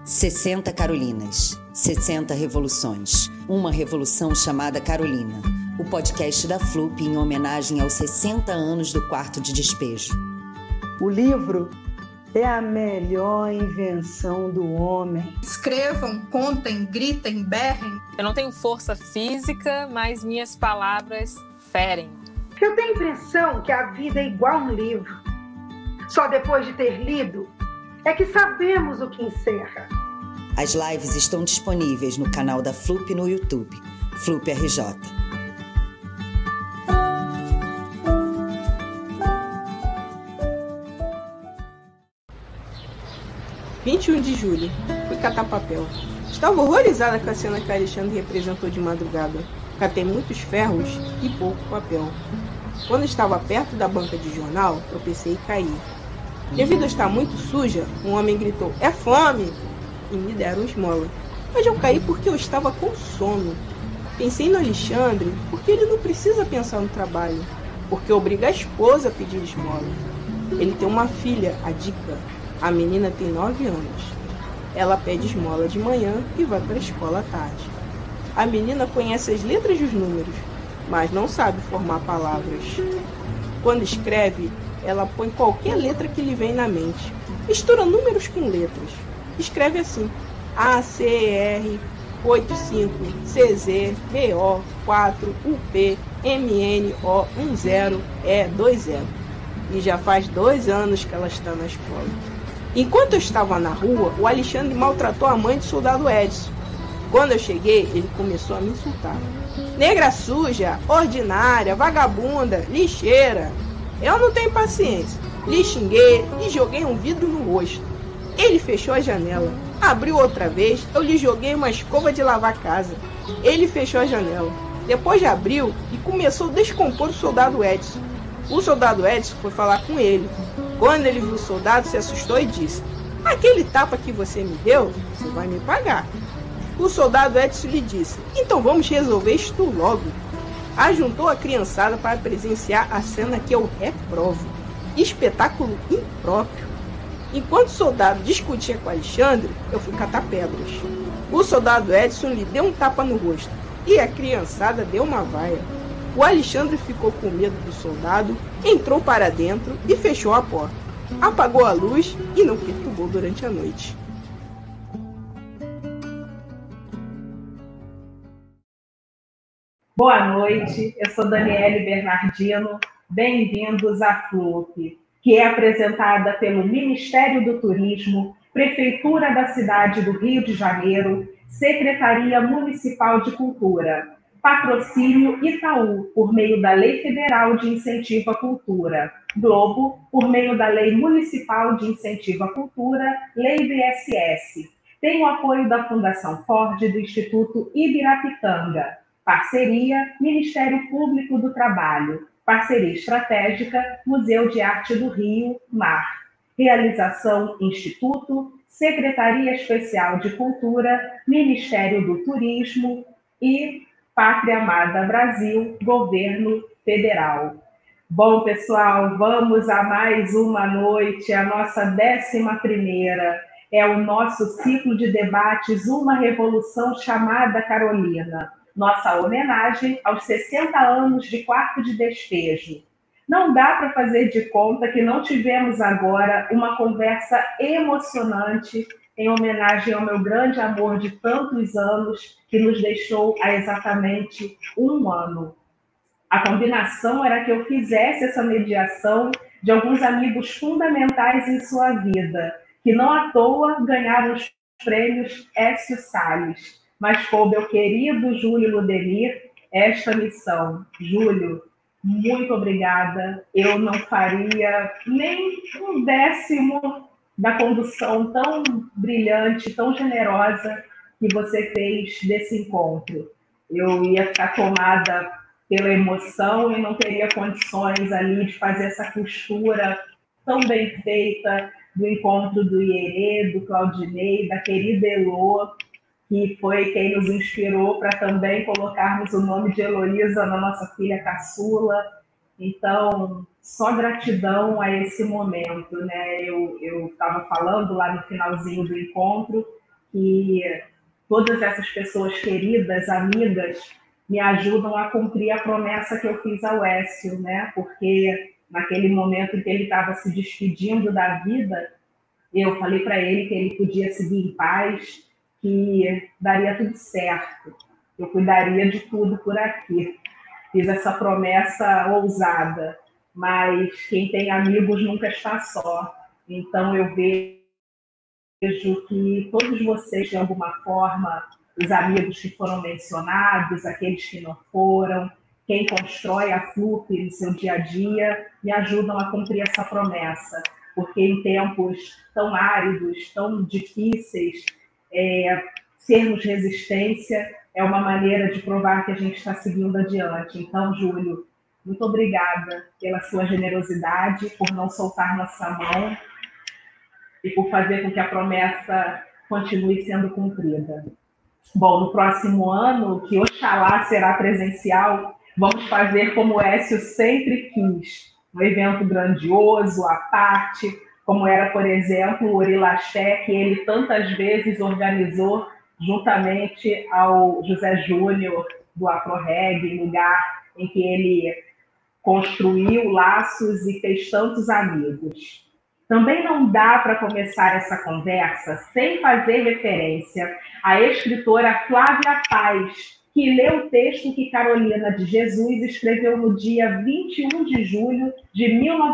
60 Carolinas, 60 revoluções, uma revolução chamada Carolina, o podcast da FLUP em homenagem aos 60 anos do quarto de despejo. O livro é a melhor invenção do homem. Escrevam, contem, gritem, berrem. Eu não tenho força física, mas minhas palavras ferem. Eu tenho a impressão que a vida é igual um livro. Só depois de ter lido é que sabemos o que encerra. As lives estão disponíveis no canal da FLUP no YouTube, FLUP RJ. (21 de julho). Fui catar papel. Estava horrorizada com a cena que Alexandre representou de madrugada. Catei muitos ferros e pouco papel. Quando estava perto da banca de jornal, tropecei e caí. Devido a estar muito suja, um homem gritou: "É fome!" e me deram esmola. Mas eu caí porque eu estava com sono. Pensei no Alexandre porque ele não precisa pensar no trabalho, porque obriga a esposa a pedir esmola. Ele tem uma filha, a Dica. A menina tem 9 anos. Ela pede esmola de manhã e vai para a escola à tarde. A menina conhece as letras e os números, mas não sabe formar palavras. Quando escreve, ela põe qualquer letra que lhe vem na mente. Mistura números com letras. Escreve assim: ACR 85 CZ BO 4 UP MNO 10 E20. E já faz 2 anos que ela está na escola. Enquanto eu estava na rua, o Alexandre maltratou a mãe do soldado Edson. Quando eu cheguei, ele começou a me insultar: negra suja, ordinária, vagabunda, lixeira. Eu não tenho paciência. Lhe xinguei e joguei um vidro no rosto. Ele fechou a janela. Abriu outra vez, eu lhe joguei uma escova de lavar casa. Ele fechou a janela. Depois abriu e começou a descompor o soldado Edson. O soldado Edson foi falar com ele. Quando ele viu o soldado, se assustou e disse: "Aquele tapa que você me deu, você vai me pagar." O soldado Edson lhe disse: "Então vamos resolver isto logo." Ajuntou a criançada para presenciar a cena que eu reprovo. Espetáculo impróprio. Enquanto o soldado discutia com Alexandre, eu fui catar pedras. O soldado Edson lhe deu um tapa no rosto e a criançada deu uma vaia. O Alexandre ficou com medo do soldado, entrou para dentro e fechou a porta. Apagou a luz e não perturbou durante a noite. Boa noite, eu sou Daniele Bernardino, bem-vindos à FLUP, que é apresentada pelo Ministério do Turismo, Prefeitura da cidade do Rio de Janeiro, Secretaria Municipal de Cultura, Patrocínio Itaú, por meio da Lei Federal de Incentivo à Cultura, Globo, por meio da Lei Municipal de Incentivo à Cultura, Lei BSS. Tem o apoio da Fundação Ford do Instituto Ibirapitanga. Parceria, Ministério Público do Trabalho. Parceria estratégica, Museu de Arte do Rio, MAR. Realização, Instituto, Secretaria Especial de Cultura, Ministério do Turismo e Pátria Amada Brasil, Governo Federal. Bom, pessoal, vamos a mais uma noite, a nossa 11ª. É o nosso ciclo de debates, uma revolução chamada Carolina. Nossa homenagem aos 60 anos de quarto de despejo. Não dá para fazer de conta que não tivemos agora uma conversa emocionante em homenagem ao meu grande amor de tantos anos, que nos deixou há exatamente 1 ano. A combinação era que eu fizesse essa mediação de alguns amigos fundamentais em sua vida, que não à toa ganharam os prêmios Écio Salles. Mas coube ao querido Júlio Ludemir esta missão. Júlio, muito obrigada. Eu não faria nem 1/10 da condução tão brilhante, tão generosa que você fez desse encontro. Eu ia ficar tomada pela emoção e não teria condições ali de fazer essa costura tão bem feita do encontro do Ierê, do Claudinei, da querida Elô, que foi quem nos inspirou para também colocarmos o nome de Heloísa na nossa filha caçula. Então, só gratidão a esse momento, né? Eu estava falando lá no finalzinho do encontro que todas essas pessoas queridas, amigas, me ajudam a cumprir a promessa que eu fiz ao Écio, né? Porque naquele momento em que ele estava se despedindo da vida, eu falei para ele que ele podia seguir em paz, que daria tudo certo, eu cuidaria de tudo por aqui. Fiz essa promessa ousada, mas quem tem amigos nunca está só. Então eu vejo que todos vocês, de alguma forma, os amigos que foram mencionados, aqueles que não foram, quem constrói a FLUP no seu dia a dia, me ajudam a cumprir essa promessa. Porque em tempos tão áridos, tão difíceis, sermos resistência é uma maneira de provar que a gente está seguindo adiante. Então, Júlio, muito obrigada pela sua generosidade, por não soltar nossa mão e por fazer com que a promessa continue sendo cumprida. Bom, no próximo ano, que Oxalá será presencial, vamos fazer como o Écio sempre quis, um evento grandioso, à parte, como era, por exemplo, o Orilaxé, que ele tantas vezes organizou juntamente ao José Júnior do AfroReg, lugar em que ele construiu laços e fez tantos amigos. Também não dá para começar essa conversa sem fazer referência à escritora Flávia Paz, que leu o texto que Carolina de Jesus escreveu no dia 21 de julho de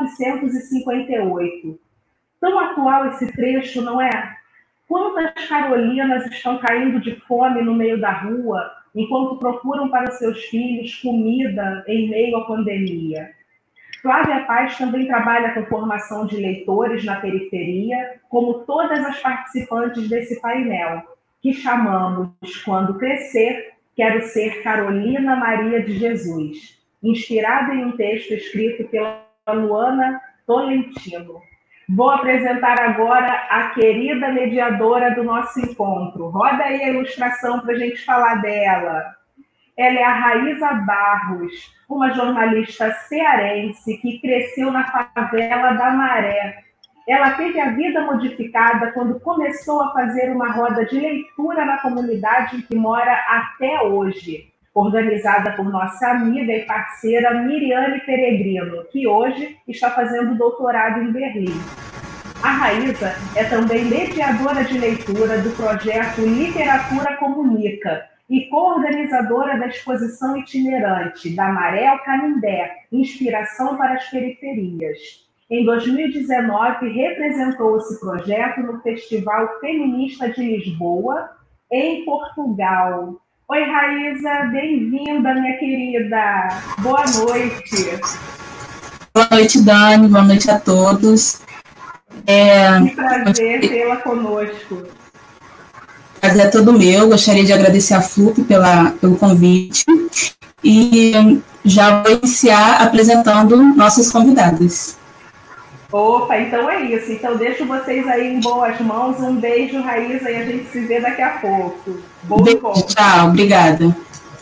1958. Tão atual esse trecho, não é? Quantas Carolinas estão caindo de fome no meio da rua, enquanto procuram para seus filhos comida em meio à pandemia? Flávia Paz também trabalha com formação de leitores na periferia, como todas as participantes desse painel, que chamamos, quando crescer, Quero Ser Carolina Maria de Jesus, inspirada em um texto escrito pela Luana Tolentino. Vou apresentar agora a querida mediadora do nosso encontro. Roda aí a ilustração para a gente falar dela. Ela é a Raíza Barros, uma jornalista cearense que cresceu na favela da Maré. Ela teve a vida modificada quando começou a fazer uma roda de leitura na comunidade em que mora até hoje, organizada por nossa amiga e parceira Miriane Peregrino, que hoje está fazendo doutorado em Berlim. A Raíza é também mediadora de leitura do projeto Literatura Comunica e co-organizadora da exposição itinerante Da Maré ao Canindé, Inspiração para as Periferias. Em 2019, representou esse projeto no Festival Feminista de Lisboa, em Portugal. Oi, Raíza, bem-vinda, minha querida. Boa noite. Boa noite, Dani. Boa noite a todos. Que prazer tê-la conosco. Prazer é todo meu. Gostaria de agradecer a FLUP pelo convite e já vou iniciar apresentando nossos convidados. Opa, então é isso. Então deixo vocês aí em boas mãos. Um beijo, Raíza, e a gente se vê daqui a pouco. Beijo, tchau, obrigada.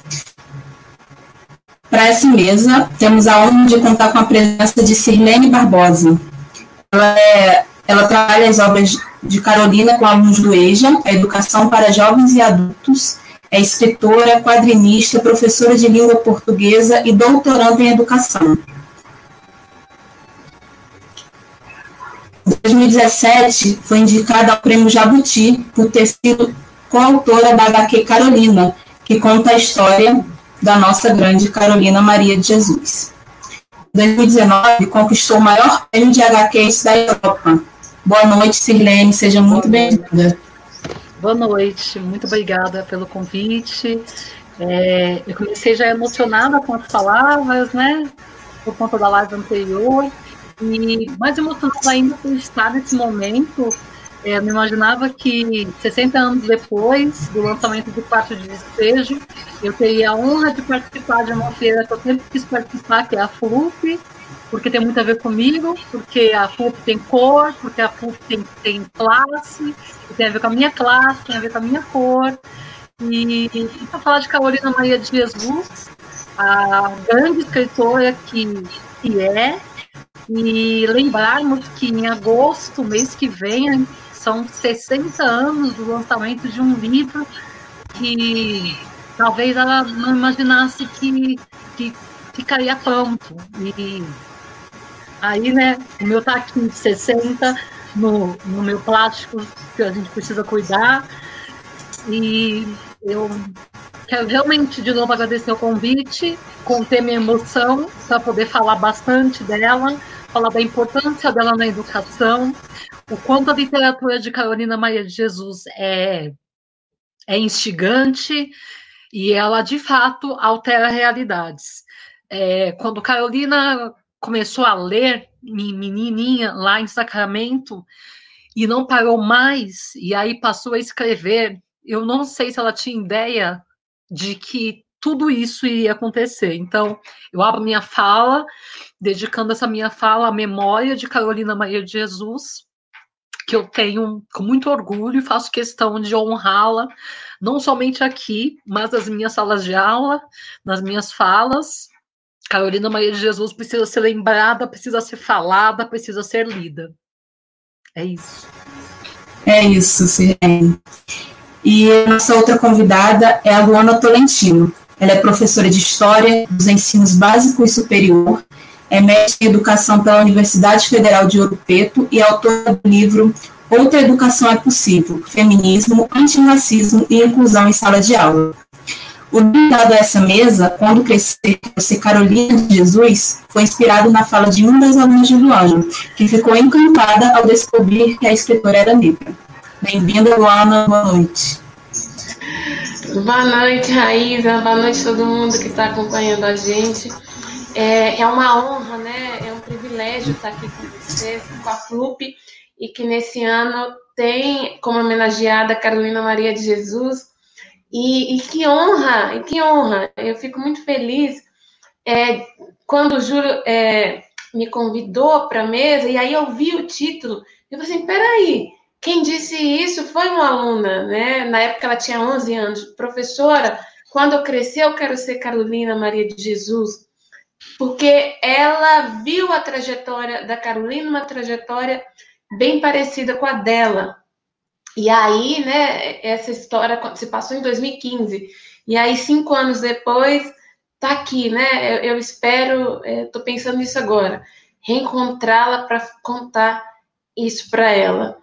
Para essa mesa, temos a honra de contar com a presença de Sirlene Barbosa. Ela trabalha as obras de Carolina com alunos do EJA, a Educação para Jovens e Adultos, é escritora, quadrinista, professora de língua portuguesa e doutoranda em educação. Em 2017, foi indicada ao Prêmio Jabuti por ter sido coautora da HQ Carolina, que conta a história da nossa grande Carolina Maria de Jesus. Em 2019, conquistou o maior prêmio de HQs da Europa. Boa noite, Sirlene, seja muito bem-vinda. Boa noite, muito obrigada pelo convite. Eu comecei já emocionada com as palavras, né, por conta da live anterior. E mais emocionante ainda por estar nesse momento. Eu não imaginava que 60 anos depois do lançamento do Quarto de Despejo, eu teria a honra de participar de uma feira que eu sempre quis participar, que é a FLUP, porque tem muito a ver comigo, porque a FLUP tem cor, porque a FLUP tem classe, tem a ver com a minha classe, tem a ver com a minha cor. E para falar de Carolina Maria de Jesus, a grande escritora que é, e lembrarmos que em agosto, mês que vem, são 60 anos do lançamento de um livro que talvez ela não imaginasse que ficaria pronto. E aí, né, o meu tá aqui 60 no meu plástico que a gente precisa cuidar. E eu quero realmente de novo agradecer o convite, conter minha emoção para poder falar bastante dela, falar da importância dela na educação, o quanto a literatura de Carolina Maria de Jesus é instigante e ela, de fato, altera realidades. Quando Carolina começou a ler, menininha, lá em Sacramento, e não parou mais, e aí passou a escrever, eu não sei se ela tinha ideia de que tudo isso iria acontecer. Então, eu abro minha fala, dedicando essa minha fala à memória de Carolina Maria de Jesus, que eu tenho com muito orgulho e faço questão de honrá-la, não somente aqui, mas nas minhas salas de aula, nas minhas falas. Carolina Maria de Jesus precisa ser lembrada, precisa ser falada, precisa ser lida. É isso. É isso, Sirene. E a nossa outra convidada é a Luana Tolentino. Ela é professora de História dos Ensinos Básico e Superior, é mestre em Educação pela Universidade Federal de Ouro Preto e autora do livro Outra Educação é Possível, Feminismo, Antirracismo e Inclusão em Sala de Aula. O nome dado a essa mesa, Quando Crescer, Você Carolina de Jesus, foi inspirado na fala de uma das alunas de Luana, que ficou encantada ao descobrir que a escritora era negra. Bem-vinda, Luana, boa noite. Boa noite, Raíza, boa noite a todo mundo que está acompanhando a gente. É uma honra, né? É um privilégio estar aqui com vocês, com a FLUP, e que nesse ano tem como homenageada Carolina Maria de Jesus. E que honra, e que honra! Eu fico muito feliz quando o Júlio me convidou para a mesa, e aí eu vi o título, eu falei assim, peraí, quem disse isso foi uma aluna, né? Na época ela tinha 11 anos. Professora, quando eu crescer eu quero ser Carolina Maria de Jesus, porque ela viu a trajetória da Carolina, uma trajetória bem parecida com a dela. E aí, né, essa história se passou em 2015, e aí 5 anos depois tá aqui, né? Eu espero, tô pensando nisso agora, reencontrá-la para contar isso para ela.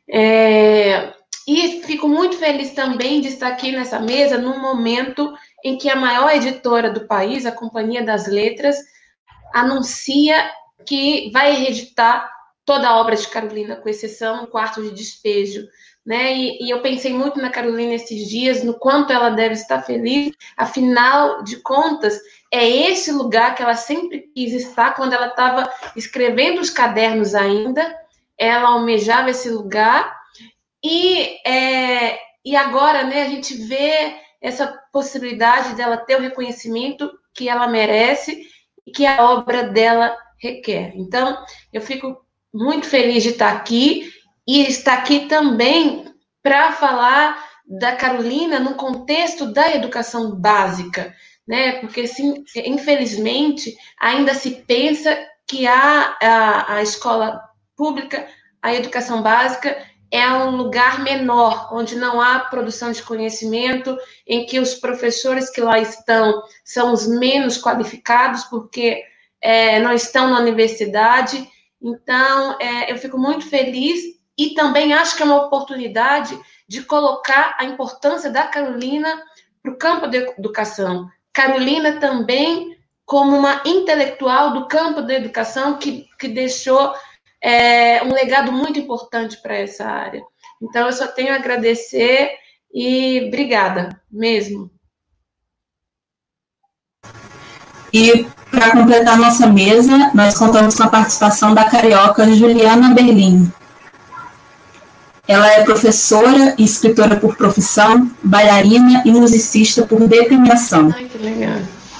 E fico muito feliz também de estar aqui nessa mesa num momento em que a maior editora do país, a Companhia das Letras, anuncia que vai reeditar toda a obra de Carolina, com exceção do Quarto de Despejo, né? E eu pensei muito na Carolina esses dias, no quanto ela deve estar feliz, afinal de contas, é esse lugar que ela sempre quis estar quando ela estava escrevendo os cadernos ainda, ela almejava esse lugar, e agora, né, a gente vê essa possibilidade dela ter o reconhecimento que ela merece e que a obra dela requer. Então, eu fico muito feliz de estar aqui, e estar aqui também para falar da Carolina no contexto da educação básica, né? Porque, assim, infelizmente, ainda se pensa que a escola pública, a educação básica, é um lugar menor, onde não há produção de conhecimento, em que os professores que lá estão são os menos qualificados, porque não estão na universidade. Então, eu fico muito feliz, e também acho que é uma oportunidade de colocar a importância da Carolina para o campo da educação. Carolina também como uma intelectual do campo da educação que deixou um legado muito importante para essa área. Então, eu só tenho a agradecer e obrigada mesmo. E para completar nossa mesa, nós contamos com a participação da carioca Juliana Berlim. Ela é professora e escritora por profissão, bailarina e musicista por determinação. Ai, que legal.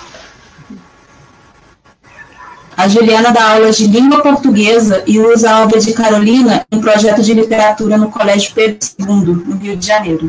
A Juliana dá aulas de língua portuguesa e usa a obra de Carolina em um projeto de literatura no Colégio Pedro II, no Rio de Janeiro.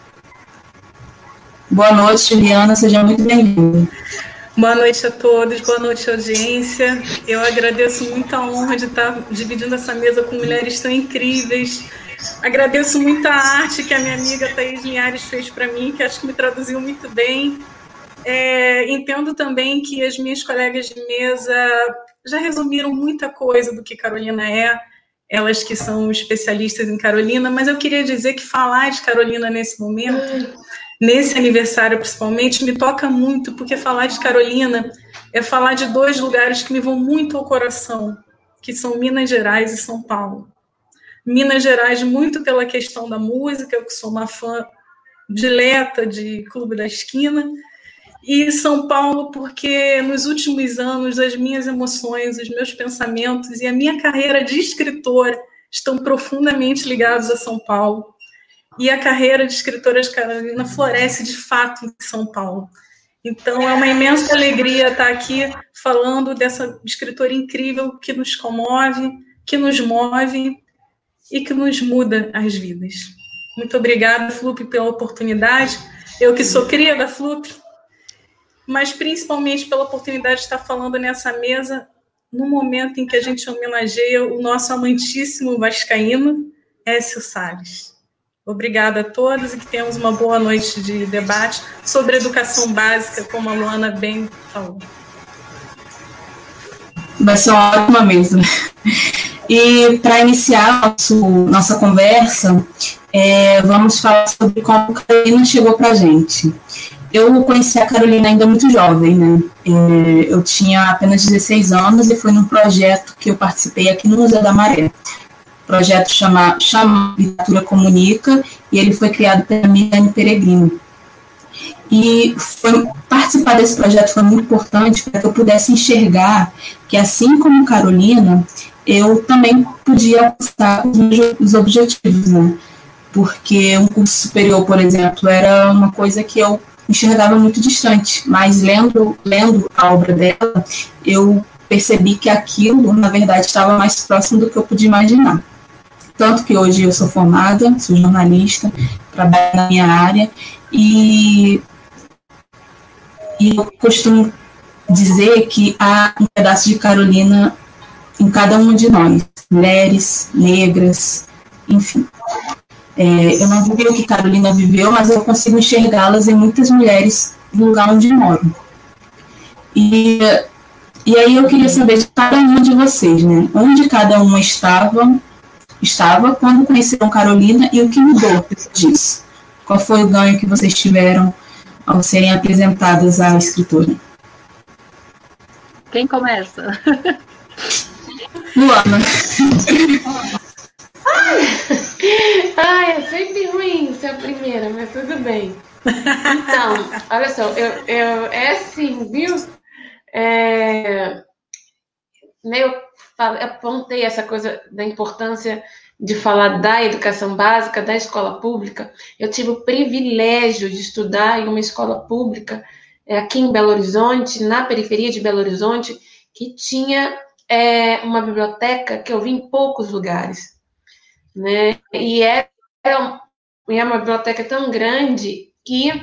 Boa noite, Juliana, seja muito bem-vinda. Boa noite a todos, boa noite, audiência. Eu agradeço muito a honra de estar dividindo essa mesa com mulheres tão incríveis, Agradeço muito a arte que a minha amiga Thaís Linhares fez para mim, que acho que me traduziu muito bem. Entendo também que as minhas colegas de mesa já resumiram muita coisa do que Carolina é, elas que são especialistas em Carolina, mas eu queria dizer que falar de Carolina nesse momento, nesse aniversário principalmente, me toca muito, porque falar de Carolina é falar de dois lugares que me vão muito ao coração, que são Minas Gerais e São Paulo. Minas Gerais muito pela questão da música, eu que sou uma fã dileta de Clube da Esquina, e São Paulo porque nos últimos anos as minhas emoções, os meus pensamentos e a minha carreira de escritora estão profundamente ligados a São Paulo. E a carreira de escritora de Carolina floresce de fato em São Paulo. Então é uma imensa alegria estar aqui falando dessa escritora incrível que nos comove, que nos move e que nos muda as vidas. Muito obrigada, Flup, pela oportunidade. Eu que sou cria da Flup, mas principalmente pela oportunidade de estar falando nessa mesa no momento em que a gente homenageia o nosso amantíssimo vascaíno, Écio Salles. Obrigada a todos e que tenhamos uma boa noite de debate sobre educação básica, como a Luana bem falou. Vai ser uma ótima mesa. E para iniciar nossa conversa, vamos falar sobre como a Carolina chegou para a gente. Eu conheci a Carolina ainda muito jovem, né? Eu tinha apenas 16 anos e foi num projeto que eu participei aqui no Museu da Maré. O projeto chama Literatura Comunica, e ele foi criado pela Miriane Peregrino. E participar desse projeto foi muito importante para que eu pudesse enxergar que, assim como Carolina, eu também podia alcançar os objetivos, né? Porque um curso superior, por exemplo, era uma coisa que eu enxergava muito distante, mas lendo a obra dela, eu percebi que aquilo, na verdade, estava mais próximo do que eu podia imaginar. Tanto que hoje eu sou formada, sou jornalista, trabalho na minha área, e eu costumo dizer que há um pedaço de Carolina em cada uma de nós, mulheres, negras, enfim. Eu não vivi o que Carolina viveu, mas eu consigo enxergá-las em muitas mulheres no lugar onde moro. E aí eu queria saber de cada uma de vocês, né? Onde cada uma estava quando conheceram Carolina e o que mudou disso? Qual foi o ganho que vocês tiveram ao serem apresentadas à escritora? Quem começa? Luana. É sempre ruim ser a primeira, mas tudo bem. Então, olha só, eu assim, viu? Eu apontei essa coisa da importância de falar da educação básica, da escola pública. Eu tive o privilégio de estudar em uma escola pública aqui em Belo Horizonte, na periferia de Belo Horizonte, que tinha uma biblioteca que eu vi em poucos lugares, né? E era uma biblioteca tão grande que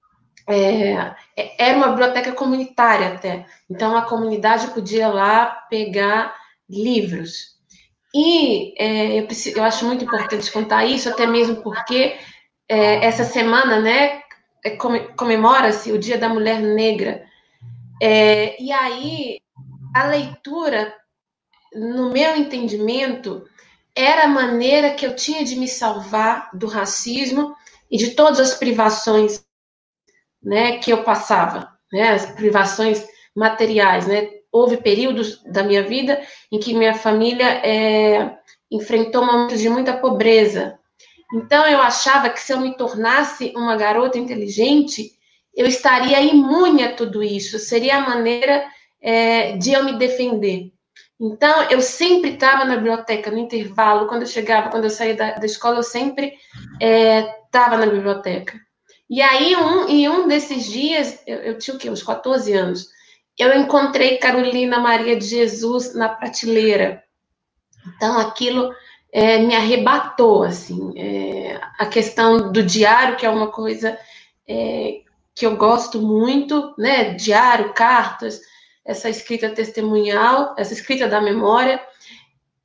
era uma biblioteca comunitária até. Então, a comunidade podia ir lá pegar livros. E eu acho muito importante contar isso, até mesmo porque essa semana, né, comemora-se o Dia da Mulher Negra. E aí, a leitura, no meu entendimento, era a maneira que eu tinha de me salvar do racismo e de todas as privações, né, que eu passava, né, as privações materiais, né. Houve períodos da minha vida em que minha família enfrentou momentos de muita pobreza. Então, eu achava que se eu me tornasse uma garota inteligente, eu estaria imune a tudo isso, seria a maneira de eu me defender. Então, eu sempre estava na biblioteca, no intervalo, quando eu saía da escola, eu sempre estava na biblioteca. E aí, em um desses dias, eu tinha o quê? Uns 14 anos, eu encontrei Carolina Maria de Jesus na prateleira. Então, aquilo me arrebatou, assim. A questão do diário, que é uma coisa que eu gosto muito, né? Diário, cartas, essa escrita testemunhal, essa escrita da memória.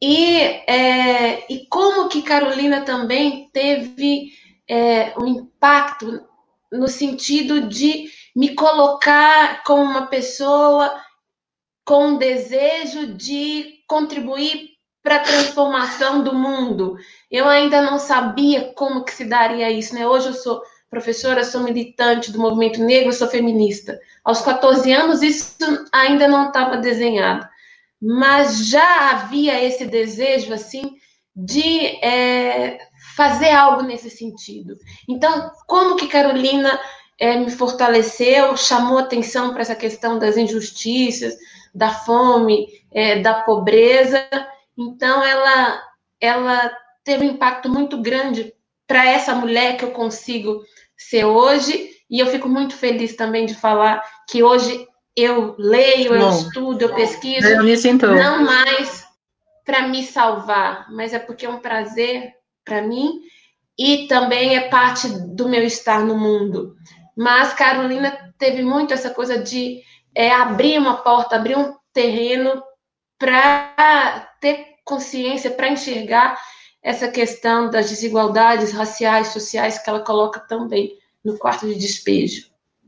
E como que Carolina também teve um impacto no sentido de me colocar como uma pessoa com um desejo de contribuir para a transformação do mundo. Eu ainda não sabia como que se daria isso, né? Hoje eu sou professora, sou militante do movimento negro, sou feminista. Aos 14 anos isso ainda não estava desenhado, mas já havia esse desejo, assim, de fazer algo nesse sentido. Então, como que Carolina me fortaleceu, chamou atenção para essa questão das injustiças, da fome, da pobreza. Então, ela teve um impacto muito grande para essa mulher que eu consigo ser hoje, e eu fico muito feliz também de falar que hoje eu leio, eu estudo, eu pesquiso, não mais para me salvar, mas é porque é um prazer para mim e também é parte do meu estar no mundo. Mas Carolina teve muito essa coisa de abrir uma porta, abrir um terreno para ter consciência, para enxergar essa questão das desigualdades raciais, sociais, que ela coloca também no quarto de despejo.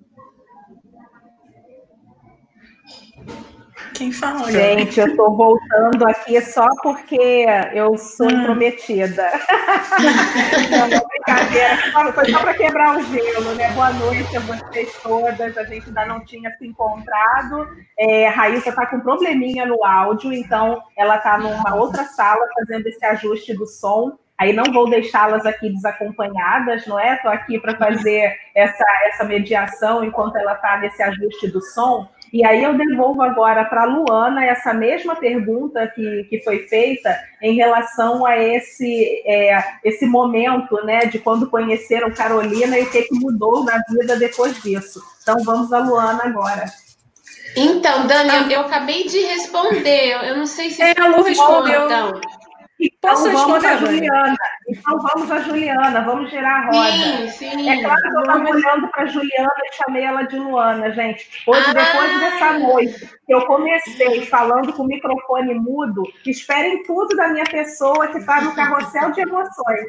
Quem fala? Gente, eu estou voltando aqui só porque eu sou intrometida. Não, brincadeira. Foi só para quebrar o gelo, né? Boa noite a vocês todas. A gente ainda não tinha se encontrado. Raíssa está com um probleminha no áudio, então ela está numa outra sala fazendo esse ajuste do som. Aí não vou deixá-las aqui desacompanhadas, não é? Estou aqui para fazer essa mediação enquanto ela está nesse ajuste do som. E aí eu devolvo agora para a Luana essa mesma pergunta que foi feita em relação a esse momento, né, de quando conheceram Carolina e o que mudou na vida depois disso. Então vamos à Luana agora. Então, Dani, eu acabei de responder. Eu não sei se a Lu respondeu. Então vamos a Juliana. Então vamos a Juliana, vamos girar a roda. Sim. É claro que eu estava olhando para a Juliana e chamei ela de Luana, gente. Hoje, depois dessa noite, que eu comecei falando com o microfone mudo, esperem tudo da minha pessoa que está no carrossel de emoções.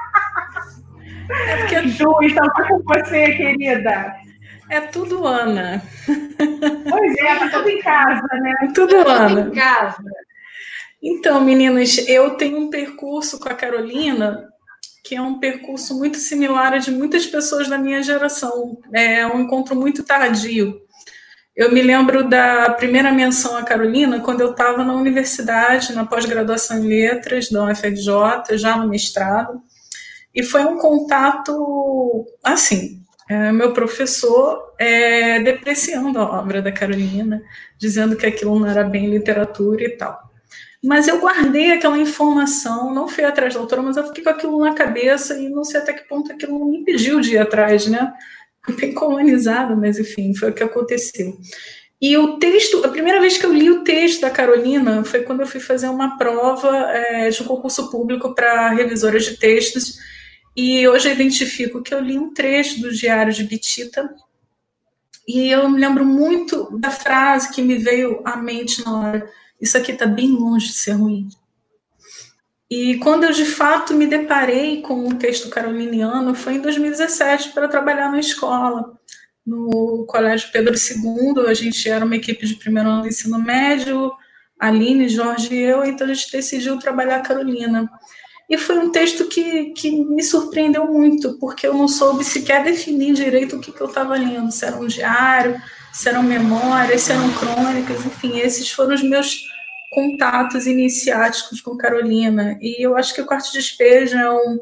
Ju, então tá com você, querida. É tudo Ana. Pois tá tudo em casa, né? Tudo Ana. Em casa. Então, meninas, eu tenho um percurso com a Carolina que é um percurso muito similar a de muitas pessoas da minha geração. É um encontro muito tardio. Eu me lembro da primeira menção a Carolina quando eu estava na universidade, na pós-graduação em letras da UFRJ, já no mestrado, e foi um contato, assim, meu professor depreciando a obra da Carolina, dizendo que aquilo não era bem literatura e tal. Mas eu guardei aquela informação, não fui atrás da autora, mas eu fiquei com aquilo na cabeça e não sei até que ponto aquilo não me impediu de ir atrás, né? Bem colonizada, mas enfim, foi o que aconteceu. E o texto, a primeira vez que eu li o texto da Carolina foi quando eu fui fazer uma prova de um concurso público para revisoras de textos, e hoje eu identifico que eu li um trecho do Diário de Bitita, e eu me lembro muito da frase que me veio à mente na hora: isso aqui está bem longe de ser ruim. E quando eu, de fato, me deparei com o texto caroliniano, foi em 2017, para trabalhar na escola, no Colégio Pedro II. A gente era uma equipe de primeiro ano do ensino médio, Aline, Jorge e eu, então a gente decidiu trabalhar a Carolina. E foi um texto que me surpreendeu muito, porque eu não soube sequer definir direito o que eu estava lendo, se era um diário, se eram memórias, se eram crônicas, enfim, esses foram os meus contatos iniciáticos com Carolina. E eu acho que o Quarto de Despejo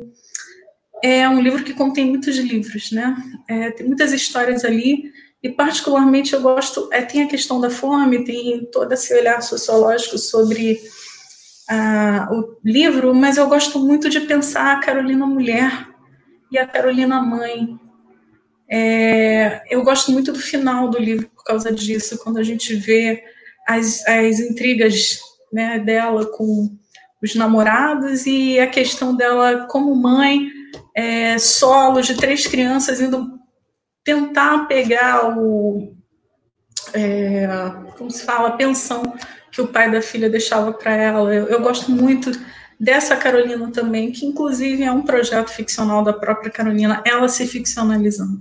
é um livro que contém muitos livros, né? Tem muitas histórias ali, e particularmente eu gosto, tem a questão da fome, tem todo esse olhar sociológico sobre o livro, mas eu gosto muito de pensar a Carolina mulher e a Carolina mãe. Eu gosto muito do final do livro por causa disso, quando a gente vê as intrigas, né, dela com os namorados e a questão dela como mãe, solo de 3 crianças, indo tentar pegar como se fala, a pensão que o pai da filha deixava para ela. Eu gosto muito dessa Carolina também, que inclusive é um projeto ficcional da própria Carolina, ela se ficcionalizando.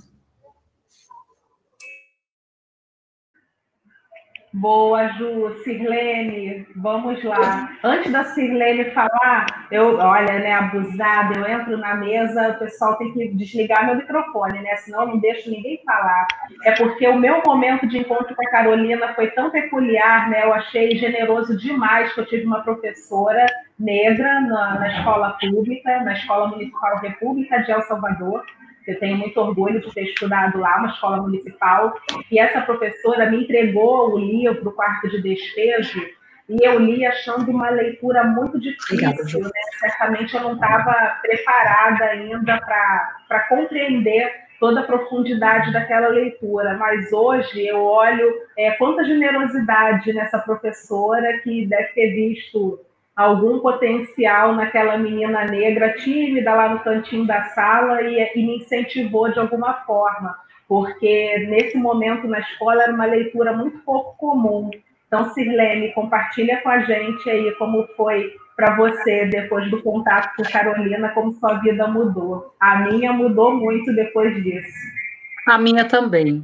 Boa, Ju. Sirlene, vamos lá. Antes da Sirlene falar, olha, né, abusada, eu entro na mesa, o pessoal tem que desligar meu microfone, né? Senão eu não deixo ninguém falar. É porque o meu momento de encontro com a Carolina foi tão peculiar, né? Eu achei generoso demais que eu tive uma professora negra na escola pública, na Escola Municipal República de El Salvador. Eu tenho muito orgulho de ter estudado lá, uma escola municipal, e essa professora me entregou o livro Quarto de Despejo, e eu li achando uma leitura muito difícil, né? Certamente eu não estava preparada ainda para compreender toda a profundidade daquela leitura, mas hoje eu olho quanta generosidade nessa professora, que deve ter visto algum potencial naquela menina negra tímida lá no cantinho da sala e me incentivou de alguma forma, porque nesse momento na escola era uma leitura muito pouco comum. Então, Sirlene, compartilha com a gente aí como foi para você depois do contato com Carolina, como sua vida mudou. A minha mudou muito depois disso. A minha também.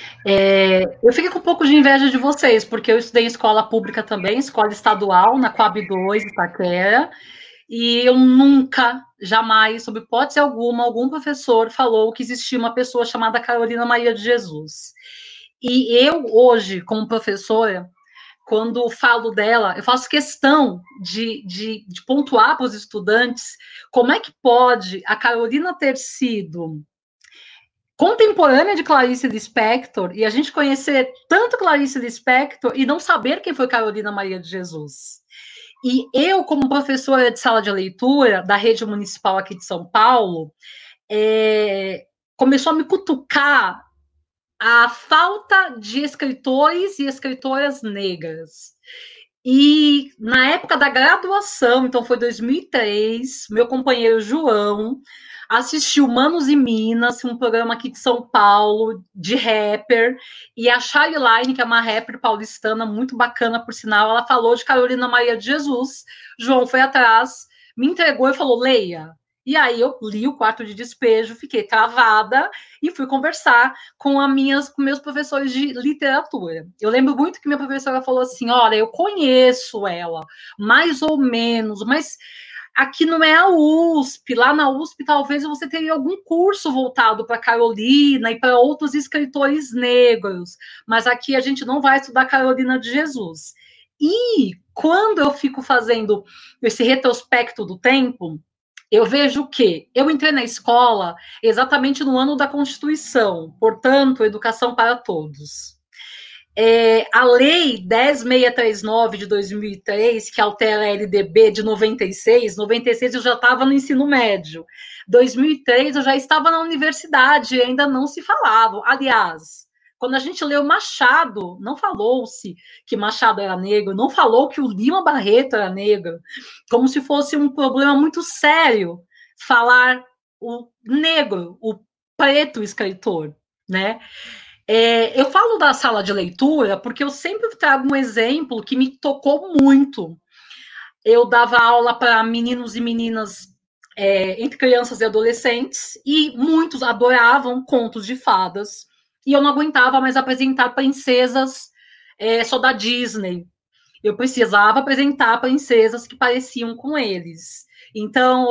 Eu fiquei com um pouco de inveja de vocês, porque eu estudei em escola pública também, escola estadual, na Coab 2, Itaquera, e eu nunca, jamais, sob hipótese alguma, algum professor falou que existia uma pessoa chamada Carolina Maria de Jesus. E eu, hoje, como professora, quando falo dela, eu faço questão de pontuar para os estudantes como é que pode a Carolina ter sido contemporânea de Clarice Lispector, e a gente conhecer tanto Clarice Lispector e não saber quem foi Carolina Maria de Jesus. E eu, como professora de sala de leitura da rede municipal aqui de São Paulo, começou a me cutucar a falta de escritores e escritoras negras. E na época da graduação, então foi 2003, meu companheiro João assistiu Manos e Minas, um programa aqui de São Paulo, de rapper, e a Charline, que é uma rapper paulistana muito bacana, por sinal, ela falou de Carolina Maria de Jesus. João foi atrás, me entregou e falou, leia. E aí eu li o Quarto de Despejo, fiquei travada e fui conversar com meus professores de literatura. Eu lembro muito que minha professora falou assim, olha, eu conheço ela, mais ou menos, mas aqui não é a USP, lá na USP talvez você teria algum curso voltado para Carolina e para outros escritores negros, mas aqui a gente não vai estudar Carolina de Jesus. E quando eu fico fazendo esse retrospecto do tempo, eu vejo que eu entrei na escola exatamente no ano da Constituição, portanto, educação para todos. A Lei 10.639 de 2003, que altera a LDB de 96 eu já estava no ensino médio. 2003 eu já estava na universidade e ainda não se falava. Aliás, quando a gente leu Machado, não falou-se que Machado era negro, não falou que o Lima Barreto era negro, como se fosse um problema muito sério falar o negro, o preto escritor, né? Eu falo da sala de leitura porque eu sempre trago um exemplo que me tocou muito. Eu dava aula para meninos e meninas, entre crianças e adolescentes, e muitos adoravam contos de fadas, e eu não aguentava mais apresentar princesas só da Disney. Eu precisava apresentar princesas que pareciam com eles. Então,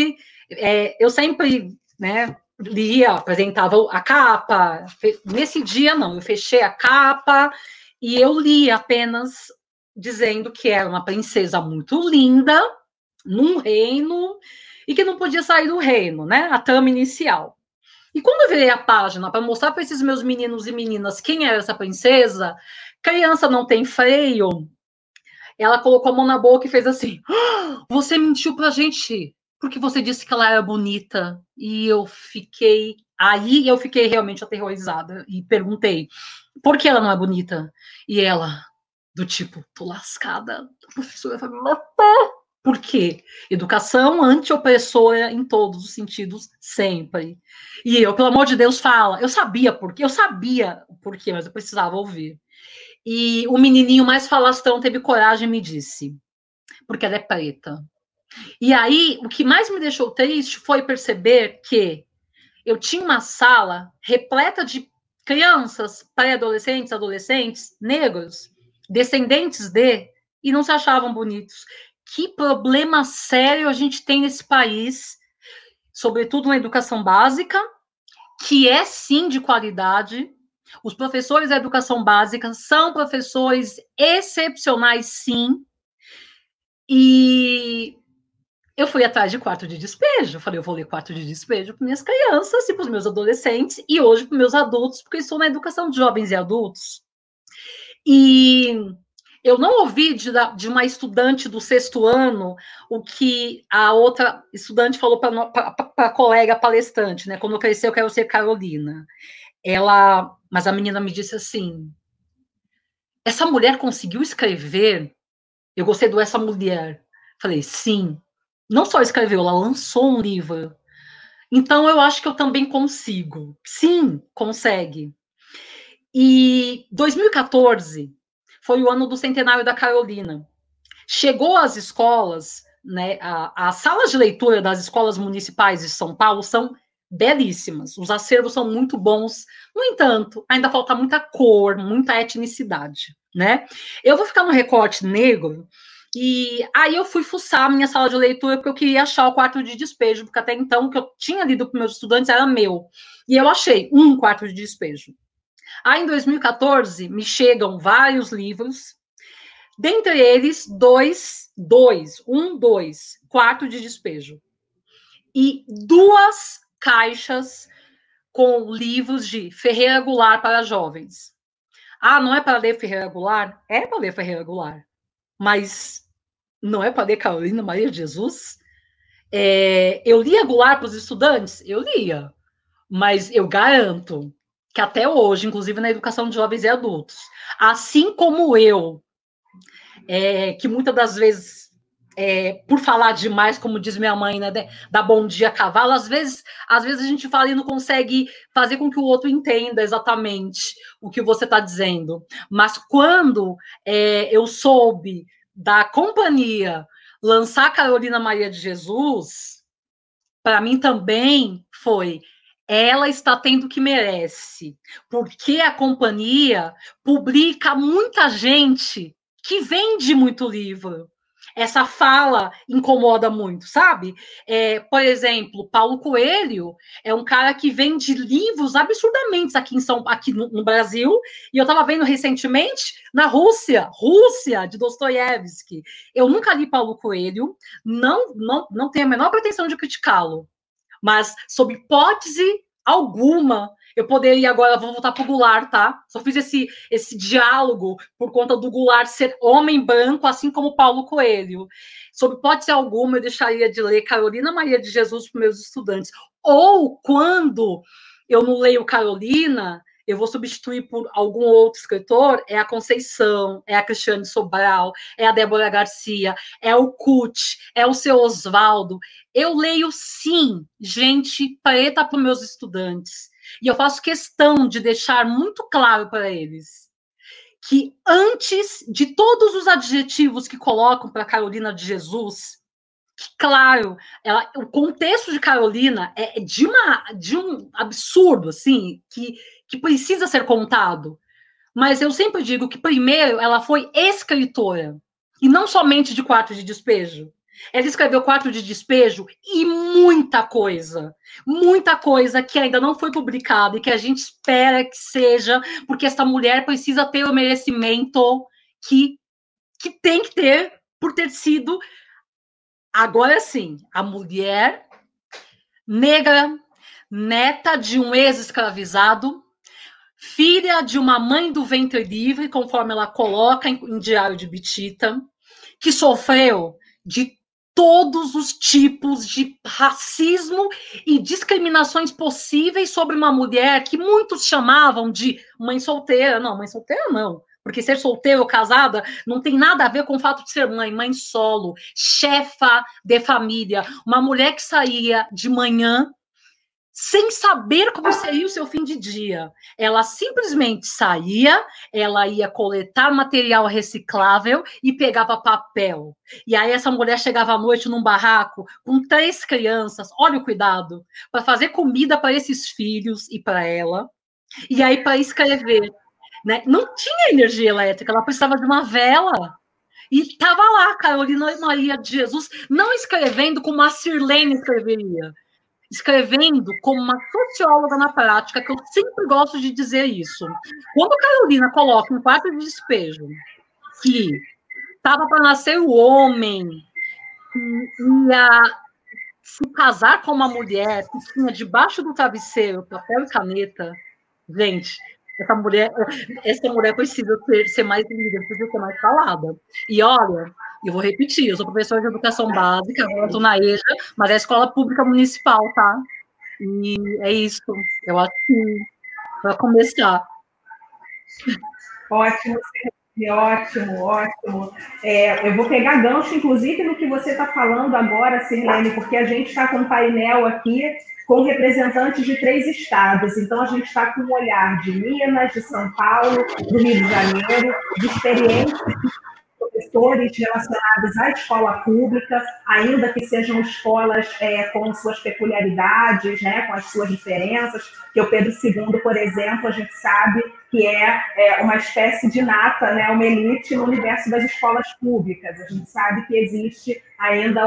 eu sempre, né, lia, apresentava a capa. Nesse dia, não, eu fechei a capa e eu li apenas dizendo que era uma princesa muito linda, num reino, e que não podia sair do reino, né? A trama inicial. E quando eu virei a página para mostrar para esses meus meninos e meninas quem era essa princesa, criança não tem freio, ela colocou a mão na boca e fez assim, você mentiu pra gente, porque você disse que ela era bonita. E eu fiquei realmente aterrorizada e perguntei, por que ela não é bonita? E ela, do tipo, tô lascada, a professora vai me matar. Por quê? Educação anti-opressora em todos os sentidos, sempre. E eu, pelo amor de Deus, fala. Eu sabia o porquê, mas eu precisava ouvir. E o menininho mais falastrão teve coragem e me disse, porque ela é preta. E aí, o que mais me deixou triste foi perceber que eu tinha uma sala repleta de crianças, pré-adolescentes, adolescentes, negros, descendentes e não se achavam bonitos. Que problema sério a gente tem nesse país, sobretudo na educação básica, que é sim de qualidade. Os professores da educação básica são professores excepcionais, sim. E eu fui atrás de quarto de despejo. Eu falei, eu vou ler quarto de despejo para minhas crianças e para os meus adolescentes e hoje para os meus adultos, porque eu estou na educação de jovens e adultos. E eu não ouvi de uma estudante do 6º ano o que a outra estudante falou para a colega palestrante, né? Quando eu crescer, eu quero ser Carolina. Mas a menina me disse assim, essa mulher conseguiu escrever? Eu gostei do essa mulher. Falei, sim. Não só escreveu, ela lançou um livro. Então, eu acho que eu também consigo. Sim, consegue. E 2014 foi o ano do centenário da Carolina. Chegou às escolas, né, as salas de leitura das escolas municipais de São Paulo são belíssimas. Os acervos são muito bons. No entanto, ainda falta muita cor, muita etnicidade, né? Eu vou ficar no recorte negro. E aí eu fui fuçar a minha sala de leitura porque eu queria achar o quarto de despejo, porque até então o que eu tinha lido para meus estudantes era meu. E eu achei um quarto de despejo. Aí em 2014 me chegam vários livros, dentre eles dois, quarto de despejo. E 2 caixas com livros de Ferreira Goulart para jovens. Ah, não é para ler Ferreira Goulart? É para ler Ferreira Goulart. Mas não é para ler Carolina Maria de Jesus? Eu lia Goulart para os estudantes? Eu lia. Mas eu garanto que até hoje, inclusive na educação de jovens e adultos, assim como eu, que muitas das vezes, por falar demais, como diz minha mãe, né, dá bom dia a cavalo, às vezes a gente fala e não consegue fazer com que o outro entenda exatamente o que você está dizendo. Mas quando eu soube da companhia lançar Carolina Maria de Jesus, para mim também foi... Ela está tendo o que merece, porque a companhia publica muita gente que vende muito livro. Essa fala incomoda muito, sabe? Por exemplo, Paulo Coelho é um cara que vende livros absurdamente aqui no Brasil, e eu estava vendo recentemente na Rússia, de Dostoiévski. Eu nunca li Paulo Coelho, não tenho a menor pretensão de criticá-lo, mas sob hipótese alguma, eu poderia agora, vou voltar para o Goulart, tá? Só fiz esse diálogo por conta do Goulart ser homem branco, assim como Paulo Coelho. Sob hipótese alguma, eu deixaria de ler Carolina Maria de Jesus para meus estudantes. Ou, quando eu não leio Carolina, eu vou substituir por algum outro escritor, é a Conceição, é a Cristiane Sobral, é a Débora Garcia, é o Kut, é o seu Oswaldo. Eu leio, sim, gente preta para os meus estudantes. E eu faço questão de deixar muito claro para eles que antes de todos os adjetivos que colocam para Carolina de Jesus, que, claro, o contexto de Carolina é de um absurdo, assim, que precisa ser contado. Mas eu sempre digo que, primeiro, ela foi escritora, e não somente de quarto de despejo. Ela escreveu quarto de despejo e muita coisa que ainda não foi publicada e que a gente espera que seja, porque essa mulher precisa ter o merecimento que tem que ter por ter sido, agora sim, a mulher negra, neta de um ex-escravizado, filha de uma mãe do ventre livre, conforme ela coloca em Diário de Bitita, que sofreu de todos os tipos de racismo e discriminações possíveis sobre uma mulher que muitos chamavam de mãe solteira. Não, mãe solteira não, porque ser solteira ou casada não tem nada a ver com o fato de ser mãe solo, chefa de família, uma mulher que saía de manhã sem saber como seria o seu fim de dia. Ela simplesmente saía, ela ia coletar material reciclável e pegava papel. E aí essa mulher chegava à noite num barraco com 3 crianças, olha o cuidado, para fazer comida para esses filhos e para ela, e aí para escrever. Né? Não tinha energia elétrica, ela precisava de uma vela. E estava lá, Carolina Maria de Jesus, não escrevendo como a Sirlene escreveria, escrevendo como uma socióloga na prática, que eu sempre gosto de dizer isso. Quando a Carolina coloca um quarto de despejo que estava para nascer o homem, que ia se casar com uma mulher que tinha debaixo do travesseiro papel e caneta, gente, essa mulher precisa ser mais lida, precisa ser mais falada. E olha, eu vou repetir, eu sou professora de educação básica, agora estou na EJA, mas é a escola pública municipal, tá? E é isso, eu acho que vai começar. Ótimo, ótimo. Eu vou pegar gancho, inclusive, no que você está falando agora, Sirlene, porque a gente está com um painel aqui com representantes de 3 estados. Então, a gente está com um olhar de Minas, de São Paulo, do Rio de Janeiro, de experiências de professores relacionados à escola pública, ainda que sejam escolas com suas peculiaridades, né, com as suas diferenças, que o Pedro II, por exemplo, a gente sabe que é uma espécie de nata, né, uma elite no universo das escolas públicas. A gente sabe que existe ainda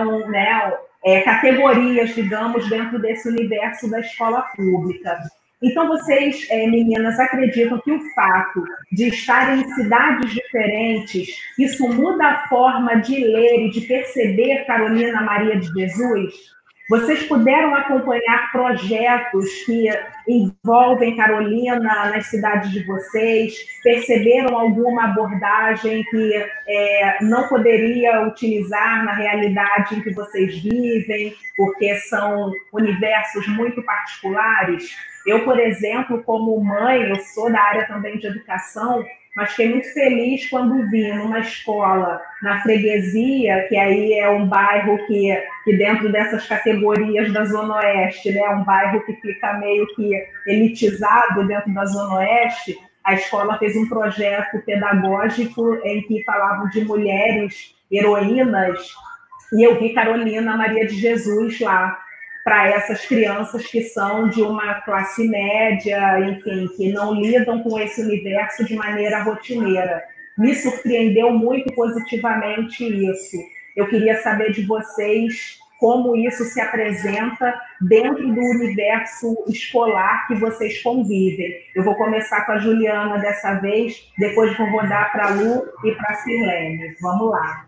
categorias, digamos, dentro desse universo da escola pública. Então, vocês, meninas, acreditam que o fato de estarem em cidades diferentes, isso muda a forma de ler e de perceber Carolina Maria de Jesus? Vocês puderam acompanhar projetos que envolvem Carolina nas cidades de vocês? Perceberam alguma abordagem que não poderia utilizar na realidade em que vocês vivem, porque são universos muito particulares? Eu, por exemplo, como mãe, eu sou da área também de educação, mas fiquei muito feliz quando vi numa escola na freguesia, que aí é um bairro que dentro dessas categorias da Zona Oeste, né, um bairro que fica meio que elitizado dentro da Zona Oeste, a escola fez um projeto pedagógico em que falavam de mulheres heroínas, e eu vi Carolina Maria de Jesus lá, para essas crianças que são de uma classe média, enfim, que não lidam com esse universo de maneira rotineira. Me surpreendeu muito positivamente isso. Eu queria saber de vocês como isso se apresenta dentro do universo escolar que vocês convivem. Eu vou começar com a Juliana dessa vez, depois vou rodar para a Lu e para a Sirlene. Vamos lá.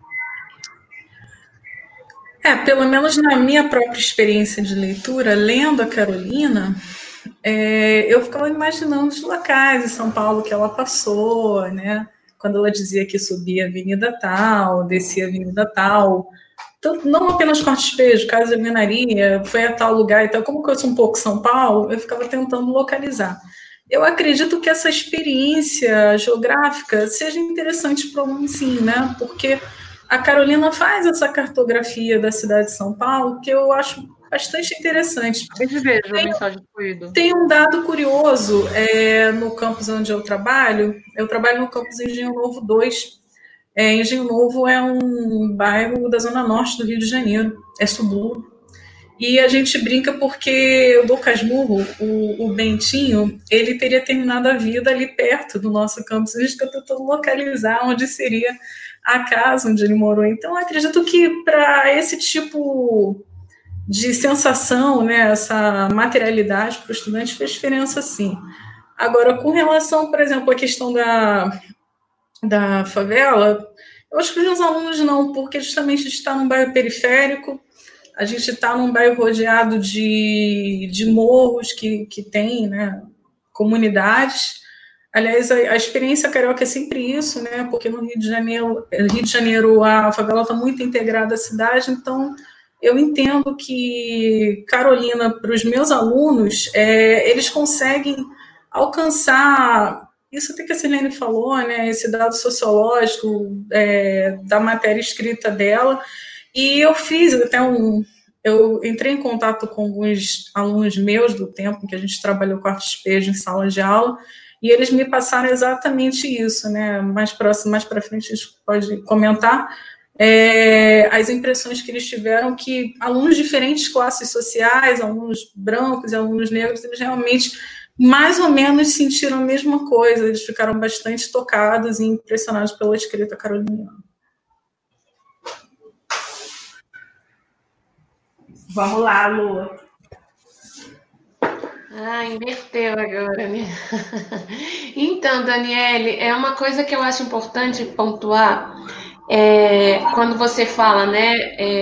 Pelo menos na minha própria experiência de leitura, lendo a Carolina, eu ficava imaginando os locais em São Paulo que ela passou, né? Quando ela dizia que subia a avenida tal, descia a avenida tal, então, não apenas Corte Despejo, Casa de Alvenaria, foi a tal lugar e tal. Como eu conheço um pouco São Paulo, eu ficava tentando localizar. Eu acredito que essa experiência geográfica seja interessante para o aluno, sim, né? Porque a Carolina faz essa cartografia da cidade de São Paulo, que eu acho bastante interessante. Tem um dado curioso no campus onde eu trabalho no campus Engenho Novo 2. Engenho Novo é um bairro da zona norte do Rio de Janeiro, é subúrbio. E a gente brinca porque o Dom Casmurro, o Bentinho, ele teria terminado a vida ali perto do nosso campus. A gente está tentando localizar onde seria a casa onde ele morou. Então, acredito que para esse tipo de sensação, né, essa materialidade para o estudante fez diferença, sim. Agora, com relação, por exemplo, à questão da favela, eu acho que os meus alunos não, porque justamente a gente está num bairro periférico, a gente está num bairro rodeado de morros que tem, né, comunidades. Aliás, a experiência carioca é sempre isso, né? Porque no Rio de Janeiro a favela está muito integrada à cidade, então eu entendo que Carolina, para os meus alunos, eles conseguem alcançar isso até que a Sirlene falou, né? Esse dado sociológico da matéria escrita dela. E eu fiz até eu entrei em contato com alguns alunos meus do tempo em que a gente trabalhou quarto despejo em sala de aula, e eles me passaram exatamente isso, né? Mais próximo, mais para frente a gente pode comentar as impressões que eles tiveram, que alunos de diferentes classes sociais, alunos brancos e alunos negros, eles realmente mais ou menos sentiram a mesma coisa, eles ficaram bastante tocados e impressionados pela escrita caroliniana. Vamos lá, Lu. Inverteu agora, né? Então, Daniele, é uma coisa que eu acho importante pontuar, quando você fala, né,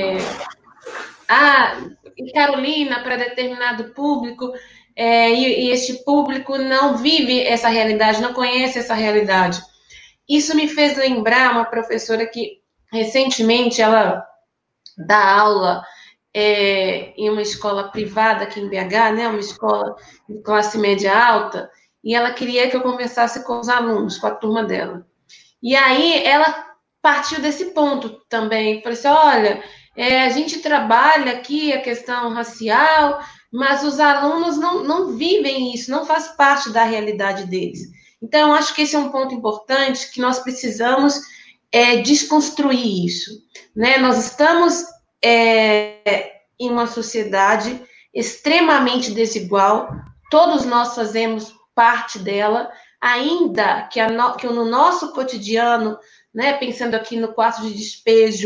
em Carolina, para determinado público, e este público não vive essa realidade, não conhece essa realidade. Isso me fez lembrar uma professora que, recentemente, ela dá aula em uma escola privada aqui em BH, né, uma escola de classe média alta, e ela queria que eu conversasse com os alunos, com a turma dela. E aí ela partiu desse ponto também, falou assim, olha, a gente trabalha aqui a questão racial, mas os alunos não vivem isso, não faz parte da realidade deles. Então, eu acho que esse é um ponto importante, que nós precisamos desconstruir isso, né? Nós estamos em uma sociedade extremamente desigual, todos nós fazemos parte dela, ainda que no nosso cotidiano, né, pensando aqui no quarto de despejo,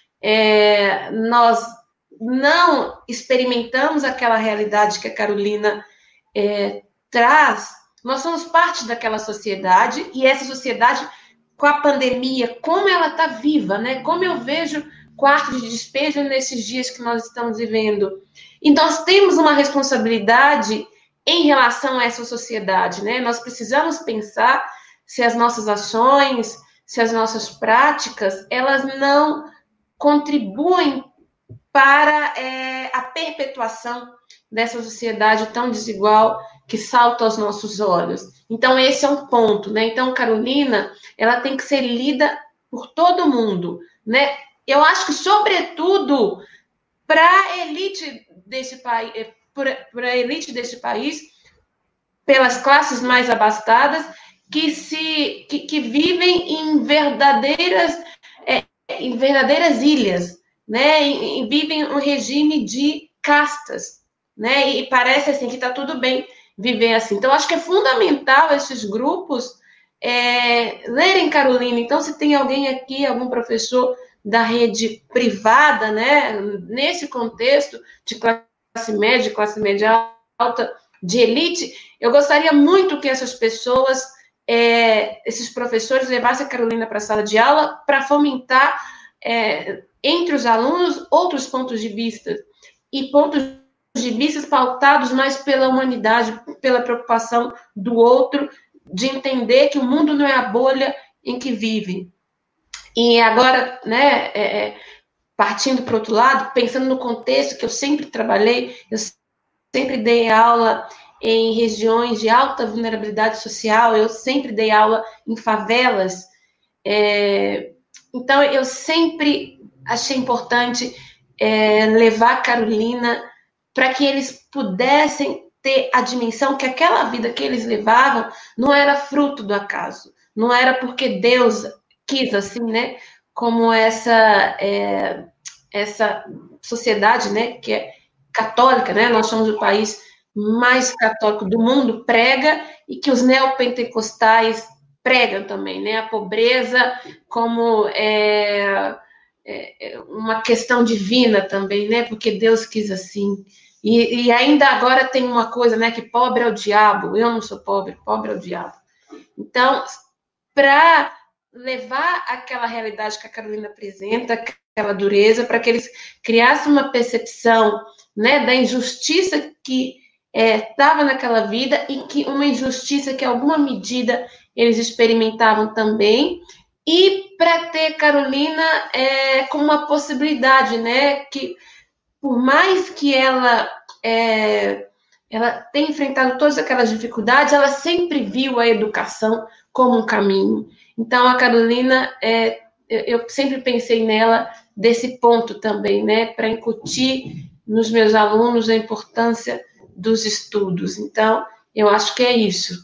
nós não experimentamos aquela realidade que a Carolina traz, nós somos parte daquela sociedade, e essa sociedade, com a pandemia, como ela está viva, né? Como eu vejo quarto de despejo nesses dias que nós estamos vivendo. E nós temos uma responsabilidade em relação a essa sociedade, né? Nós precisamos pensar se as nossas ações, se as nossas práticas, elas não contribuem para a perpetuação dessa sociedade tão desigual que salta aos nossos olhos. Então, esse é um ponto, né? Então, Carolina, ela tem que ser lida por todo mundo, né? Eu acho que, sobretudo, para a elite desse país, pelas classes mais abastadas, que vivem em verdadeiras ilhas, né? Vivem um regime de castas, né? E parece assim que está tudo bem viver assim. Então, acho que é fundamental esses grupos lerem Carolina. Então, se tem alguém aqui, algum professor da rede privada, né, nesse contexto de classe média alta, de elite, eu gostaria muito que essas pessoas, esses professores, levassem a Carolina para a sala de aula para fomentar entre os alunos outros pontos de vista, e pontos de vista pautados mais pela humanidade, pela preocupação do outro, de entender que o mundo não é a bolha em que vive. E agora, né, partindo para o outro lado, pensando no contexto que eu sempre trabalhei, eu sempre dei aula em regiões de alta vulnerabilidade social, eu sempre dei aula em favelas, então eu sempre achei importante levar a Carolina para que eles pudessem ter a dimensão que aquela vida que eles levavam não era fruto do acaso, não era porque Deus quis assim, né? Como essa sociedade, né? Que é católica, né? Nós somos o país mais católico do mundo, prega, e que os neopentecostais pregam também, né? A pobreza como uma questão divina também, né? Porque Deus quis assim. E ainda agora tem uma coisa, né? Que pobre é o diabo. Eu não sou pobre, pobre é o diabo. Então, para levar aquela realidade que a Carolina apresenta, aquela dureza, para que eles criassem uma percepção, né, da injustiça que estava naquela vida, e que uma injustiça que, em alguma medida, eles experimentavam também, e para ter Carolina como uma possibilidade, né, que por mais que ela tenha enfrentado todas aquelas dificuldades, ela sempre viu a educação como um caminho. Então, a Carolina, eu sempre pensei nela desse ponto também, né, para incutir nos meus alunos a importância dos estudos. Então, eu acho que é isso.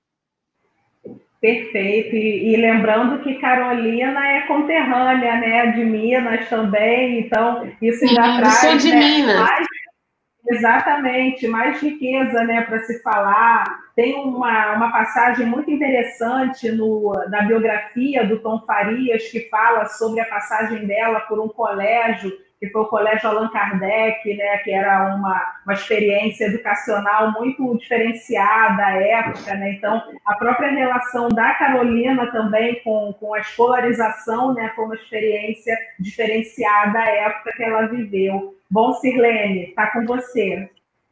Perfeito. E lembrando que Carolina é conterrânea, né, de Minas também, então isso ainda traz, sou de Minas. Exatamente, mais riqueza, né, para se falar. Tem uma passagem muito interessante na biografia do Tom Farias, que fala sobre a passagem dela por um colégio, que foi o Colégio Allan Kardec, né, que era uma experiência educacional muito diferenciada à época, né? Então, a própria relação da Carolina também com a escolarização, né, foi uma experiência diferenciada à época que ela viveu. Bom, Sirlene, está com você.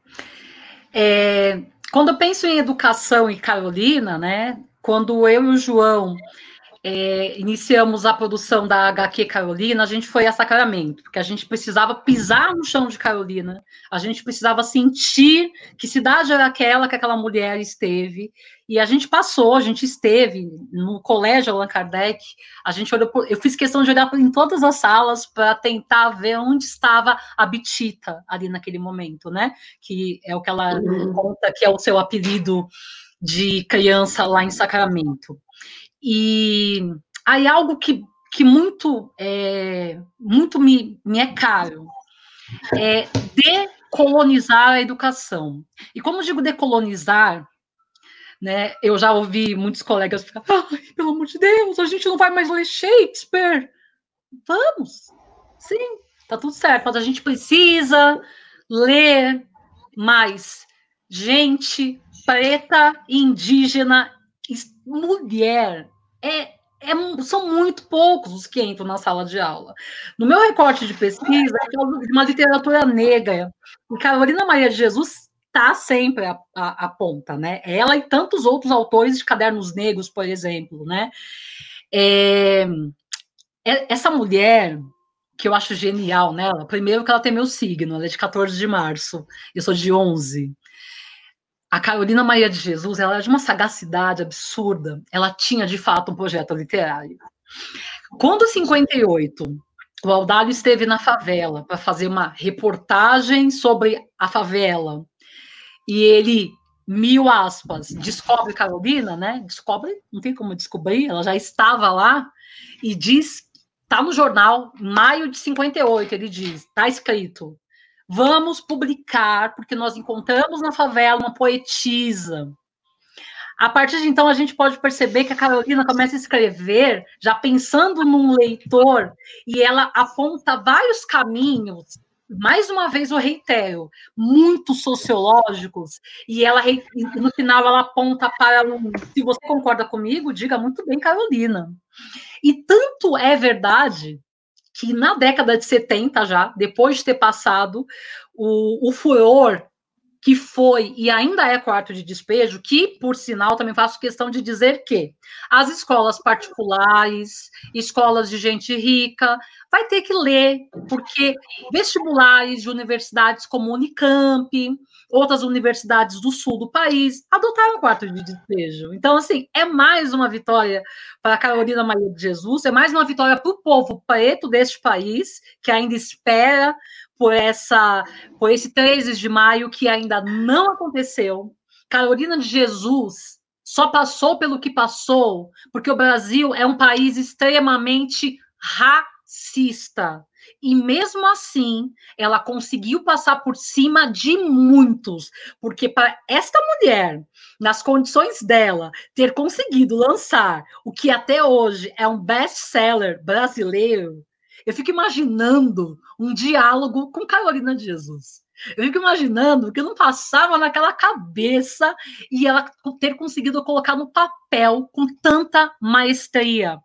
Quando eu penso em educação e Carolina, né, quando eu e o João iniciamos a produção da HQ Carolina, a gente foi a Sacramento, porque a gente precisava pisar no chão de Carolina, a gente precisava sentir que cidade era aquela que aquela mulher esteve, e a gente esteve no colégio Allan Kardec, a gente olhou, eu fiz questão de olhar em todas as salas para tentar ver onde estava a Bitita ali naquele momento, né, que é o que ela conta que é o seu apelido de criança lá em Sacramento. E aí algo que muito me é caro é decolonizar a educação. E como eu digo decolonizar, né, eu já ouvi muitos colegas ficar, pelo amor de Deus, a gente não vai mais ler Shakespeare. Vamos, sim, tá tudo certo, mas a gente precisa ler mais gente preta, indígena, mulher. São muito poucos os que entram na sala de aula. No meu recorte de pesquisa, é uma literatura negra. E Carolina Maria de Jesus está sempre à ponta, né? Ela e tantos outros autores de Cadernos Negros, por exemplo, né? Essa mulher, que eu acho genial nela, primeiro que ela tem meu signo, ela é de 14 de março, eu sou de 11. A Carolina Maria de Jesus, ela era de uma sagacidade absurda. Ela tinha, de fato, um projeto literário. Quando, em 58, o Audálio esteve na favela para fazer uma reportagem sobre a favela, e ele, 1000 aspas, descobre Carolina, né? Descobre, não tem como descobrir, ela já estava lá, e diz, está no jornal, maio de 58, ele diz, está escrito, vamos publicar, porque nós encontramos na favela uma poetisa. A partir de então, a gente pode perceber que a Carolina começa a escrever, já pensando num leitor, e ela aponta vários caminhos, mais uma vez eu reitero, muito sociológicos, e ela no final ela aponta para se você concorda comigo, diga muito bem, Carolina. E tanto é verdade que na década de 70 já, depois de ter passado o furor que foi e ainda é quarto de despejo, que, por sinal, também faço questão de dizer que as escolas particulares, escolas de gente rica, vai ter que ler, porque vestibulares de universidades como Unicamp, outras universidades do sul do país, adotaram o quarto de despejo. Então, assim, é mais uma vitória para a Carolina Maria de Jesus, é mais uma vitória para o povo preto deste país, que ainda espera por esse 13 de maio que ainda não aconteceu. Carolina de Jesus só passou pelo que passou porque o Brasil é um país extremamente racista. E mesmo assim, ela conseguiu passar por cima de muitos, porque para esta mulher, nas condições dela, ter conseguido lançar o que até hoje é um best-seller brasileiro, eu fico imaginando um diálogo com Carolina de Jesus. Eu fico imaginando o que não passava naquela cabeça e ela ter conseguido colocar no papel com tanta maestria.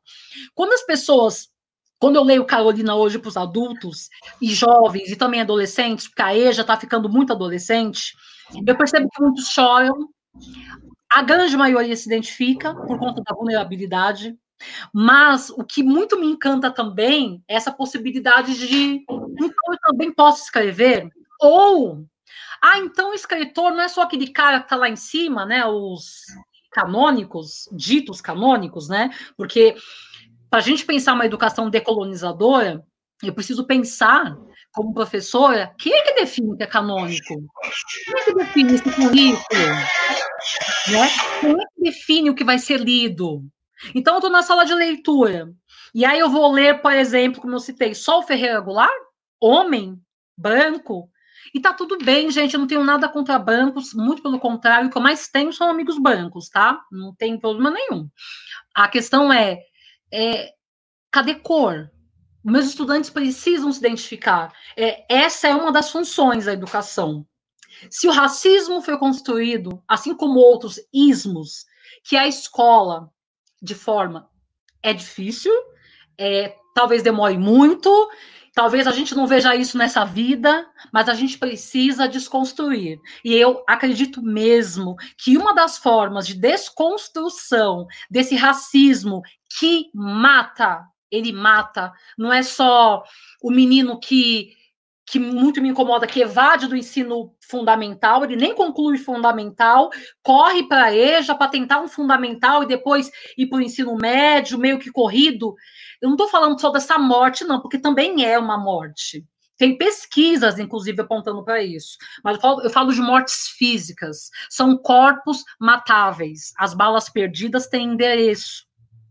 Quando eu leio Carolina hoje para os adultos e jovens e também adolescentes, porque a EJA está ficando muito adolescente, eu percebo que muitos choram, a grande maioria se identifica por conta da vulnerabilidade, mas o que muito me encanta também é essa possibilidade de então eu também posso escrever, ou então o escritor não é só aquele cara que está lá em cima, né, os canônicos, ditos canônicos, né, porque para a gente pensar uma educação decolonizadora, eu preciso pensar como professora, quem é que define o que é canônico? Quem é que define esse currículo? Né? Quem é que define o que vai ser lido? Então, eu estou na sala de leitura, e aí eu vou ler, por exemplo, como eu citei, só o Ferreira Goulart, homem, branco, e tá tudo bem, gente, eu não tenho nada contra brancos, muito pelo contrário, o que eu mais tenho são amigos brancos, tá? Não tem problema nenhum. A questão é cadê cor? Meus estudantes precisam se identificar. Essa é uma das funções da educação. Se o racismo foi construído, assim como outros ismos, que a escola, de forma, é difícil, talvez demore muito, talvez a gente não veja isso nessa vida, mas a gente precisa desconstruir. E eu acredito mesmo que uma das formas de desconstrução desse racismo que mata, ele mata, não é só o menino que muito me incomoda, que evade do ensino fundamental, ele nem conclui fundamental, corre para a EJA para tentar um fundamental e depois ir para o ensino médio, meio que corrido. Eu não estou falando só dessa morte, não, porque também é uma morte. Tem pesquisas, inclusive, apontando para isso. Mas eu falo de mortes físicas. São corpos matáveis. As balas perdidas têm endereço.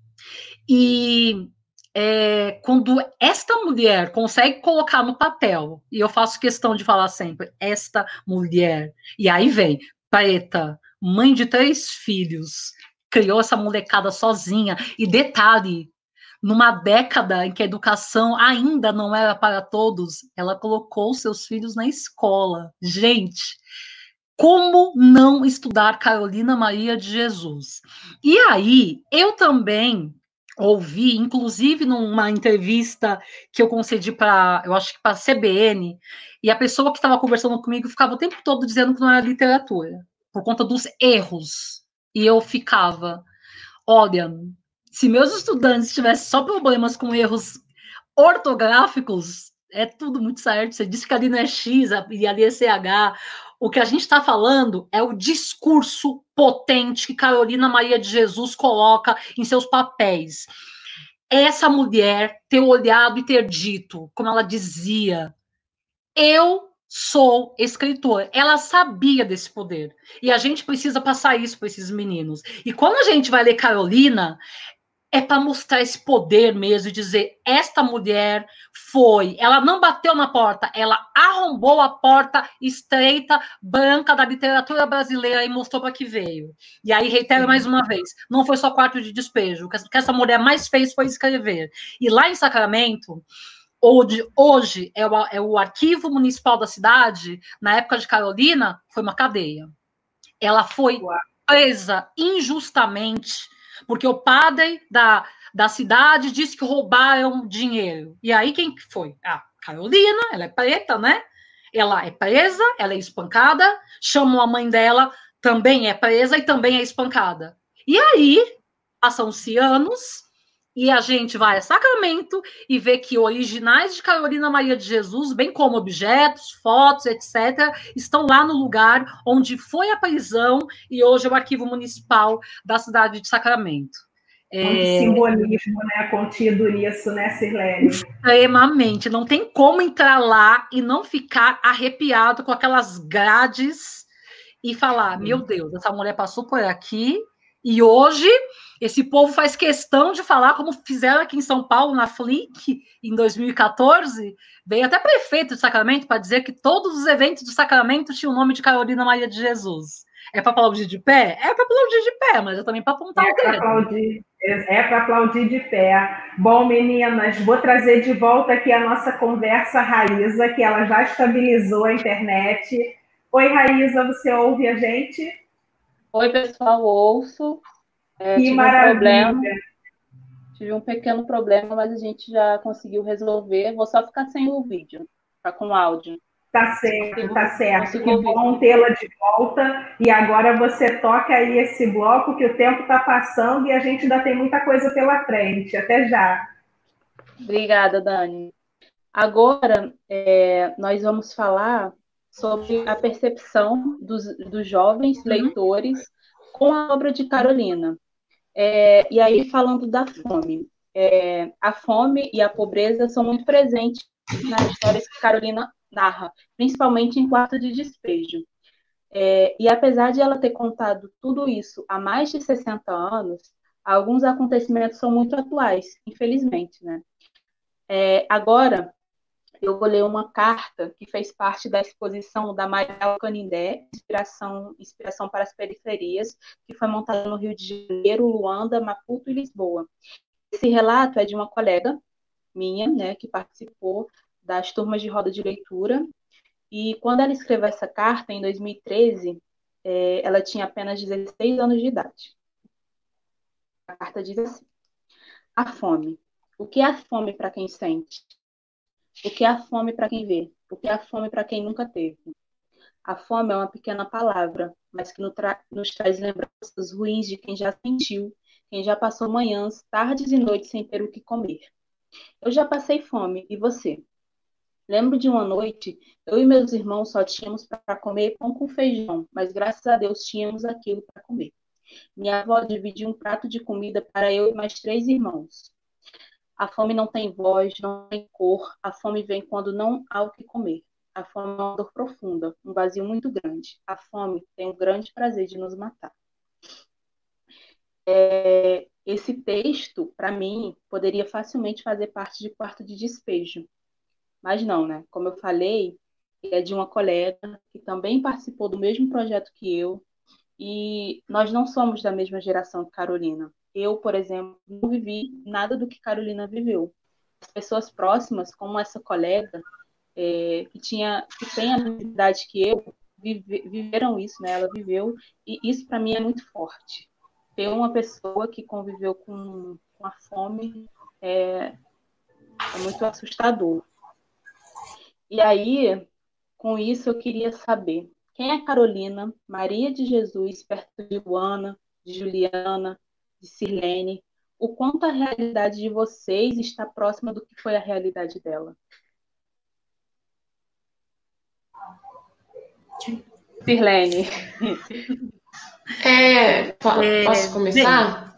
E quando esta mulher consegue colocar no papel, e eu faço questão de falar sempre, esta mulher, e aí vem, preta, mãe de 3 filhos, criou essa molecada sozinha, e detalhe, numa década em que a educação ainda não era para todos, ela colocou seus filhos na escola. Gente, como não estudar Carolina Maria de Jesus? E aí, eu também ouvi, inclusive numa entrevista que eu concedi para, eu acho que para a CBN, e a pessoa que estava conversando comigo ficava o tempo todo dizendo que não era literatura, por conta dos erros. E eu ficava, olha, se meus estudantes tivessem só problemas com erros ortográficos, é tudo muito certo. Você disse que ali não é X e ali é CH. O que a gente está falando é o discurso potente que Carolina Maria de Jesus coloca em seus papéis. Essa mulher ter olhado e ter dito, como ela dizia, eu sou escritora. Ela sabia desse poder. E a gente precisa passar isso para esses meninos. E quando a gente vai ler Carolina, é para mostrar esse poder mesmo e dizer, esta mulher ela não bateu na porta, ela arrombou a porta estreita, branca da literatura brasileira e mostrou para que veio. E aí, reitero mais uma vez, não foi só quarto de despejo, o que essa mulher mais fez foi escrever. E lá em Sacramento, hoje é o arquivo municipal da cidade, na época de Carolina, foi uma cadeia. Ela foi presa injustamente, porque o padre da cidade disse que roubaram dinheiro. E aí quem foi? A Carolina, ela é preta, né? Ela é presa, ela é espancada, chamam a mãe dela, também é presa e também é espancada. E aí, passam-se anos, e a gente vai a Sacramento e vê que originais de Carolina Maria de Jesus, bem como objetos, fotos, etc., estão lá no lugar onde foi a prisão e hoje é o arquivo municipal da cidade de Sacramento. Muito simbolismo, né, contido nisso, né, Sirlene? Extremamente. Não tem como entrar lá e não ficar arrepiado com aquelas grades e falar, meu Deus, essa mulher passou por aqui e hoje esse povo faz questão de falar, como fizeram aqui em São Paulo, na FLIC, em 2014, veio até prefeito de Sacramento para dizer que todos os eventos do Sacramento tinham o nome de Carolina Maria de Jesus. É para aplaudir de pé? É para aplaudir de pé, mas é também para apontar o dedo. É para aplaudir de pé. Bom, meninas, vou trazer de volta aqui a nossa conversa, Raíza, que ela já estabilizou a internet. Oi, Raíza, você ouve a gente? Oi, pessoal, ouço. Que maravilha. Tive um pequeno problema, mas a gente já conseguiu resolver. Vou só ficar sem o vídeo, tá com áudio. Tá certo, tá certo. Que bom tê-la de volta. E agora você toca aí esse bloco, que o tempo está passando e a gente ainda tem muita coisa pela frente. Até já. Obrigada, Dani. Agora, nós vamos falar sobre a percepção dos jovens leitores com a obra de Carolina. E aí, falando da fome. A fome e a pobreza são muito presentes nas histórias que Carolina narra, principalmente em Quarto de Despejo. E apesar de ela ter contado tudo isso há mais de 60 anos, alguns acontecimentos são muito atuais, infelizmente, né? Agora, eu vou ler uma carta que fez parte da exposição da Marielle Canindé, Inspiração para as Periferias, que foi montada no Rio de Janeiro, Luanda, Maputo e Lisboa. Esse relato é de uma colega minha, né, que participou das turmas de roda de leitura, e quando ela escreveu essa carta, em 2013, ela tinha apenas 16 anos de idade. A carta diz assim: a fome. O que é a fome para quem sente? O que é a fome para quem vê? O que é a fome para quem nunca teve? A fome é uma pequena palavra, mas que nos traz lembranças ruins de quem já sentiu, quem já passou manhãs, tardes e noites sem ter o que comer. Eu já passei fome, e você? Lembro de uma noite, eu e meus irmãos só tínhamos para comer pão com feijão, mas graças a Deus tínhamos aquilo para comer. Minha avó dividiu um prato de comida para eu e mais 3 irmãos. A fome não tem voz, não tem cor, a fome vem quando não há o que comer. A fome é uma dor profunda, um vazio muito grande. A fome tem o grande prazer de nos matar. Esse texto, para mim, poderia facilmente fazer parte de Quarto de Despejo. Mas não, né? Como eu falei, é de uma colega que também participou do mesmo projeto que eu, e nós não somos da mesma geração que Carolina. Eu, por exemplo, não vivi nada do que Carolina viveu. As pessoas próximas, como essa colega, que tem a mesma idade que eu, viveram isso, né? Ela viveu, e isso para mim é muito forte. Ter uma pessoa que conviveu com a fome é muito assustador. E aí, com isso, eu queria saber quem é Carolina, Maria de Jesus, perto de Luana, de Juliana, de Sirlene, o quanto a realidade de vocês está próxima do que foi a realidade dela. Sirlene. Posso começar?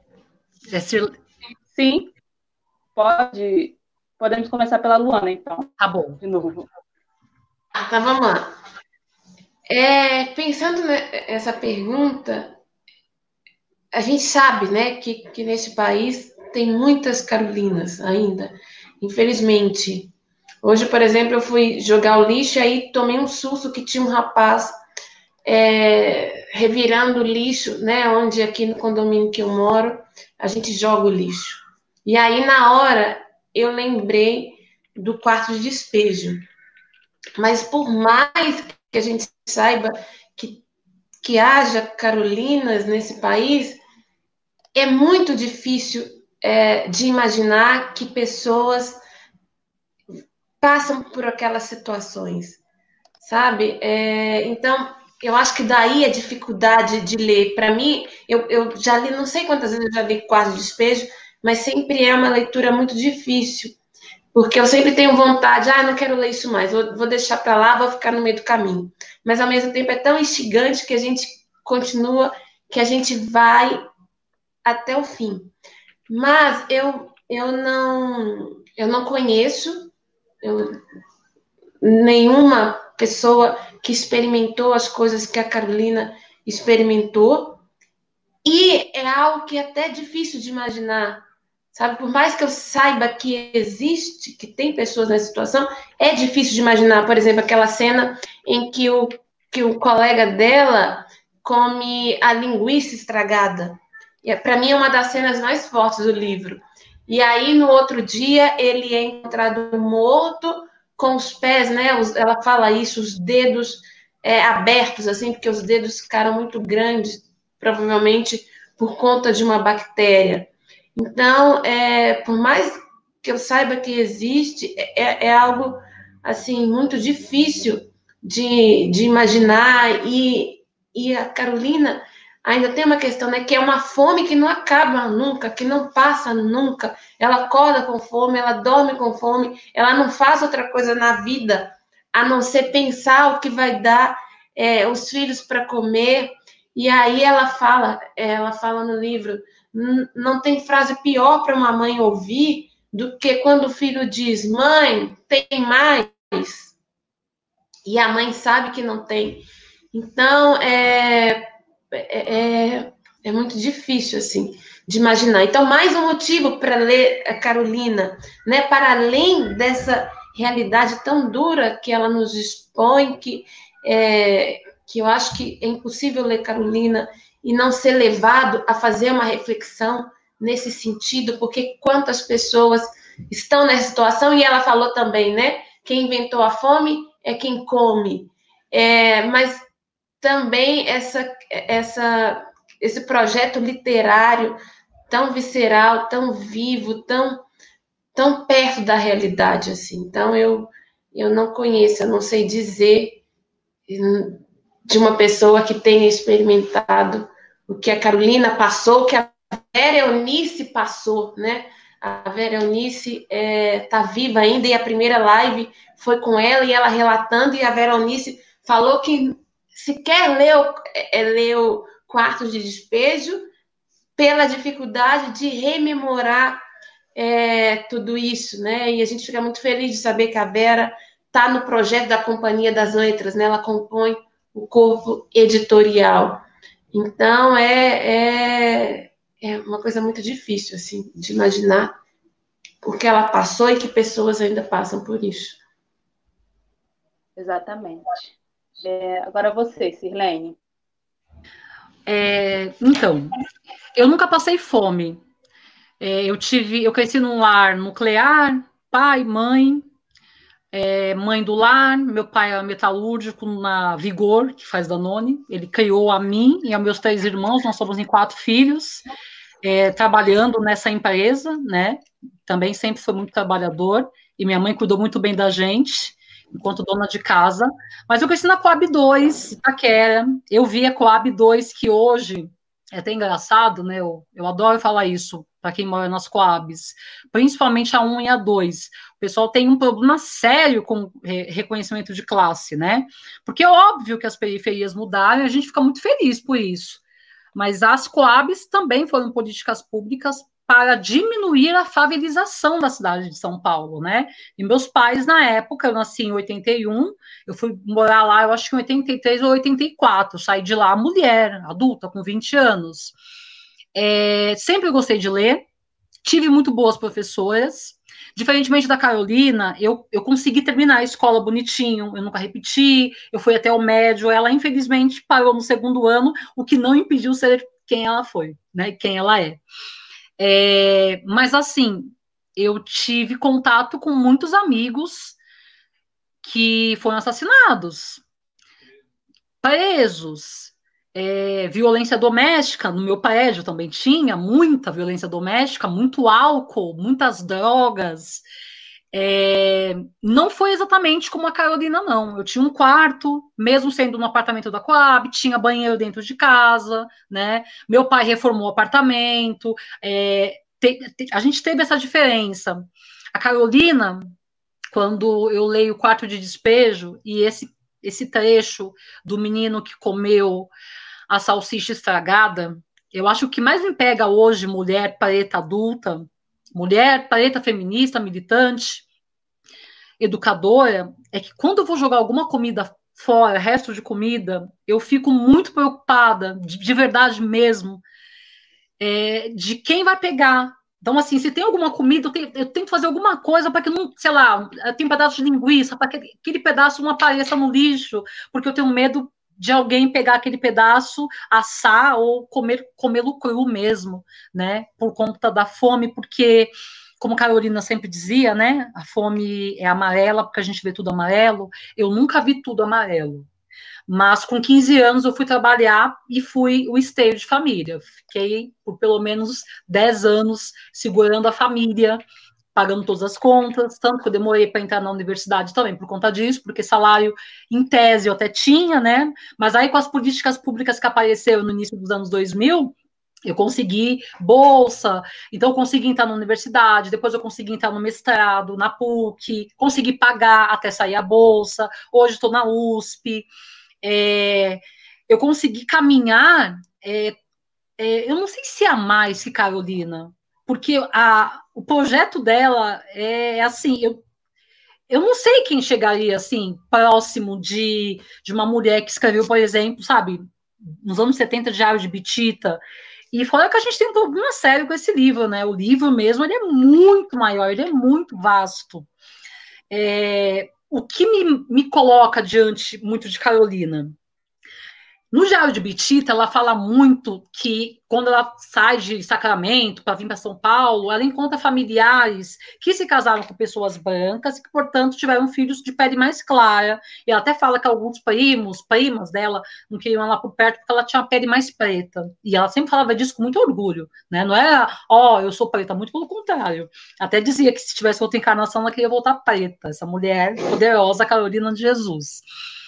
Sim, pode. Podemos começar pela Luana, então. Tá bom. De novo. Tá, vamos lá. Pensando nessa pergunta, a gente sabe, né, que nesse país tem muitas Carolinas ainda, infelizmente. Hoje, por exemplo, eu fui jogar o lixo e aí tomei um susto que tinha um rapaz revirando o lixo, né, onde aqui no condomínio que eu moro, a gente joga o lixo. E aí, na hora, eu lembrei do Quarto de Despejo. Mas por mais que a gente saiba que haja Carolinas nesse país, é muito difícil de imaginar que pessoas passam por aquelas situações, sabe? Então, eu acho que daí a dificuldade de ler. Para mim, eu já li, não sei quantas vezes eu já li Quarto de Despejo, mas sempre é uma leitura muito difícil, porque eu sempre tenho vontade, não quero ler isso mais, vou deixar para lá, vou ficar no meio do caminho. Mas, ao mesmo tempo, é tão instigante que a gente continua, que a gente vai até o fim. Mas eu não conheço nenhuma pessoa que experimentou as coisas que a Carolina experimentou, e é algo que é até difícil de imaginar, sabe? Por mais que eu saiba que existe, que tem pessoas nessa situação, é difícil de imaginar, por exemplo, aquela cena em que o colega dela come a linguiça estragada. Para mim é uma das cenas mais fortes do livro. E aí, no outro dia, ele é encontrado morto, com os pés, né? Ela fala isso, os dedos abertos, assim, porque os dedos ficaram muito grandes, provavelmente por conta de uma bactéria. Então, por mais que eu saiba que existe, é algo, assim, muito difícil de imaginar. E a Carolina ainda tem uma questão, né, que é uma fome que não acaba nunca, que não passa nunca. Ela acorda com fome, ela dorme com fome, ela não faz outra coisa na vida a não ser pensar o que vai dar os filhos para comer. E aí ela fala no livro, não tem frase pior para uma mãe ouvir do que quando o filho diz: mãe, tem mais? E a mãe sabe que não tem. Então, é muito difícil, assim, de imaginar. Então, mais um motivo para ler a Carolina, né? Para além dessa realidade tão dura que ela nos expõe, que eu acho que é impossível ler Carolina e não ser levado a fazer uma reflexão nesse sentido, porque quantas pessoas estão nessa situação, e ela falou também, né? Quem inventou a fome é quem come. Mas também esse projeto literário tão visceral, tão vivo, tão perto da realidade, assim. Então, eu não conheço, eu não sei dizer de uma pessoa que tenha experimentado o que a Carolina passou, o que a Vera Eunice passou, né? A Vera Eunice está viva ainda, e a primeira live foi com ela, e ela relatando, e a Vera Eunice falou que sequer leu Quartos de Despejo pela dificuldade de rememorar tudo isso, né? E a gente fica muito feliz de saber que a Vera está no projeto da Companhia das Letras, né? Ela compõe o corpo editorial. Então, é uma coisa muito difícil, assim, de imaginar o que ela passou e que pessoas ainda passam por isso. Exatamente. Agora você, Sirlene. Então, eu nunca passei fome. Eu cresci num lar nuclear, pai, mãe, mãe do lar, meu pai é metalúrgico na Vigor, que faz Danone. Ele criou a mim e aos meus 3 irmãos, nós somos em 4 filhos, trabalhando nessa empresa, né? Também sempre foi muito trabalhador, e minha mãe cuidou muito bem da gente, enquanto dona de casa. Mas eu cresci na Coab 2, Itaquera. Eu vi a Coab 2, que hoje é até engraçado, né? Eu adoro falar isso para quem mora nas Coabs, principalmente a 1 e a 2. O pessoal tem um problema sério com reconhecimento de classe, né? Porque é óbvio que as periferias mudaram e a gente fica muito feliz por isso. Mas as Coabs também foram políticas públicas para diminuir a favelização da cidade de São Paulo, né? E meus pais, na época, eu nasci em 81, eu fui morar lá, eu acho que em 83 ou 84, saí de lá mulher, adulta, com 20 anos. Sempre gostei de ler, tive muito boas professoras. Diferentemente da Carolina, eu consegui terminar a escola bonitinho, eu nunca repeti, eu fui até o médio, ela infelizmente parou no 2º ano, o que não impediu ser quem ela foi, né? Quem ela é. Mas assim, eu tive contato com muitos amigos que foram assassinados, presos, violência doméstica. No meu prédio também tinha muita violência doméstica, muito álcool, muitas drogas. Não foi exatamente como a Carolina, não. Eu tinha um quarto, mesmo sendo no apartamento da Coab, tinha banheiro dentro de casa, né? Meu pai reformou o apartamento. A gente teve essa diferença. A Carolina, quando eu leio Quarto de Despejo, e esse trecho do menino que comeu a salsicha estragada, eu acho que o que mais me pega hoje, mulher preta adulta, mulher preta feminista, militante, educadora, é que quando eu vou jogar alguma comida fora, resto de comida, eu fico muito preocupada, de verdade mesmo, de quem vai pegar. Então, assim, se tem alguma comida, eu tenho que fazer alguma coisa para que não, sei lá, tem um pedaço de linguiça, para que aquele pedaço não apareça no lixo, porque eu tenho medo de alguém pegar aquele pedaço, assar ou comê-lo cru mesmo, né? Por conta da fome, porque, como Carolina sempre dizia, né? A fome é amarela, porque a gente vê tudo amarelo. Eu nunca vi tudo amarelo. Mas com 15 anos eu fui trabalhar e fui o esteio de família. Fiquei por pelo menos 10 anos segurando a família, pagando todas as contas, tanto que eu demorei para entrar na universidade também por conta disso, porque salário, em tese, eu até tinha, né? Mas aí com as políticas públicas que apareceram no início dos anos 2000, eu consegui bolsa, então eu consegui entrar na universidade, depois eu consegui entrar no mestrado, na PUC, consegui pagar até sair a bolsa, hoje estou na USP. Eu consegui caminhar, eu não sei se há mais que Carolina, porque o projeto dela é assim, eu não sei quem chegaria assim, próximo de uma mulher que escreveu, por exemplo, sabe, nos anos 70, Diário de Bitita. E fora que a gente tem um problema sério com esse livro, né? O livro mesmo, ele é muito maior, ele é muito vasto. O que me coloca diante muito de Carolina? No Diário de Bitita, ela fala muito que quando ela sai de Sacramento para vir para São Paulo, ela encontra familiares que se casaram com pessoas brancas e que, portanto, tiveram filhos de pele mais clara. E ela até fala que alguns primas dela não queriam ela por perto porque ela tinha a pele mais preta. E ela sempre falava disso com muito orgulho, né? Não era, eu sou preta, muito pelo contrário. Até dizia que se tivesse outra encarnação, ela queria voltar preta. Essa mulher poderosa, Carolina de Jesus.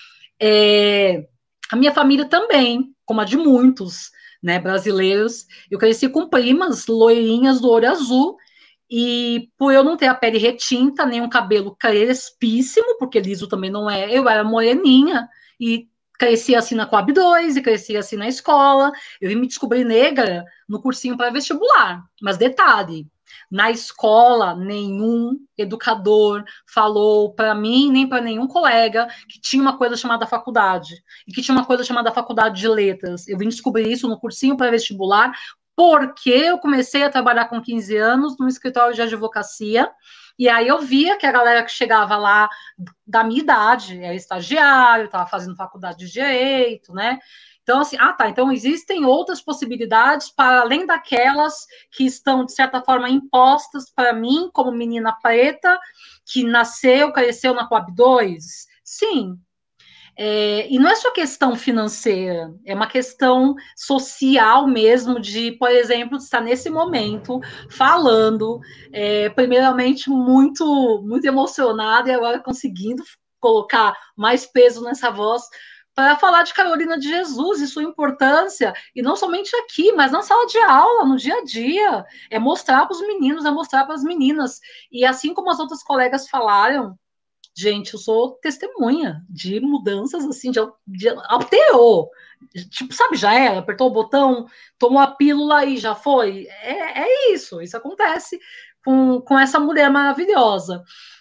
A minha família também, como a de muitos, né, brasileiros. Eu cresci com primas loirinhas do olho azul, e por eu não ter a pele retinta, nem um cabelo crespíssimo, porque liso também não é, eu era moreninha, e cresci assim na Coab 2, e cresci assim na escola. Eu vim me descobrir negra no cursinho pré-vestibular, mas detalhe, na escola, nenhum educador falou para mim, nem para nenhum colega, que tinha uma coisa chamada faculdade, e que tinha uma coisa chamada faculdade de letras. Eu vim descobrir isso no cursinho pré-vestibular, porque eu comecei a trabalhar com 15 anos no escritório de advocacia, e aí eu via que a galera que chegava lá da minha idade, era estagiário, estava fazendo faculdade de Direito, né? Então, assim, então existem outras possibilidades para além daquelas que estão, de certa forma, impostas para mim, como menina preta, que nasceu, cresceu na Coab 2? Sim. E não é só questão financeira, é uma questão social mesmo, de, por exemplo, estar nesse momento falando, primeiramente, muito, muito emocionada, e agora conseguindo colocar mais peso nessa voz, para falar de Carolina de Jesus e sua importância, e não somente aqui, mas na sala de aula, no dia a dia, é mostrar para os meninos, é mostrar para as meninas. E assim como as outras colegas falaram, gente, eu sou testemunha de mudanças, assim, alterou, tipo, sabe, já era, apertou o botão, tomou a pílula e já foi. Isso acontece com essa mulher maravilhosa.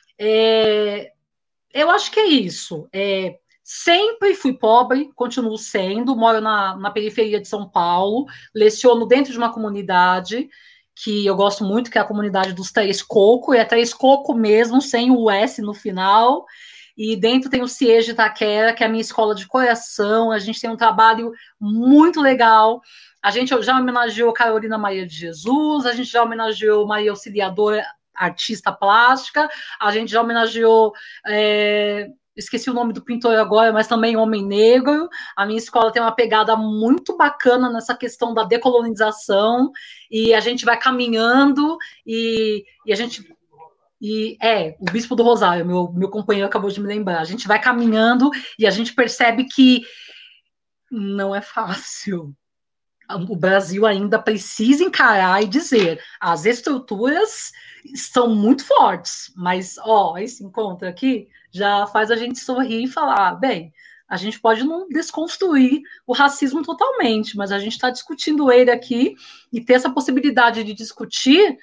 Eu acho que é isso. Sempre fui pobre, continuo sendo, moro na periferia de São Paulo, leciono dentro de uma comunidade que eu gosto muito, que é a comunidade dos Três Coco, e é Três Coco mesmo, sem o S no final, e dentro tem o CIES de Itaquera, que é a minha escola de coração. A gente tem um trabalho muito legal. A gente já homenageou Carolina Maria de Jesus, a gente já homenageou Maria Auxiliadora, artista plástica, a gente já homenageou... esqueci o nome do pintor agora, mas também homem negro. A minha escola tem uma pegada muito bacana nessa questão da decolonização, e a gente vai caminhando, o Bispo do Rosário, meu companheiro acabou de me lembrar, a gente vai caminhando e a gente percebe que não é fácil. O Brasil ainda precisa encarar e dizer, as estruturas são muito fortes, mas esse encontro aqui já faz a gente sorrir e falar, bem, a gente pode não desconstruir o racismo totalmente, mas a gente está discutindo ele aqui, e ter essa possibilidade de discutir,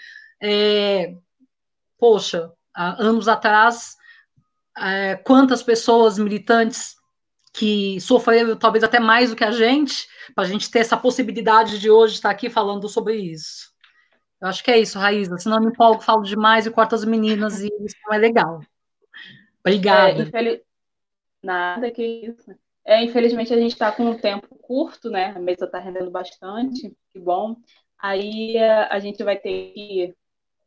há anos atrás, quantas pessoas militantes que sofreram talvez até mais do que a gente, para a gente ter essa possibilidade de hoje estar aqui falando sobre isso. Eu acho que é isso, Raíza. Senão eu me empolgo, falo demais e corto as meninas, e isso não é legal. Obrigada. Nada, que isso. Infelizmente a gente está com um tempo curto, né? A mesa está rendendo bastante, que bom. Aí a gente vai ter que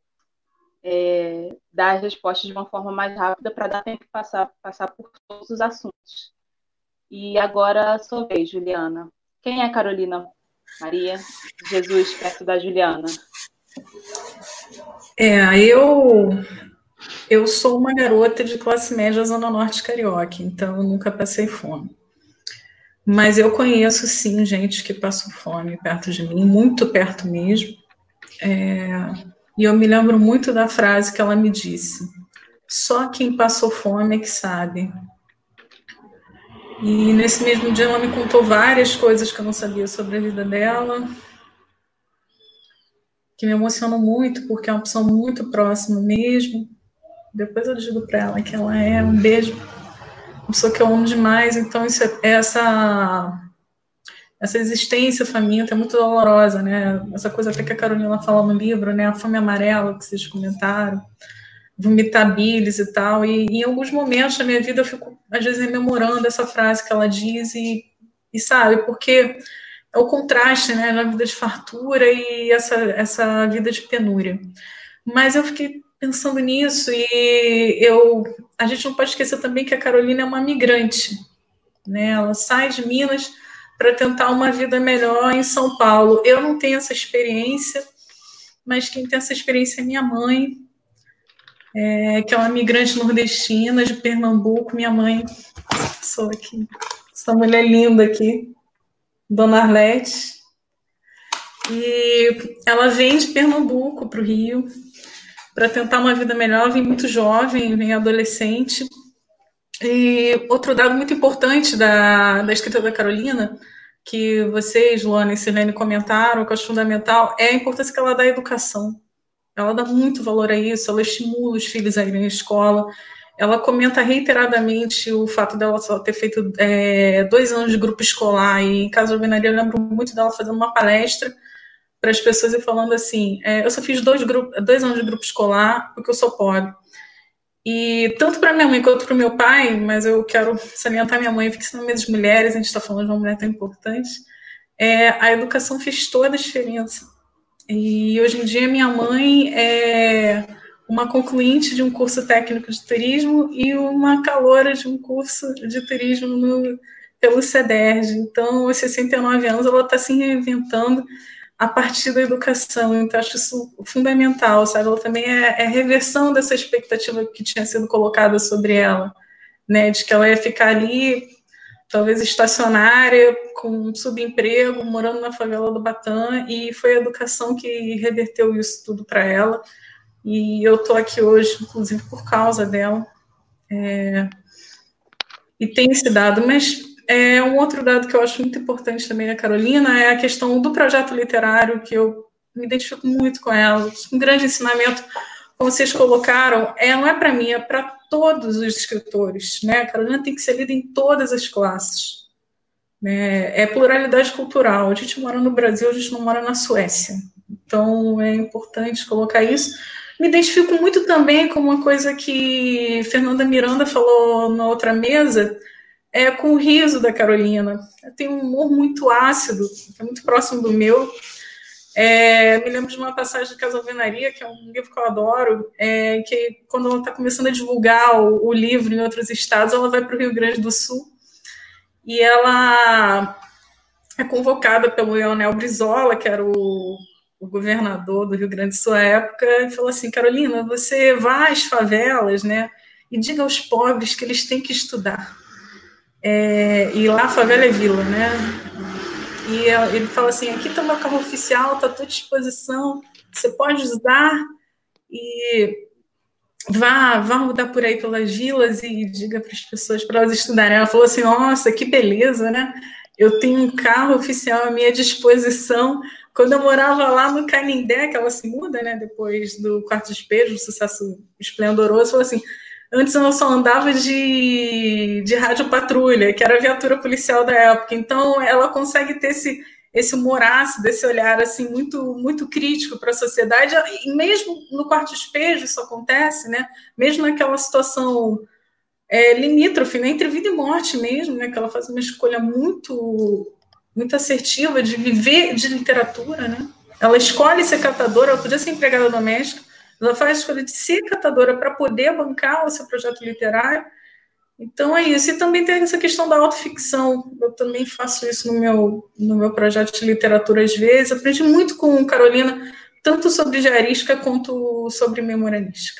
dar as respostas de uma forma mais rápida para dar tempo de passar por todos os assuntos. E agora, sua vez, Juliana. Quem é Carolina Maria Jesus perto da Juliana? Eu sou uma garota de classe média Zona Norte carioca, então eu nunca passei fome. Mas eu conheço, sim, gente que passou fome perto de mim, muito perto mesmo. E eu me lembro muito da frase que ela me disse: só quem passou fome é que sabe. E nesse mesmo dia ela me contou várias coisas que eu não sabia sobre a vida dela. que me emocionam muito, porque é uma pessoa muito próxima mesmo. Depois eu digo para ela que ela é um beijo, uma pessoa que eu amo demais. Então, essa existência faminta é muito dolorosa, né? Essa coisa até que a Carolina fala no livro, né? A fome amarela, que vocês comentaram, vomitar bilis e tal. E em alguns momentos da minha vida eu fico, às vezes, rememorando essa frase que ela diz e sabe, porque é o contraste, né? Na vida de fartura e essa vida de penúria. Mas eu fiquei pensando nisso e a gente não pode esquecer também que a Carolina é uma migrante, né? Ela sai de Minas para tentar uma vida melhor em São Paulo. Eu não tenho essa experiência, mas quem tem essa experiência é minha mãe, que é uma migrante nordestina de Pernambuco. Minha mãe, sou aqui, essa mulher linda aqui, Dona Arlete, e ela vem de Pernambuco para o Rio para tentar uma vida melhor, vem muito jovem, vem adolescente. E outro dado muito importante da escrita da Carolina, que vocês, Luana e Sirlene, comentaram, que eu acho fundamental, é a importância que ela dá à educação. Ela dá muito valor a isso, ela estimula os filhos a irem à escola. Ela comenta reiteradamente o fato dela só ter feito 2 anos de grupo escolar, e em Casa de Alvenaria eu lembro muito dela fazendo uma palestra para as pessoas e falando assim, eu só fiz 2 anos de grupo escolar porque eu sou pobre. E tanto para minha mãe quanto para o meu pai, mas eu quero salientar minha mãe, porque senão das mulheres, a gente está falando de uma mulher tão importante, a educação fez toda a diferença. E hoje em dia minha mãe é uma concluinte de um curso técnico de turismo e uma caloura de um curso de turismo pelo CEDERJ. Então, aos 69 anos, ela está se reinventando a partir da educação. Então, acho isso fundamental, sabe? Ela também é reversão dessa expectativa que tinha sido colocada sobre ela, né? De que ela ia ficar ali, talvez estacionária, com subemprego, morando na favela do Batã, e foi a educação que reverteu isso tudo para ela. E eu estou aqui hoje, inclusive, por causa dela. E tem esse dado, mas um outro dado que eu acho muito importante também da Carolina é a questão do projeto literário, que eu me identifico muito com ela. Um grande ensinamento, como vocês colocaram, não é para mim, é para todos os escritores, né? A Carolina tem que ser lida em todas as classes, né? É pluralidade cultural. A gente mora no Brasil, a gente não mora na Suécia. Então, é importante colocar isso. Me identifico muito também com uma coisa que Fernanda Miranda falou na outra mesa, com o riso da Carolina. Tem um humor muito ácido, é muito próximo do meu. Me lembro de uma passagem de Casa de Alvenaria, que é um livro que eu adoro, que quando ela está começando a divulgar o livro em outros estados, ela vai para o Rio Grande do Sul e ela é convocada pelo Leonel Brizola, que era o governador do Rio Grande do Sul à época, e falou assim: Carolina, você vai às favelas, né, e diga aos pobres que eles têm que estudar. E lá a favela é vila, né? E ele fala assim: aqui está o meu carro oficial, está à tua disposição, você pode usar e vá mudar por aí pelas vilas e diga para as pessoas para elas estudarem. Ela falou assim: nossa, que beleza, né? Eu tenho um carro oficial à minha disposição. Quando eu morava lá no Canindé, que ela se muda, né, depois do Quarto Despejo, um sucesso esplendoroso, falou assim: antes eu só andava de rádio patrulha, que era a viatura policial da época. Então, ela consegue ter esse humor ácido, esse olhar assim, muito, muito crítico para a sociedade. E mesmo no Quarto Despejo isso acontece, né? Mesmo naquela situação limítrofe, né, entre vida e morte mesmo, né, que ela faz uma escolha muito, muito assertiva de viver de literatura, né? Ela escolhe ser catadora, ela podia ser empregada doméstica, ela faz a escolha de ser catadora para poder bancar o seu projeto literário. Então é isso. E também tem essa questão da autoficção. Eu também faço isso no meu projeto de literatura às vezes. Aprendi muito com Carolina, tanto sobre diarística quanto sobre memorialística.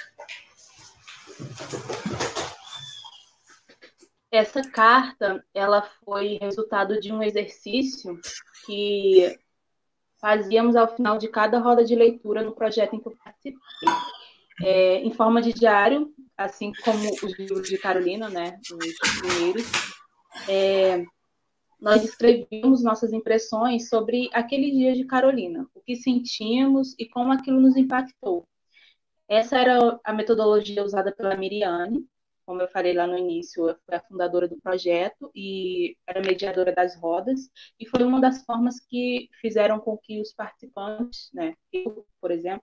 Essa carta, ela foi resultado de um exercício que fazíamos ao final de cada roda de leitura no projeto em que eu participei. Em forma de diário, assim como os livros de Carolina, né, os primeiros, nós escrevíamos nossas impressões sobre aquele dia de Carolina, o que sentimos e como aquilo nos impactou. Essa era a metodologia usada pela Miriane, como eu falei lá no início, foi a fundadora do projeto e era mediadora das rodas, e foi uma das formas que fizeram com que os participantes, né, eu, por exemplo,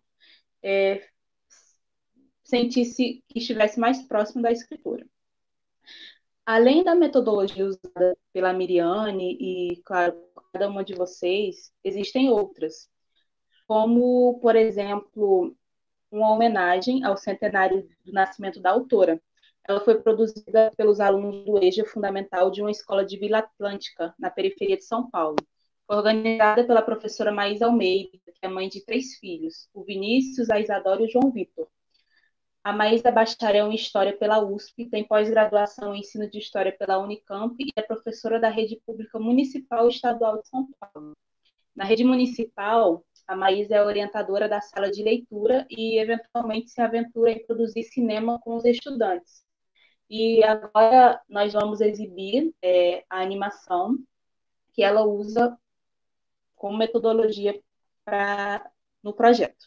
sentisse que estivesse mais próximo da escritura. Além da metodologia usada pela Miriane e, claro, por cada uma de vocês, existem outras, como, por exemplo, uma homenagem ao centenário do nascimento da autora. Ela foi produzida pelos alunos do EJA Fundamental de uma escola de Vila Atlântica, na periferia de São Paulo. Foi organizada pela professora Maísa Almeida, que é mãe de 3 filhos, o Vinícius, a Isadora e o João Vitor. A Maísa é bacharel em História pela USP, tem pós-graduação em Ensino de História pela Unicamp e é professora da Rede Pública Municipal e Estadual de São Paulo. Na rede municipal, a Maísa é orientadora da sala de leitura e, eventualmente, se aventura em produzir cinema com os estudantes. E agora nós vamos exibir a animação que ela usa como metodologia no projeto.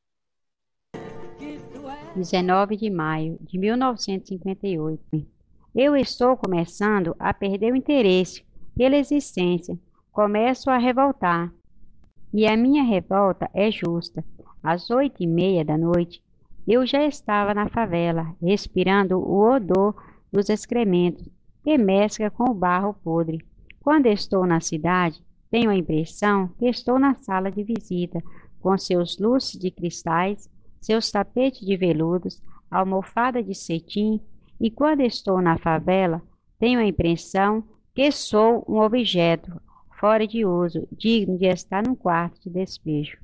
19 de maio de 1958. Eu estou começando a perder o interesse pela existência. Começo a revoltar. E a minha revolta é justa. Às 8h30 da noite, eu já estava na favela, respirando o odor dos excrementos que mescla com o barro podre. Quando estou na cidade, tenho a impressão que estou na sala de visita, com seus lustres de cristais, seus tapetes de veludos, almofada de cetim, e quando estou na favela, tenho a impressão que sou um objeto, fora de uso, digno de estar num quarto de despejo.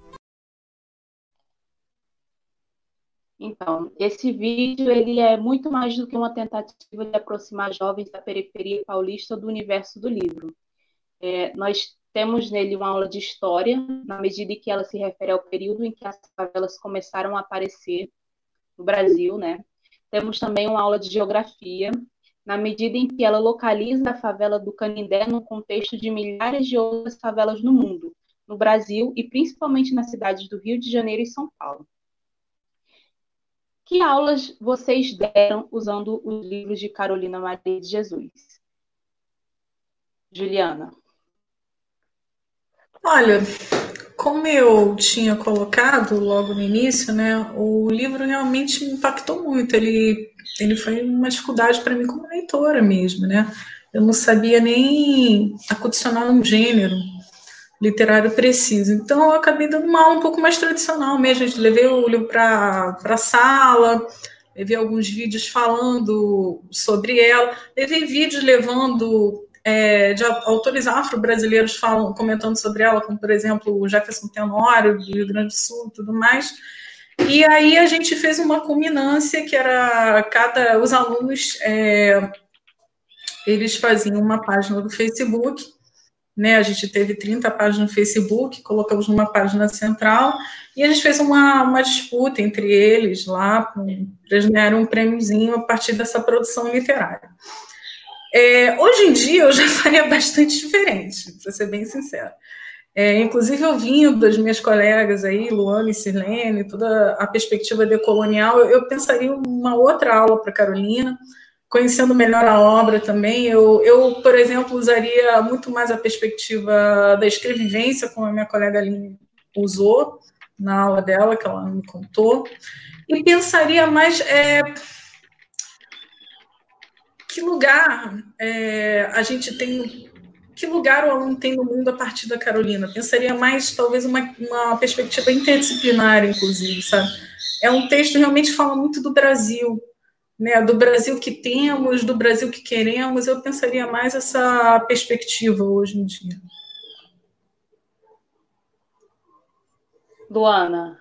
Então, esse vídeo ele é muito mais do que uma tentativa de aproximar jovens da periferia paulista do universo do livro. Nós temos nele uma aula de história, na medida em que ela se refere ao período em que as favelas começaram a aparecer no Brasil, né? Temos também uma aula de geografia, na medida em que ela localiza a favela do Canindé no contexto de milhares de outras favelas no mundo, no Brasil e principalmente nas cidades do Rio de Janeiro e São Paulo. Que aulas vocês deram usando os livros de Carolina Maria de Jesus? Juliana. Olha, como eu tinha colocado logo no início, né, o livro realmente me impactou muito. Ele foi uma dificuldade para mim como leitora mesmo, né? Eu não sabia nem acondicionar um gênero literário preciso. Então, eu acabei dando uma aula um pouco mais tradicional mesmo. Levei o livro para a sala, levei alguns vídeos falando sobre ela, levei vídeos levando de autores afro-brasileiros comentando sobre ela, como, por exemplo, o Jefferson Tenório, do Rio Grande do Sul e tudo mais. E aí a gente fez uma culminância que era os alunos, eles faziam uma página do Facebook, né? A gente teve 30 páginas no Facebook, colocamos numa página central, e a gente fez uma disputa entre eles lá, para eles ganharem um prêmiozinho a partir dessa produção literária. Hoje em dia eu já faria bastante diferente, para ser bem sincera. Inclusive, ouvindo das minhas colegas aí, Luana e Sirlene, toda a perspectiva decolonial, eu pensaria em uma outra aula para Carolina, conhecendo melhor a obra também. Eu, por exemplo, usaria muito mais a perspectiva da escrevivência, como a minha colega Aline usou na aula dela, que ela me contou, e pensaria mais que lugar a gente tem, que lugar o aluno tem no mundo a partir da Carolina. Pensaria mais, talvez, uma perspectiva interdisciplinar, inclusive, sabe? É um texto que realmente fala muito do Brasil, né, do Brasil que temos, do Brasil que queremos. Eu pensaria mais essa perspectiva hoje em dia. Luana.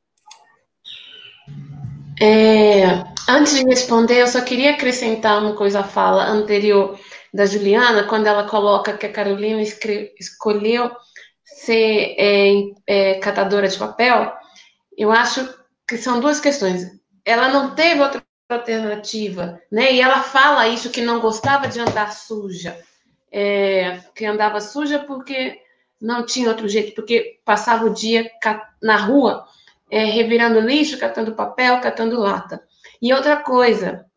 Antes de responder, eu só queria acrescentar uma coisa à fala anterior da Juliana, quando ela coloca que a Carolina escolheu ser catadora de papel. Eu acho que são duas questões. Ela não teve outra alternativa, né? E ela fala isso, que não gostava de andar suja. que andava suja porque não tinha outro jeito, porque passava o dia na rua, revirando lixo, catando papel, catando lata. E outra coisa,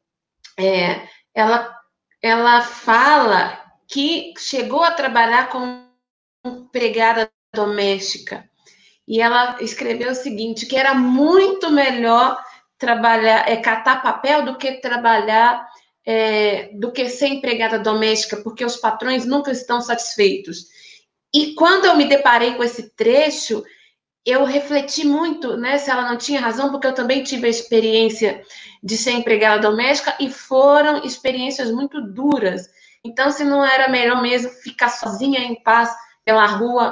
ela fala que chegou a trabalhar como empregada doméstica. E ela escreveu o seguinte, que era muito melhor trabalhar, catar papel do que trabalhar, do que ser empregada doméstica, porque os patrões nunca estão satisfeitos. E quando eu me deparei com esse trecho, eu refleti muito, né, se ela não tinha razão, porque eu também tive a experiência de ser empregada doméstica e foram experiências muito duras. Então, se não era melhor mesmo ficar sozinha em paz pela rua,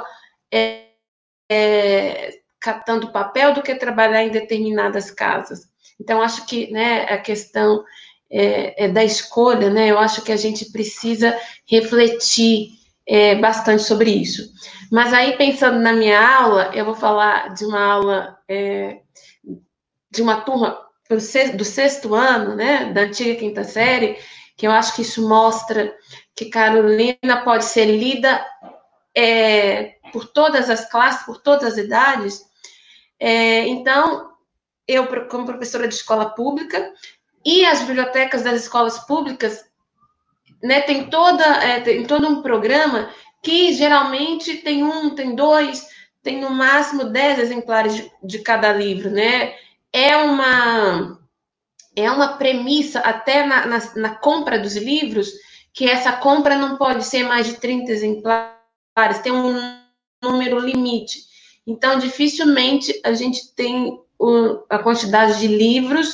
catando papel, do que trabalhar em determinadas casas. Então, acho que, né, a questão da escolha, né, eu acho que a gente precisa refletir bastante sobre isso. Mas aí, pensando na minha aula, eu vou falar de uma aula de uma turma do 6º ano, né, da antiga 5ª série, que eu acho que isso mostra que Carolina pode ser lida por todas as classes, por todas as idades. Então, eu, como professora de escola pública, e as bibliotecas das escolas públicas, né, tem todo um programa que geralmente tem 1, tem 2, tem no máximo 10 exemplares de cada livro, né? É uma premissa até na compra dos livros, que essa compra não pode ser mais de 30 exemplares, tem um número limite. Então, dificilmente a gente tem a quantidade de livros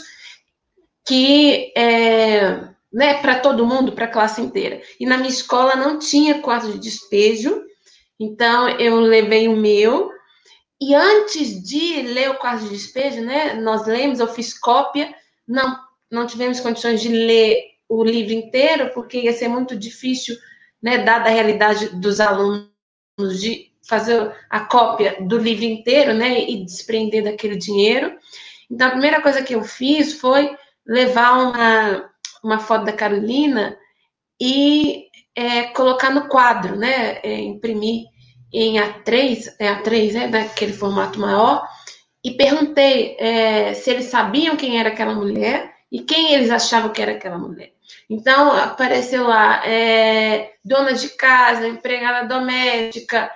que né, para todo mundo, para a classe inteira. E na minha escola não tinha quarto de despejo, então eu levei o meu. E antes de ler o quarto de despejo, né, nós lemos, eu fiz cópia, não tivemos condições de ler o livro inteiro, porque ia ser muito difícil, né, dada a realidade dos alunos, de fazer a cópia do livro inteiro, né, e desprender daquele dinheiro. Então, a primeira coisa que eu fiz foi levar uma foto da Carolina e colocar no quadro, né, imprimir em A3, daquele formato maior, e perguntei se eles sabiam quem era aquela mulher e quem eles achavam que era aquela mulher. Então, apareceu lá, dona de casa, empregada doméstica,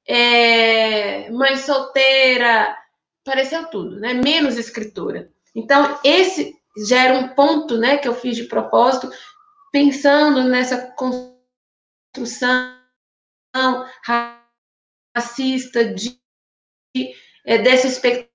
mãe solteira, apareceu tudo, né? Menos escritora. Então, esse já era um ponto, né, que eu fiz de propósito, pensando nessa construção racista dessa expectativa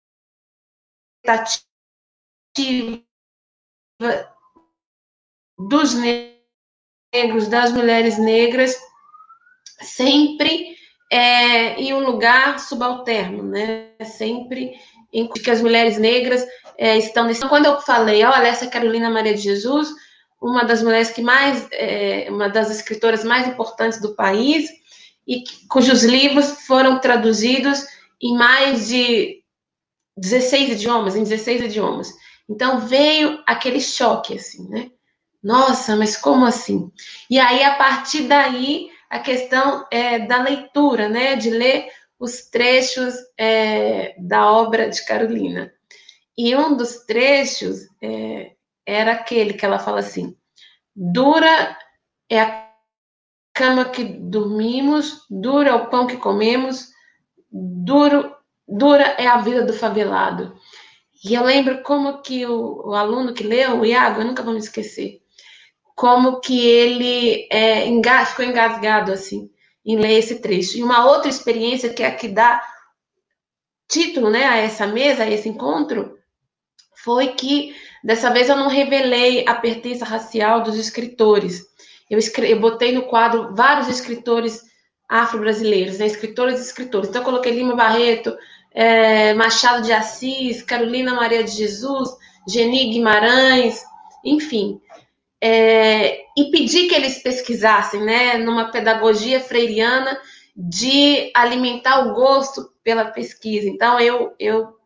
dos negros, das mulheres negras, sempre em um lugar subalterno, né? Sempre em que as mulheres negras estão nesse... Quando eu falei, olha, essa é Carolina Maria de Jesus, uma das mulheres que mais, uma das escritoras mais importantes do país, e cujos livros foram traduzidos em mais de 16 idiomas. Então, veio aquele choque, assim, né? Nossa, mas como assim? E aí, a partir daí, a questão da leitura, né? De ler os trechos da obra de Carolina. E um dos trechos era aquele que ela fala assim: dura é a cama que dormimos, duro é o pão que comemos, dura é a vida do favelado. E eu lembro como que o aluno que leu, o Iago, eu nunca vou me esquecer, como que ele ficou engasgado, assim, em ler esse trecho. E uma outra experiência, que é a que dá título, né, a essa mesa, a esse encontro, foi que, dessa vez, eu não revelei a pertença racial dos escritores. Eu botei no quadro vários escritores afro-brasileiros, né, escritoras e escritores. Então, eu coloquei Lima Barreto, Machado de Assis, Carolina Maria de Jesus, Geni Guimarães, enfim. E pedi que eles pesquisassem, né, numa pedagogia freiriana de alimentar o gosto pela pesquisa. Então, eu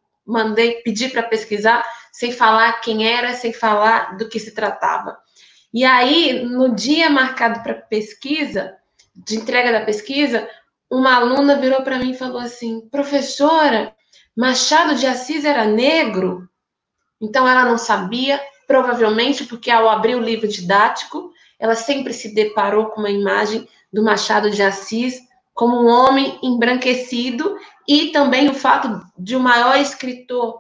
pedi para pesquisar, sem falar quem era, sem falar do que se tratava. E aí, no dia marcado para pesquisa, de entrega da pesquisa, uma aluna virou para mim e falou assim: professora, Machado de Assis era negro? Então ela não sabia, provavelmente porque ao abrir o livro didático, ela sempre se deparou com uma imagem do Machado de Assis como um homem embranquecido, e também o fato de o maior escritor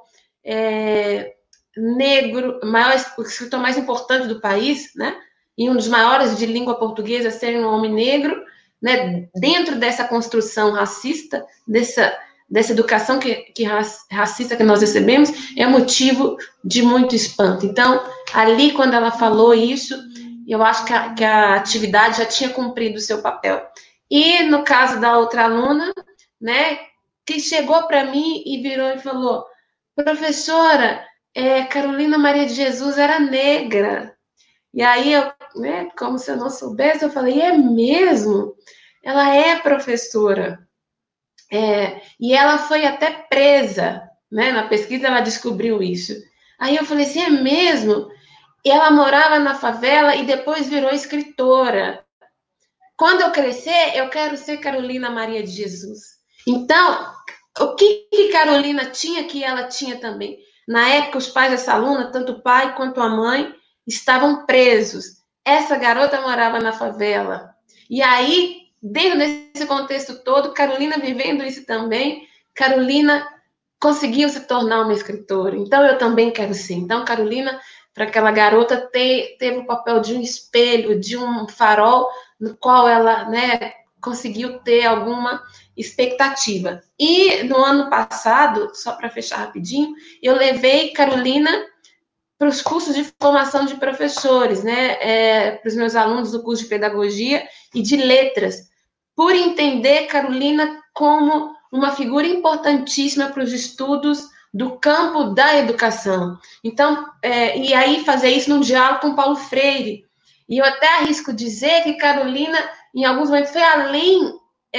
negro, o escritor mais importante do país, né, e um dos maiores de língua portuguesa ser um homem negro, né, dentro dessa construção racista, dessa educação racista que nós recebemos, é motivo de muito espanto. Então, ali, quando ela falou isso, eu acho que a atividade já tinha cumprido o seu papel. E no caso da outra aluna, né, que chegou para mim e virou e falou: professora, Carolina Maria de Jesus era negra. E aí, né, como se eu não soubesse, eu falei: é mesmo? Ela é professora. E ela foi até presa, né? Na pesquisa ela descobriu isso. Aí eu falei assim: é mesmo? E ela morava na favela e depois virou escritora. Quando eu crescer, eu quero ser Carolina Maria de Jesus. Então, o que Carolina tinha que ela tinha também? Na época, os pais dessa aluna, tanto o pai quanto a mãe, estavam presos. Essa garota morava na favela. E aí, dentro desse contexto todo, Carolina vivendo isso também, Carolina conseguiu se tornar uma escritora. Então, eu também quero ser. Então, Carolina, para aquela garota, teve o papel de um espelho, de um farol, no qual ela, né, conseguiu ter alguma expectativa. E no ano passado, só para fechar rapidinho, eu levei Carolina para os cursos de formação de professores, né, para os meus alunos do curso de pedagogia e de letras, por entender Carolina como uma figura importantíssima para os estudos do campo da educação. Então, e aí fazer isso num diálogo com Paulo Freire. E eu até arrisco dizer que Carolina, em alguns momentos, foi além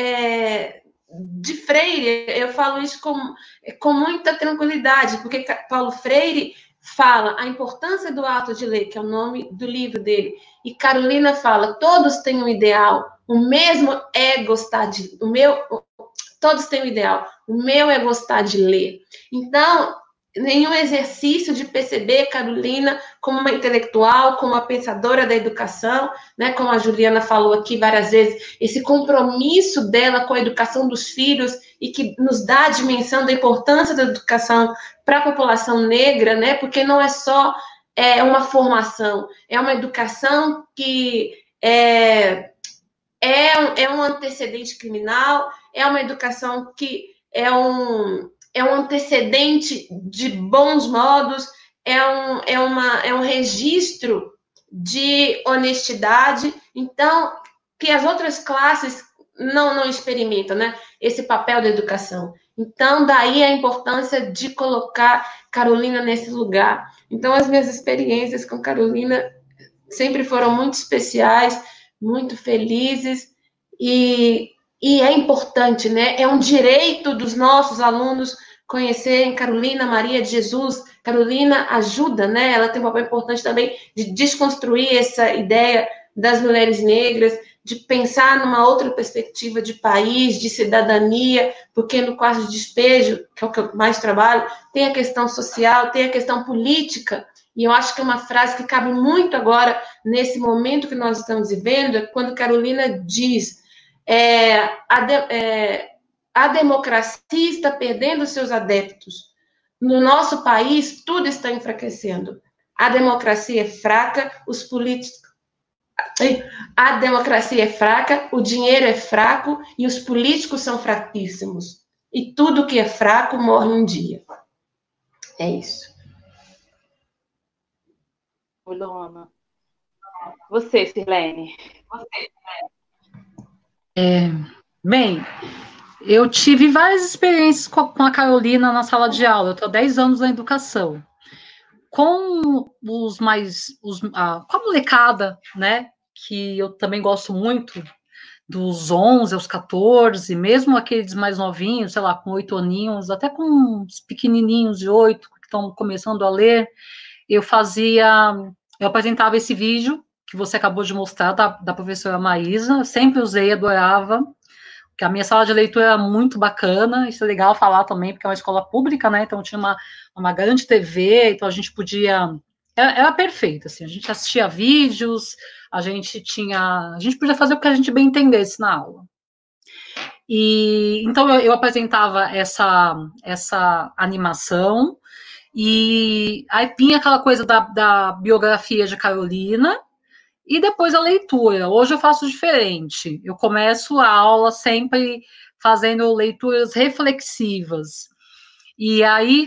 de Freire. Eu falo isso com muita tranquilidade, porque Paulo Freire fala a importância do ato de ler, que é o nome do livro dele, e Carolina fala: todos têm um ideal, o mesmo é gostar de... Todos têm um ideal, o meu é gostar de ler. Então, nenhum exercício de perceber Carolina como uma intelectual, como uma pensadora da educação, né, como a Juliana falou aqui várias vezes, esse compromisso dela com a educação dos filhos e que nos dá a dimensão da importância da educação para a população negra, né, porque não é só uma formação, é uma educação que é um antecedente criminal, é uma educação que é um antecedente de bons modos, é um registro de honestidade. Então, que as outras classes não experimentam, né, esse papel da educação. Então, daí a importância de colocar Carolina nesse lugar. Então, as minhas experiências com Carolina sempre foram muito especiais, muito felizes, e é importante, né? É um direito dos nossos alunos conhecerem Carolina Maria de Jesus. Carolina ajuda, né? Ela tem um papel importante também de desconstruir essa ideia das mulheres negras, de pensar numa outra perspectiva de país, de cidadania, porque no quadro de despejo, que é o que eu mais trabalho, tem a questão social, tem a questão política. E eu acho que é uma frase que cabe muito agora, nesse momento que nós estamos vivendo, é quando Carolina diz: a democracia está perdendo seus adeptos. No nosso país, tudo está enfraquecendo. A democracia é fraca, os políticos... A democracia é fraca, o dinheiro é fraco e os políticos são fraquíssimos. E tudo que é fraco morre um dia. É isso. Luana. Você, Sirlene. Bem, eu tive várias experiências com a Carolina na sala de aula. Eu estou há 10 anos na educação. Com com a molecada, né, que eu também gosto muito, dos 11 aos 14, mesmo aqueles mais novinhos, sei lá, com 8 aninhos, até com os pequenininhos de 8, que estão começando a ler, eu apresentava esse vídeo que você acabou de mostrar, da professora Maísa, eu sempre usei, adorava, porque a minha sala de leitura era muito bacana, isso é legal falar também, porque é uma escola pública, né, então tinha uma grande TV, então a gente podia... Era perfeito, assim, a gente assistia vídeos, a gente podia fazer o que a gente bem entendesse na aula. E então eu apresentava essa animação, e aí vinha aquela coisa da biografia de Carolina, e depois a leitura. Hoje eu faço diferente, eu começo a aula sempre fazendo leituras reflexivas, e aí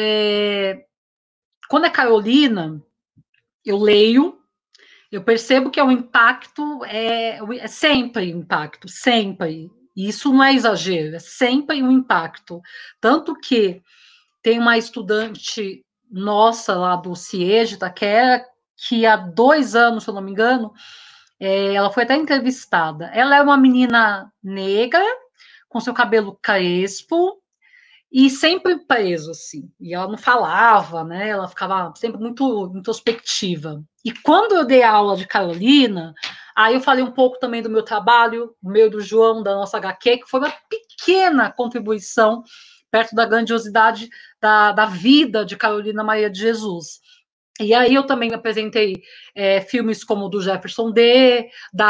quando é Carolina, eu leio, eu percebo que o impacto é sempre impacto, sempre. E isso não é exagero, é sempre um impacto. Tanto que tem uma estudante nossa lá do CIEG, Itaquera, que há 2 anos, se eu não me engano, ela foi até entrevistada. Ela é uma menina negra, com seu cabelo crespo, e sempre preso, assim, e ela não falava, né, ela ficava sempre muito introspectiva. E quando eu dei a aula de Carolina, aí eu falei um pouco também do meu trabalho, o meu e do João, da nossa HQ, que foi uma pequena contribuição perto da grandiosidade da vida de Carolina Maria de Jesus. E aí eu também apresentei filmes como o do Jefferson D.,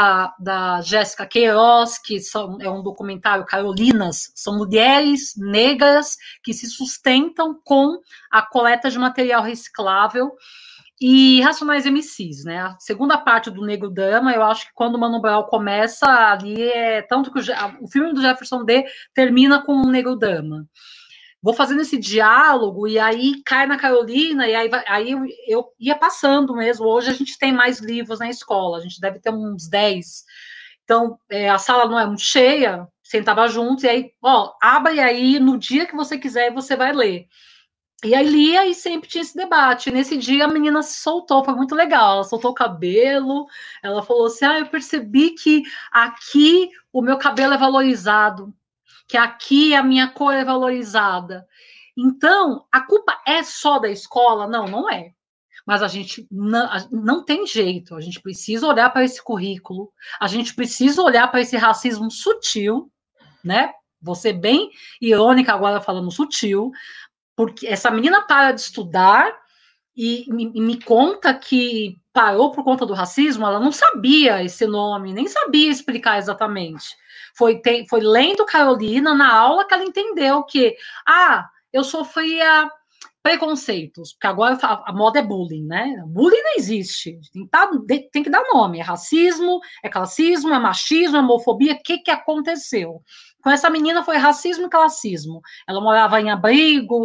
da Jéssica Queiroz, que é um documentário, Carolinas, são mulheres negras que se sustentam com a coleta de material reciclável, e Racionais MCs, né? A segunda parte do Negro Drama, eu acho que quando o Mano Brown começa ali, tanto que o filme do Jefferson D. termina com um Negro Drama. Vou fazendo esse diálogo, e aí cai na Carolina, e aí eu ia passando mesmo. Hoje a gente tem mais livros na escola, a gente deve ter uns 10. Então, a sala não é muito cheia, sentava juntos, e aí, abre aí, no dia que você quiser, você vai ler. E aí lia, e sempre tinha esse debate. Nesse dia a menina se soltou, foi muito legal. Ela soltou o cabelo, ela falou assim, eu percebi que aqui o meu cabelo é valorizado, que aqui a minha cor é valorizada. Então, a culpa é só da escola? Não, não é. Mas a gente não tem jeito, a gente precisa olhar para esse currículo, a gente precisa olhar para esse racismo sutil, né? Vou ser bem irônica agora falando sutil, porque essa menina para de estudar e me conta que parou por conta do racismo, ela não sabia esse nome, nem sabia explicar exatamente. Foi lendo Carolina na aula que ela entendeu que, eu sofria preconceitos, porque agora a moda é bullying, né? Bullying não existe, tem que dar nome, é racismo, é classismo, é machismo, é homofobia, o que aconteceu? Com essa menina foi racismo e classismo. Ela morava em abrigo,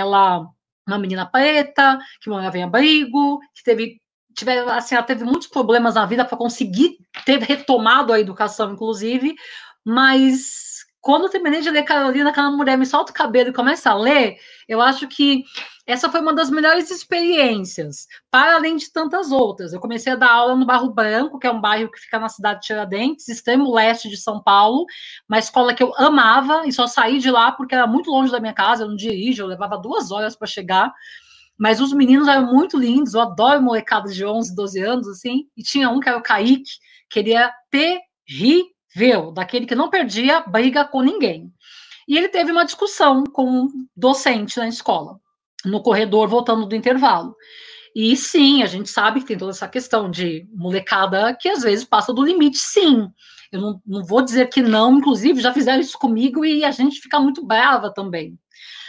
uma menina preta, que morava em abrigo, que ela teve muitos problemas na vida para conseguir ter retomado a educação, inclusive, mas quando eu terminei de ler Carolina, aquela mulher me solta o cabelo e começa a ler, eu acho que essa foi uma das melhores experiências, para além de tantas outras. Eu comecei a dar aula no Barro Branco, que é um bairro que fica na cidade de Tiradentes, extremo leste de São Paulo, uma escola que eu amava, e só saí de lá porque era muito longe da minha casa, eu não dirijo, eu levava 2 horas para chegar, mas os meninos eram muito lindos, eu adoro molecada de 11, 12 anos, assim, e tinha um que era o Kaique, que ele era terrível, daquele que não perdia briga com ninguém. E ele teve uma discussão com um docente na escola, no corredor, voltando do intervalo. E sim, a gente sabe que tem toda essa questão de molecada que às vezes passa do limite, sim. Eu não vou dizer que não, inclusive já fizeram isso comigo e a gente fica muito brava também.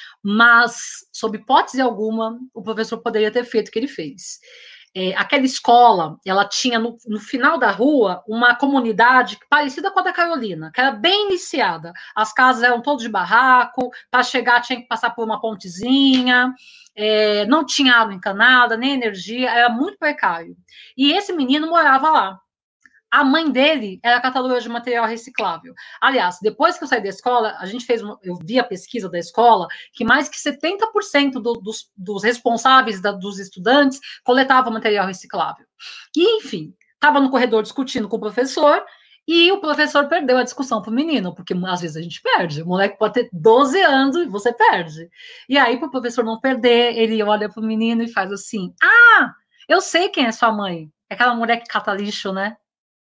Mas, sob hipótese alguma, o professor poderia ter feito o que ele fez. Aquela escola, ela tinha no final da rua uma comunidade parecida com a da Carolina, que era bem iniciada. As casas eram todas de barraco, para chegar tinha que passar por uma pontezinha, não tinha água encanada, nem energia, era muito precário. E esse menino morava lá. A mãe dele era catadora de material reciclável. Aliás, depois que eu saí da escola, eu vi a pesquisa da escola, que mais que 70% dos responsáveis dos estudantes coletavam material reciclável. E, enfim, estava no corredor discutindo com o professor, e o professor perdeu a discussão para o menino, porque às vezes a gente perde. O moleque pode ter 12 anos e você perde. E aí, para o professor não perder, ele olha para o menino e faz assim, eu sei quem é sua mãe. aquela mulher que cata lixo, né?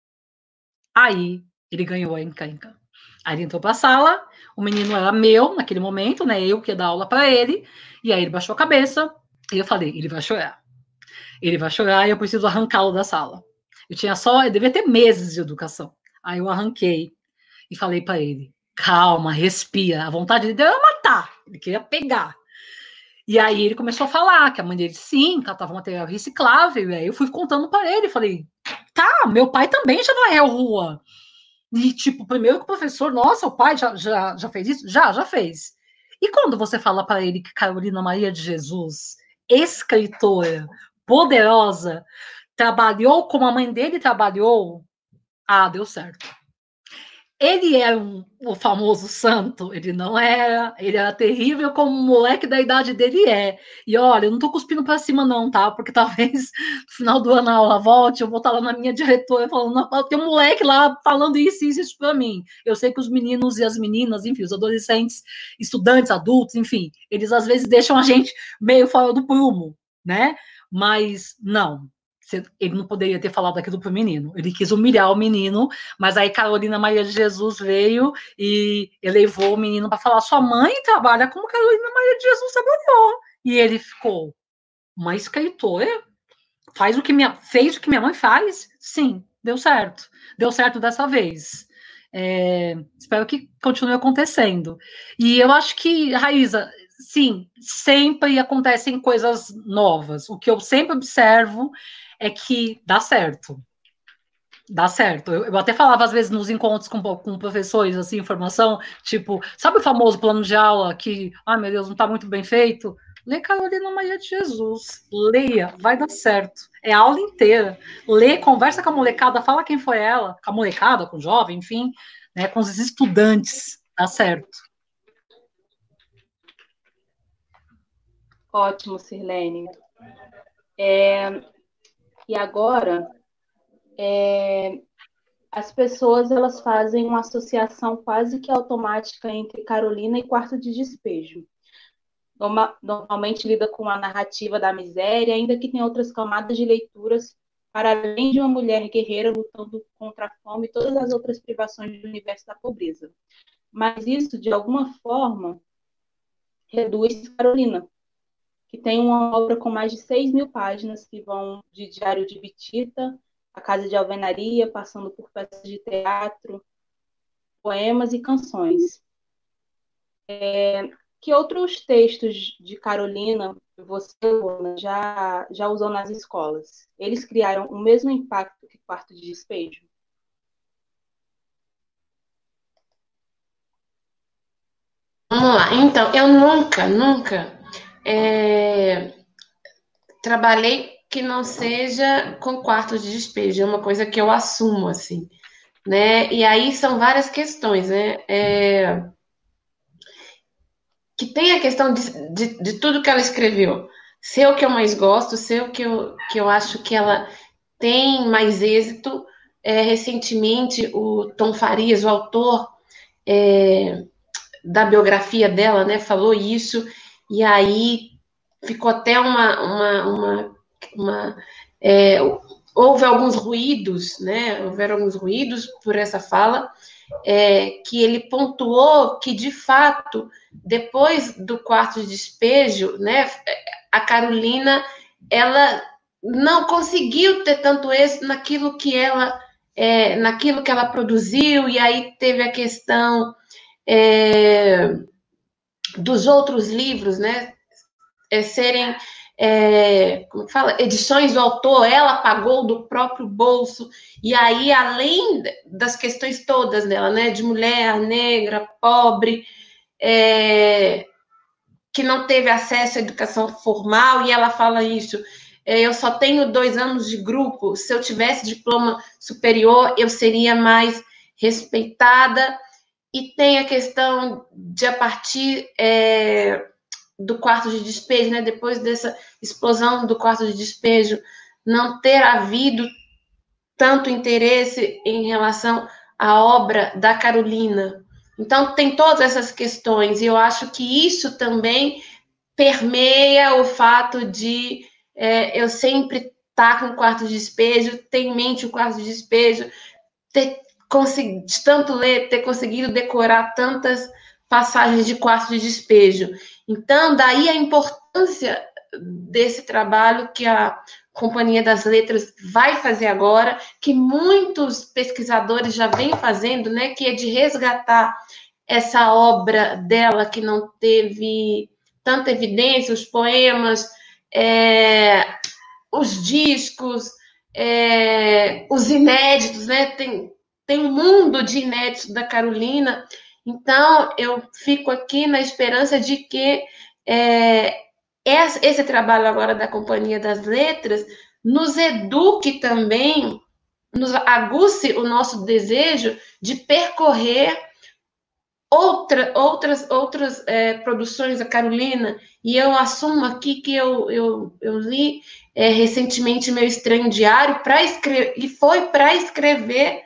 Aí, ele ganhou a encrenca. Aí ele entrou pra sala, o menino era meu naquele momento, né? Eu que ia dar aula pra ele, e aí ele baixou a cabeça, e eu falei, ele vai chorar. Ele vai chorar e eu preciso arrancá-lo da sala. Eu devia ter meses de educação. Aí eu arranquei e falei pra ele, calma, respira. A vontade dele era matar, ele queria pegar. E aí ele começou a falar que a mãe dele, sim, catava material reciclável. E aí eu fui contando para ele, falei, tá, meu pai também já varreu rua. E tipo, primeiro que o professor, nossa, o pai já fez isso? Já fez. E quando você fala para ele que Carolina Maria de Jesus, escritora, poderosa, trabalhou como a mãe dele trabalhou, deu certo. Ele era o famoso santo, ele não era, ele era terrível como o moleque da idade dele é. E olha, eu não tô cuspindo pra cima não, tá? Porque talvez no final do ano a aula volte, eu vou estar lá na minha diretora falando, tem um moleque lá falando isso pra mim. Eu sei que os meninos e as meninas, enfim, os adolescentes, estudantes, adultos, enfim, eles às vezes deixam a gente meio fora do prumo, né? Mas não. Ele não poderia ter falado aquilo pro menino. Ele quis humilhar o menino, mas aí Carolina Maria de Jesus veio e elevou o menino para falar, sua mãe trabalha como Carolina Maria de Jesus trabalhou. E ele ficou, uma escritora fez o que minha mãe faz? Sim, deu certo. Deu certo dessa vez. Espero que continue acontecendo. E eu acho que, Raíza, sim, sempre acontecem coisas novas. O que eu sempre observo é que dá certo. Dá certo. Eu até falava, às vezes, nos encontros com professores, assim, informação, tipo, sabe o famoso plano de aula que, meu Deus, não está muito bem feito? Lê Carolina Maria de Jesus. Leia, vai dar certo. É a aula inteira. Lê, conversa com a molecada, fala quem foi ela, com a molecada, com o jovem, enfim, né, com os estudantes. Dá certo. Ótimo, Sirlene. E agora, as pessoas elas fazem uma associação quase que automática entre Carolina e Quarto de Despejo. Normalmente lida com a narrativa da miséria, ainda que tem outras camadas de leituras, para além de uma mulher guerreira lutando contra a fome e todas as outras privações do universo da pobreza. Mas isso, de alguma forma, reduz Carolina, que tem uma obra com mais de 6.000 páginas, que vão de Diário de Bitita, A Casa de Alvenaria, passando por peças de teatro, poemas e canções. Que outros textos de Carolina você, Luna, já usou nas escolas? Eles criaram o mesmo impacto que Quarto de Despejo? Vamos lá. Então, eu nunca trabalhei que não seja com Quarto de Despejo. É uma coisa que eu assumo, assim, né? E aí são várias questões, né? Que tem a questão de tudo que ela escreveu. Ser o que eu mais gosto, ser o que eu acho que ela tem mais êxito. Recentemente, o Tom Farias, o autor da biografia dela, né, falou isso, e aí ficou até houve alguns ruídos, né? Houveram alguns ruídos por essa fala, que ele pontuou que, de fato, depois do Quarto de Despejo, né, a Carolina, ela não conseguiu ter tanto êxito naquilo que ela produziu, e aí teve a questão dos outros livros, né, serem como que fala? Edições do autor, ela pagou do próprio bolso, e aí, além das questões todas dela, né, de mulher negra, pobre, que não teve acesso à educação formal, e ela fala isso, eu só tenho 2 anos de grupo, se eu tivesse diploma superior, eu seria mais respeitada. E tem a questão de, a partir do Quarto de Despejo, né, depois dessa explosão do Quarto de Despejo, não ter havido tanto interesse em relação à obra da Carolina. Então, tem todas essas questões, e eu acho que isso também permeia o fato de eu sempre tá com o quarto de despejo, ter em mente o quarto de despejo, de tanto ler, ter conseguido decorar tantas passagens de quarto de despejo. Então, daí a importância desse trabalho que a Companhia das Letras vai fazer agora, que muitos pesquisadores já vêm fazendo, né, que é de resgatar essa obra dela que não teve tanta evidência, os poemas, os discos, os inéditos, né? Tem um mundo de inéditos da Carolina. Então, eu fico aqui na esperança de que esse trabalho agora da Companhia das Letras nos eduque também, nos aguce o nosso desejo de percorrer outras produções da Carolina. E eu assumo aqui que eu li recentemente Meu Estranho Diário e foi para escrever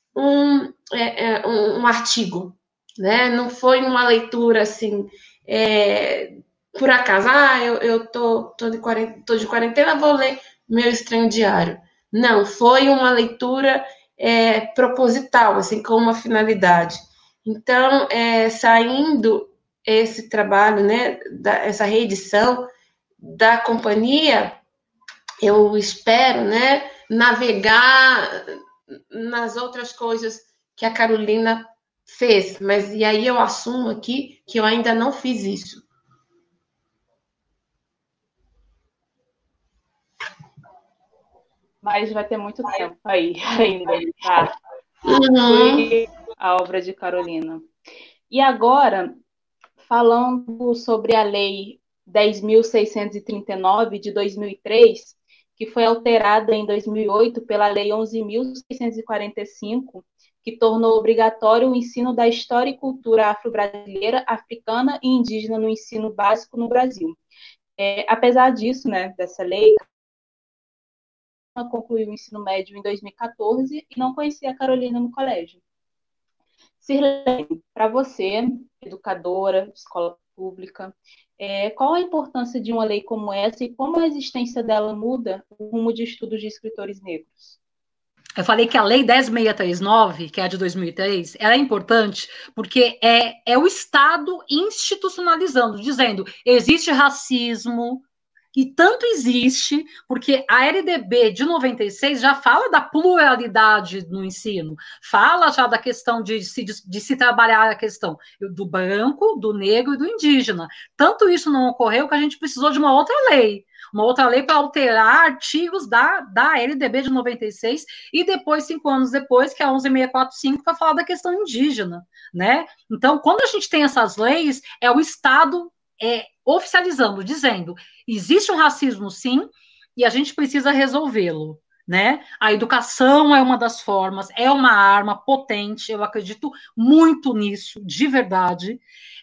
um artigo, né? Não foi uma leitura assim, por acaso, eu tô de quarentena, vou ler Meu Estranho Diário. Não, foi uma leitura proposital, assim, com uma finalidade. Então, saindo esse trabalho, né, essa reedição da companhia, eu espero, né, navegar nas outras coisas que a Carolina fez, mas e aí eu assumo aqui que eu ainda não fiz isso. Mas vai ter muito tempo aí ainda, tá? A obra de Carolina. E agora, falando sobre a Lei 10.639 de 2003, que foi alterada em 2008 pela Lei 11.645, que tornou obrigatório o ensino da história e cultura afro-brasileira, africana e indígena no ensino básico no Brasil. Apesar disso, né, dessa lei, concluiu o ensino médio em 2014 e não conhecia a Carolina no colégio. Sirlene, para você, educadora de escola pública, qual a importância de uma lei como essa e como a existência dela muda o rumo de estudos de escritores negros? Eu falei que a Lei 10.639, que é a de 2003, ela é importante porque é o Estado institucionalizando, dizendo existe racismo, e tanto existe, porque a LDB de 96 já fala da pluralidade no ensino, fala já da questão de se trabalhar a questão do branco, do negro e do indígena. Tanto isso não ocorreu que a gente precisou de uma outra lei para alterar artigos da LDB de 96 e depois, 5 anos depois, que é a 11.645, para falar da questão indígena, né? Então, quando a gente tem essas leis, é o Estado oficializando, dizendo, existe um racismo sim, e a gente precisa resolvê-lo, né? A educação é uma das formas, é uma arma potente, eu acredito muito nisso, de verdade,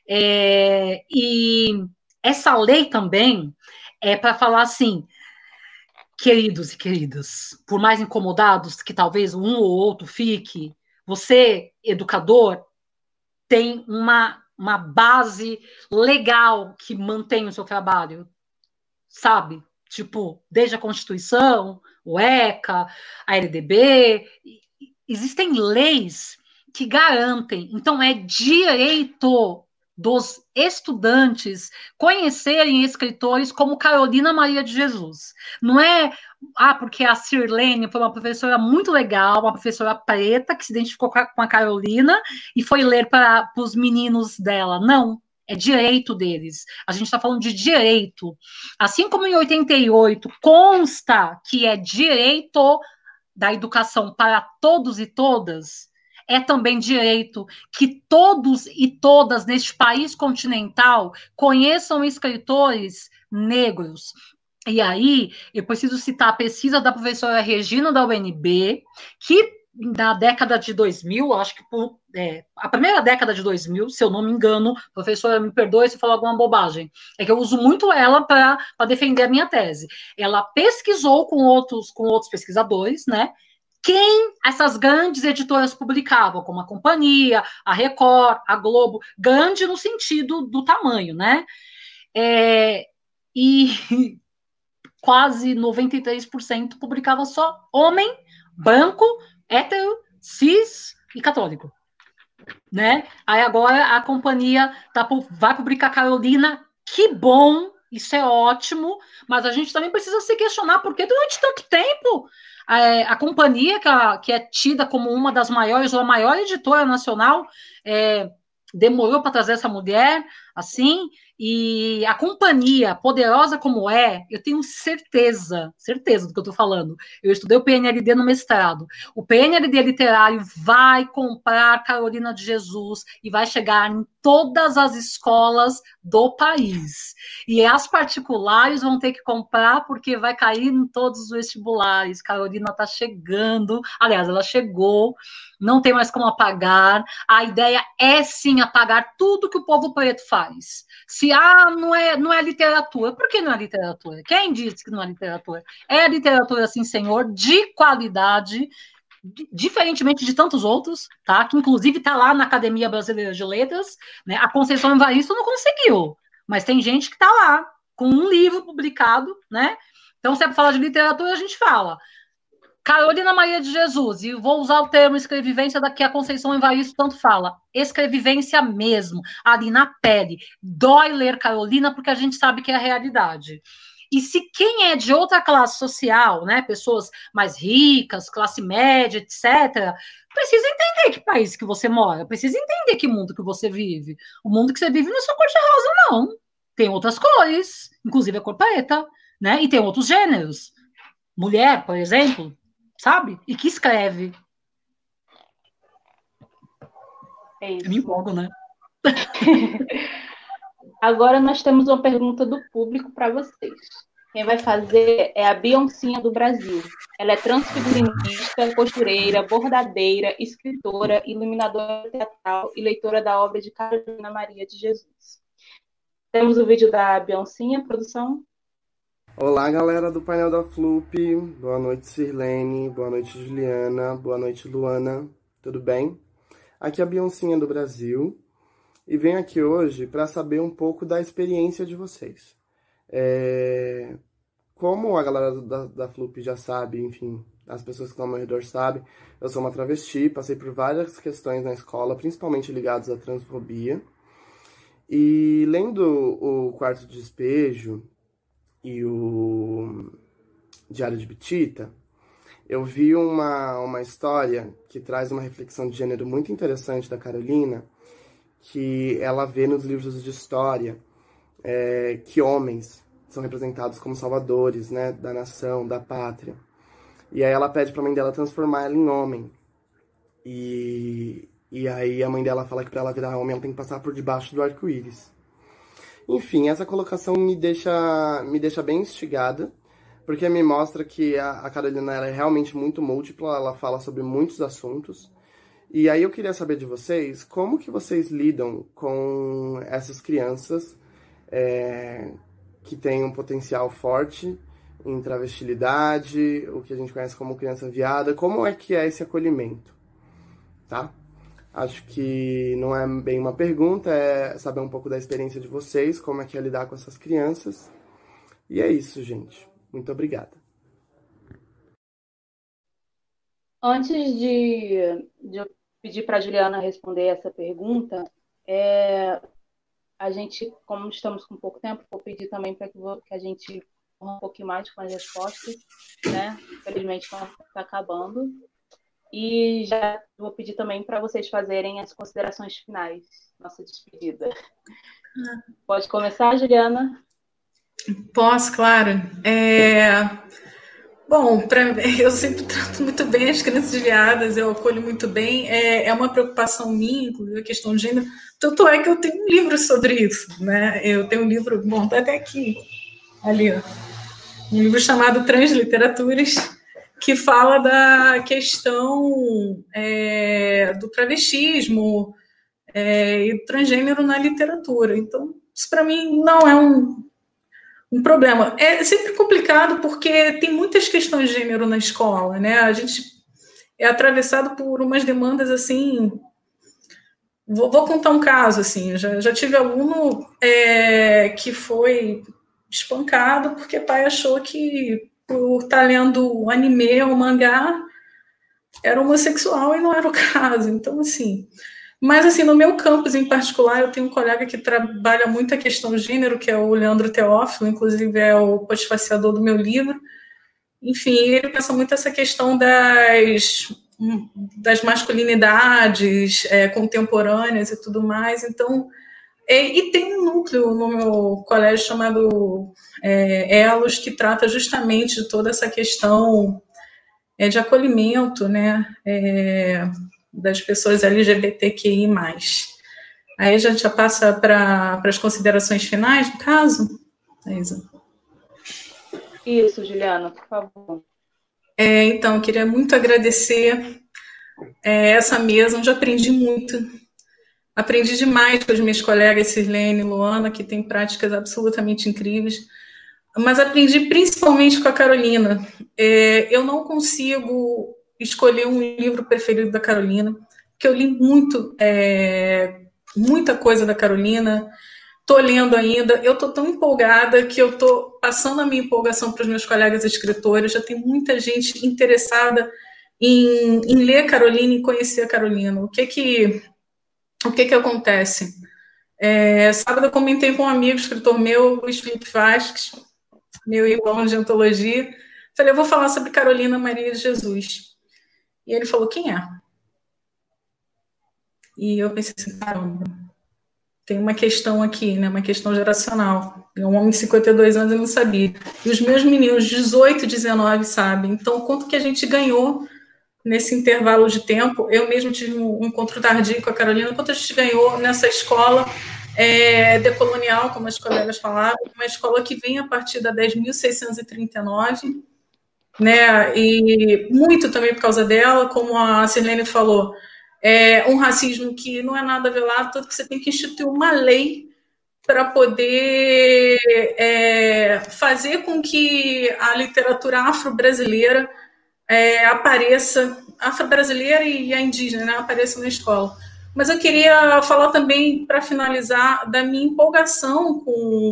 e essa lei também é para falar assim, queridos e queridas, por mais incomodados que talvez um ou outro fique, você, educador, tem uma base legal que mantém o seu trabalho, sabe? Tipo, desde a Constituição, o ECA, a LDB, existem leis que garantem, então é direito dos estudantes conhecerem escritores como Carolina Maria de Jesus. Não é, porque a Sirlene foi uma professora muito legal, uma professora preta, que se identificou com a Carolina e foi ler para os meninos dela. Não, é direito deles. A gente está falando de direito. Assim como em 88 consta que é direito da educação para todos e todas, é também direito que todos e todas neste país continental conheçam escritores negros. E aí, eu preciso citar a pesquisa da professora Regina da UNB, que na década de 2000, acho que a primeira década de 2000, se eu não me engano, professora, me perdoe se eu falar alguma bobagem, é que eu uso muito ela para defender a minha tese. Ela pesquisou com outros pesquisadores, né, quem essas grandes editoras publicavam, como a Companhia, a Record, a Globo, grande no sentido do tamanho, né? E quase 93% publicava só homem, branco, hétero, cis e católico. Né? Aí agora a companhia vai publicar Carolina, que bom, isso é ótimo, mas a gente também precisa se questionar porque durante tanto tempo a companhia, que é tida como uma das maiores, ou a maior editora nacional, demorou para trazer essa mulher, assim, e a companhia, poderosa como eu tenho certeza do que eu estou falando. Eu estudei o PNLD no mestrado. O PNLD literário vai comprar Carolina de Jesus e vai chegar em todas as escolas do país. E as particulares vão ter que comprar porque vai cair em todos os vestibulares. Carolina está chegando. Aliás, ela chegou. Não tem mais como apagar. A ideia é, sim, apagar tudo que o povo preto faz. Se não é literatura, por que não é literatura? Quem disse que não é literatura? É literatura, sim, senhor, de qualidade, diferentemente de tantos outros, tá? Que inclusive está lá na Academia Brasileira de Letras, né? A Conceição Evaristo não conseguiu, mas tem gente que está lá, com um livro publicado, né? Então, se é para falar de literatura, a gente fala Carolina Maria de Jesus, e vou usar o termo escrevivência que a Conceição Evaristo tanto fala, escrevivência mesmo, ali na pele. Dói ler Carolina porque a gente sabe que é a realidade. E se quem é de outra classe social, né, pessoas mais ricas, classe média, etc., precisa entender que país que você mora, precisa entender que mundo que você vive. O mundo que você vive não é só cor de rosa, não. Tem outras cores, inclusive a cor preta, né, e tem outros gêneros. Mulher, por exemplo, sabe? E que escreve. É isso. Eu me empolgo, né? Agora nós temos uma pergunta do público para vocês. Quem vai fazer é a Beoncinha do Brasil. Ela é transfigurinista, costureira, bordadeira, escritora, iluminadora teatral e leitora da obra de Carolina Maria de Jesus. Temos o vídeo da Beoncinha, produção. Olá, galera do painel da Flup. Boa noite, Sirlene. Boa noite, Juliana. Boa noite, Luana. Tudo bem? Aqui é a Beoncinha do Brasil. E venho aqui hoje para saber um pouco da experiência de vocês. Como a galera da Flup já sabe, enfim, as pessoas que estão ao meu redor sabem, eu sou uma travesti, passei por várias questões na escola, principalmente ligadas à transfobia. E lendo o Quarto de Despejo e o Diário de Bitita, eu vi uma história que traz uma reflexão de gênero muito interessante da Carolina, que ela vê nos livros de história que homens são representados como salvadores, né, da nação, da pátria. E aí ela pede para a mãe dela transformar ela em homem. E aí a mãe dela fala que para ela virar homem ela tem que passar por debaixo do arco-íris. Enfim, essa colocação me deixa bem instigada, porque me mostra que a Carolina ela é realmente muito múltipla, ela fala sobre muitos assuntos. E aí eu queria saber de vocês, como que vocês lidam com essas crianças que têm um potencial forte em travestilidade, o que a gente conhece como criança viada, como é que é esse acolhimento, tá? Acho que não é bem uma pergunta, é saber um pouco da experiência de vocês, como é que é lidar com essas crianças. E é isso, gente. Muito obrigada. Antes de eu pedir para a Juliana responder essa pergunta, a gente, como estamos com pouco tempo, vou pedir também para que a gente corra um pouquinho mais com as respostas, né? Infelizmente está acabando. E já vou pedir também para vocês fazerem as considerações finais, nossa despedida. Pode começar, Juliana? Posso, claro. Bom, eu sempre trato muito bem as crianças viadas, eu acolho muito bem. É uma preocupação minha, inclusive a questão de gênero. Tanto é que eu tenho um livro sobre isso, né? Eu tenho um livro, bom, tá até aqui, ali, ó. Um livro chamado Transliteraturas, que fala da questão do travestismo e do transgênero na literatura. Então, isso para mim não é um problema. É sempre complicado porque tem muitas questões de gênero na escola, né? A gente é atravessado por umas demandas assim. Vou contar um caso assim. Já tive aluno que foi espancado porque pai achou que por estar lendo anime ou mangá era homossexual e não era o caso. Então, assim... Mas, assim, no meu campus em particular, eu tenho um colega que trabalha muito a questão do gênero, que é o Leandro Teófilo, inclusive é o postfaciador do meu livro. Enfim, ele pensa muito essa questão das masculinidades contemporâneas e tudo mais. Então, e tem um núcleo no meu colégio chamado Elos, que trata justamente de toda essa questão de acolhimento, né, das pessoas LGBTQI+. Aí a gente já passa para as considerações finais do caso, Isa? Isso, Juliana, por favor. Então, eu queria muito agradecer essa mesa, onde eu aprendi muito. Aprendi demais com as minhas colegas Sirlene e Luana, que têm práticas absolutamente incríveis, mas aprendi principalmente com a Carolina. Eu não consigo escolher um livro preferido da Carolina, porque eu li muita coisa da Carolina, estou lendo ainda, eu estou tão empolgada que eu estou passando a minha empolgação para os meus colegas escritores, já tem muita gente interessada em ler a Carolina e conhecer a Carolina. O que acontece? Sábado eu comentei com um amigo, escritor meu, Luiz Felipe Vasques, meu irmão de antologia, falei, eu vou falar sobre Carolina Maria de Jesus. E ele falou, quem é? E eu pensei assim, caramba, tem uma questão aqui, né, uma questão geracional. Um homem de 52 anos eu não sabia. E os meus meninos, 18, 19, sabem. Então, quanto que a gente ganhou nesse intervalo de tempo? Eu mesmo tive um encontro tardio com a Carolina, quanto a gente ganhou nessa escola decolonial, como as colegas falaram, uma escola que vem a partir da 10.639, né, e muito também por causa dela, como a Sirlene falou, um racismo que não é nada velado, tanto que você tem que instituir uma lei para poder fazer com que a literatura afro-brasileira apareça, afro-brasileira e a indígena, né, apareçam na escola. Mas eu queria falar também, para finalizar, da minha empolgação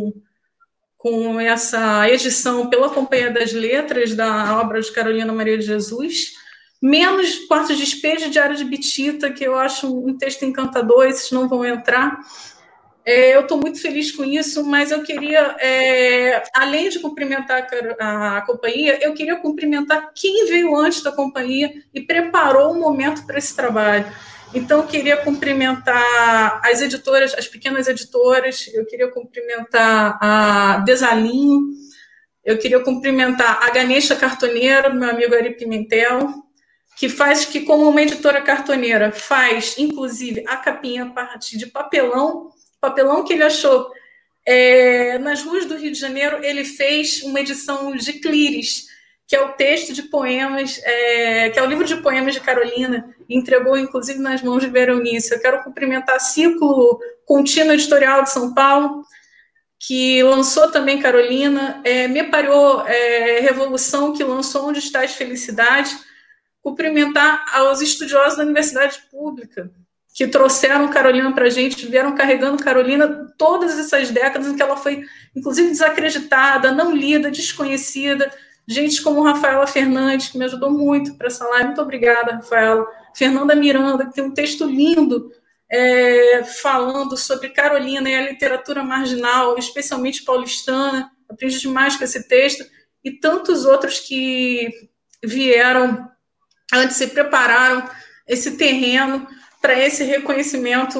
com essa edição pela Companhia das Letras da obra de Carolina Maria de Jesus, menos Quarto de Despejo e Diário de Bitita, que eu acho um texto encantador, esses não vão entrar. Eu estou muito feliz com isso, mas eu queria, além de cumprimentar a companhia, eu queria cumprimentar quem veio antes da companhia e preparou o momento para esse trabalho. Então, eu queria cumprimentar as editoras, as pequenas editoras, eu queria cumprimentar a Desalinho, eu queria cumprimentar a Ganesha Cartoneira, meu amigo Ari Pimentel, que como uma editora cartoneira, faz, inclusive, a capinha a partir de papelão que ele achou nas ruas do Rio de Janeiro. Ele fez uma edição de Clíris, que é o texto de poemas, que é o livro de poemas de Carolina, e entregou, inclusive, nas mãos de Veronice. Eu quero cumprimentar Ciclo Contínuo Editorial de São Paulo, que lançou também Carolina, Me Pariu Revolução, que lançou Onde Estás Felicidade. Cumprimentar aos estudiosos da Universidade Pública, que trouxeram Carolina para a gente, vieram carregando Carolina todas essas décadas em que ela foi, inclusive, desacreditada, não lida, desconhecida. Gente como Rafaela Fernandes, que me ajudou muito para essa live. Muito obrigada, Rafaela. Fernanda Miranda, que tem um texto lindo falando sobre Carolina e a literatura marginal, especialmente paulistana. Aprendi demais com esse texto. E tantos outros que vieram antes, se prepararam esse terreno para esse reconhecimento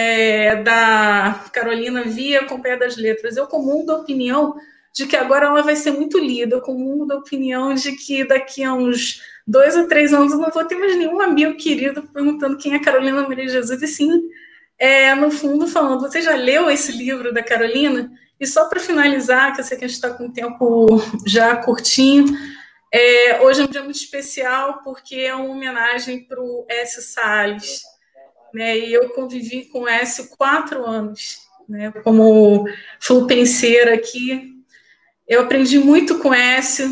da Carolina via Companhia das Letras. Eu comungo da opinião de que agora ela vai ser muito lida, eu comungo da opinião de que daqui a uns 2 ou 3 anos eu não vou ter mais nenhum amigo querido perguntando quem é Carolina Maria de Jesus, e sim, no fundo, falando, você já leu esse livro da Carolina? E só para finalizar, que eu sei que a gente está com o tempo já curtinho, hoje é um dia muito especial porque é uma homenagem para o Écio Salles, né? E eu convivi com o Écio 4 anos, né? Como flupenseira aqui. Eu aprendi muito com o Écio.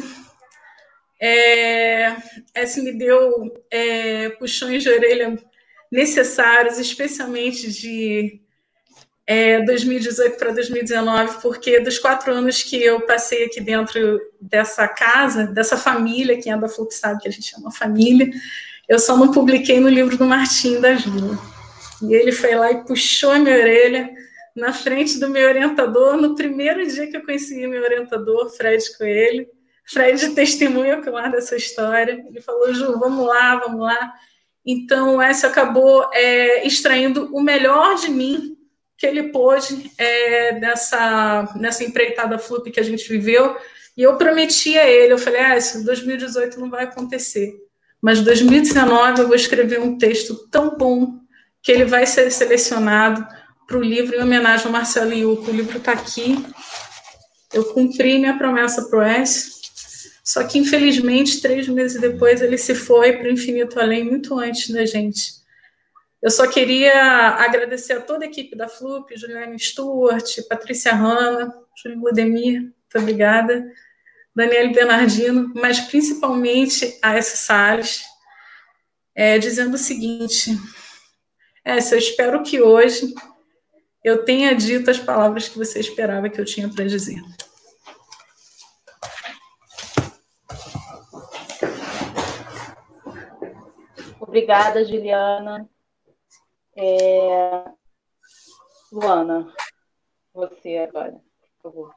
Écio me deu puxões de orelha necessários, especialmente de 2018 para 2019, porque dos 4 anos que eu passei aqui dentro dessa casa, dessa família, quem é da Flup sabe que a gente chama família, eu só não publiquei no livro do Martim da Júlia. E ele foi lá e puxou a minha orelha na frente do meu orientador, no primeiro dia que eu conheci meu orientador, Fred Coelho. Fred testemunha que eu guardo essa história. Ele falou, Ju, vamos lá, vamos lá. Então, o Écio acabou extraindo o melhor de mim que ele pôde nessa empreitada Flup que a gente viveu. E eu prometi a ele, eu falei, Écio, 2018 não vai acontecer, mas 2019 eu vou escrever um texto tão bom que ele vai ser selecionado para o livro em homenagem ao Marcelo Iuco. O livro está aqui. Eu cumpri minha promessa para o Écio, só que, infelizmente, 3 meses depois, ele se foi para o infinito além, muito antes da gente. Eu só queria agradecer a toda a equipe da Flup, Juliane Stuart, Patrícia Hanna, Júlio Ludemir, muito obrigada, Daniele Bernardino, mas principalmente a Écio Salles, dizendo o seguinte, Écio, eu espero que hoje eu tenha dito as palavras que você esperava que eu tinha para dizer. Obrigada, Juliana. Luana, você agora, por favor.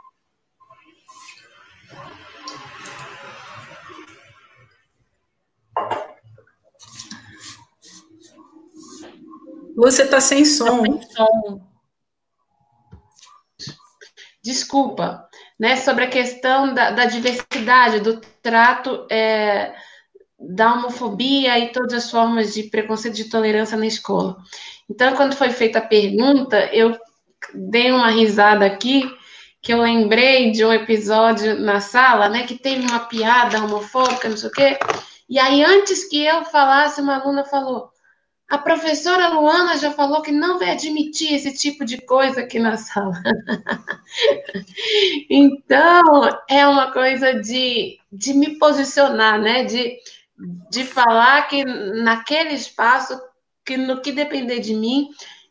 Você está sem som. Desculpa, né? Sobre a questão da diversidade, do trato da homofobia e todas as formas de preconceito e de tolerância na escola. Então, quando foi feita a pergunta, eu dei uma risada aqui, que eu lembrei de um episódio na sala, né, que teve uma piada homofóbica, não sei o quê, e aí, antes que eu falasse, uma aluna falou, a professora Luana já falou que não vai admitir esse tipo de coisa aqui na sala. Então, é uma coisa de me posicionar, né, de falar que naquele espaço, que no que depender de mim,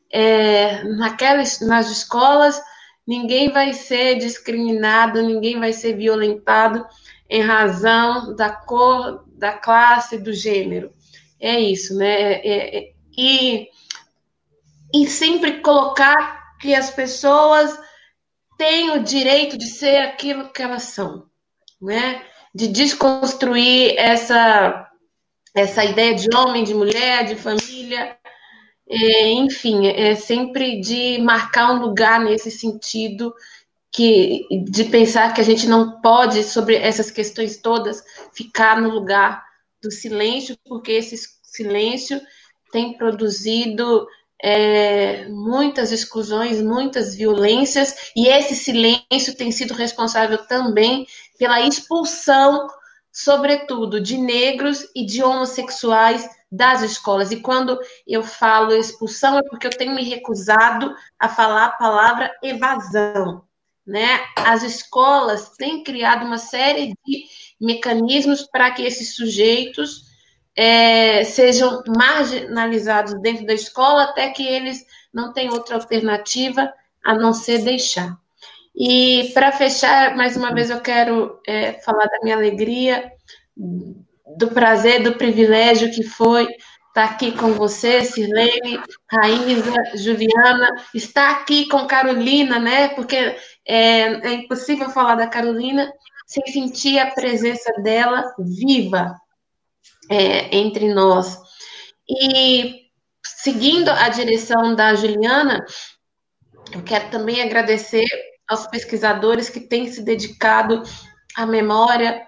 nas escolas, ninguém vai ser discriminado, ninguém vai ser violentado em razão da cor, da classe, do gênero. É isso, né? E sempre colocar que as pessoas têm o direito de ser aquilo que elas são, né? De desconstruir essa ideia de homem, de mulher, de família, enfim, sempre de marcar um lugar nesse sentido, de pensar que a gente não pode, sobre essas questões todas, ficar no lugar do silêncio, porque esse silêncio tem produzido muitas exclusões, muitas violências, e esse silêncio tem sido responsável também pela expulsão, sobretudo, de negros e de homossexuais das escolas. E quando eu falo expulsão, é porque eu tenho me recusado a falar a palavra evasão, né? As escolas têm criado uma série de mecanismos para que esses sujeitos sejam marginalizados dentro da escola até que eles não tenham outra alternativa a não ser deixar. E, para fechar, mais uma vez eu quero falar da minha alegria, do prazer, do privilégio que foi estar aqui com você, Sirlene, Raíza, Juliana, estar aqui com Carolina, né? Porque é impossível falar da Carolina sem sentir a presença dela viva entre nós. E, seguindo a direção da Juliana, eu quero também agradecer aos pesquisadores que têm se dedicado à memória,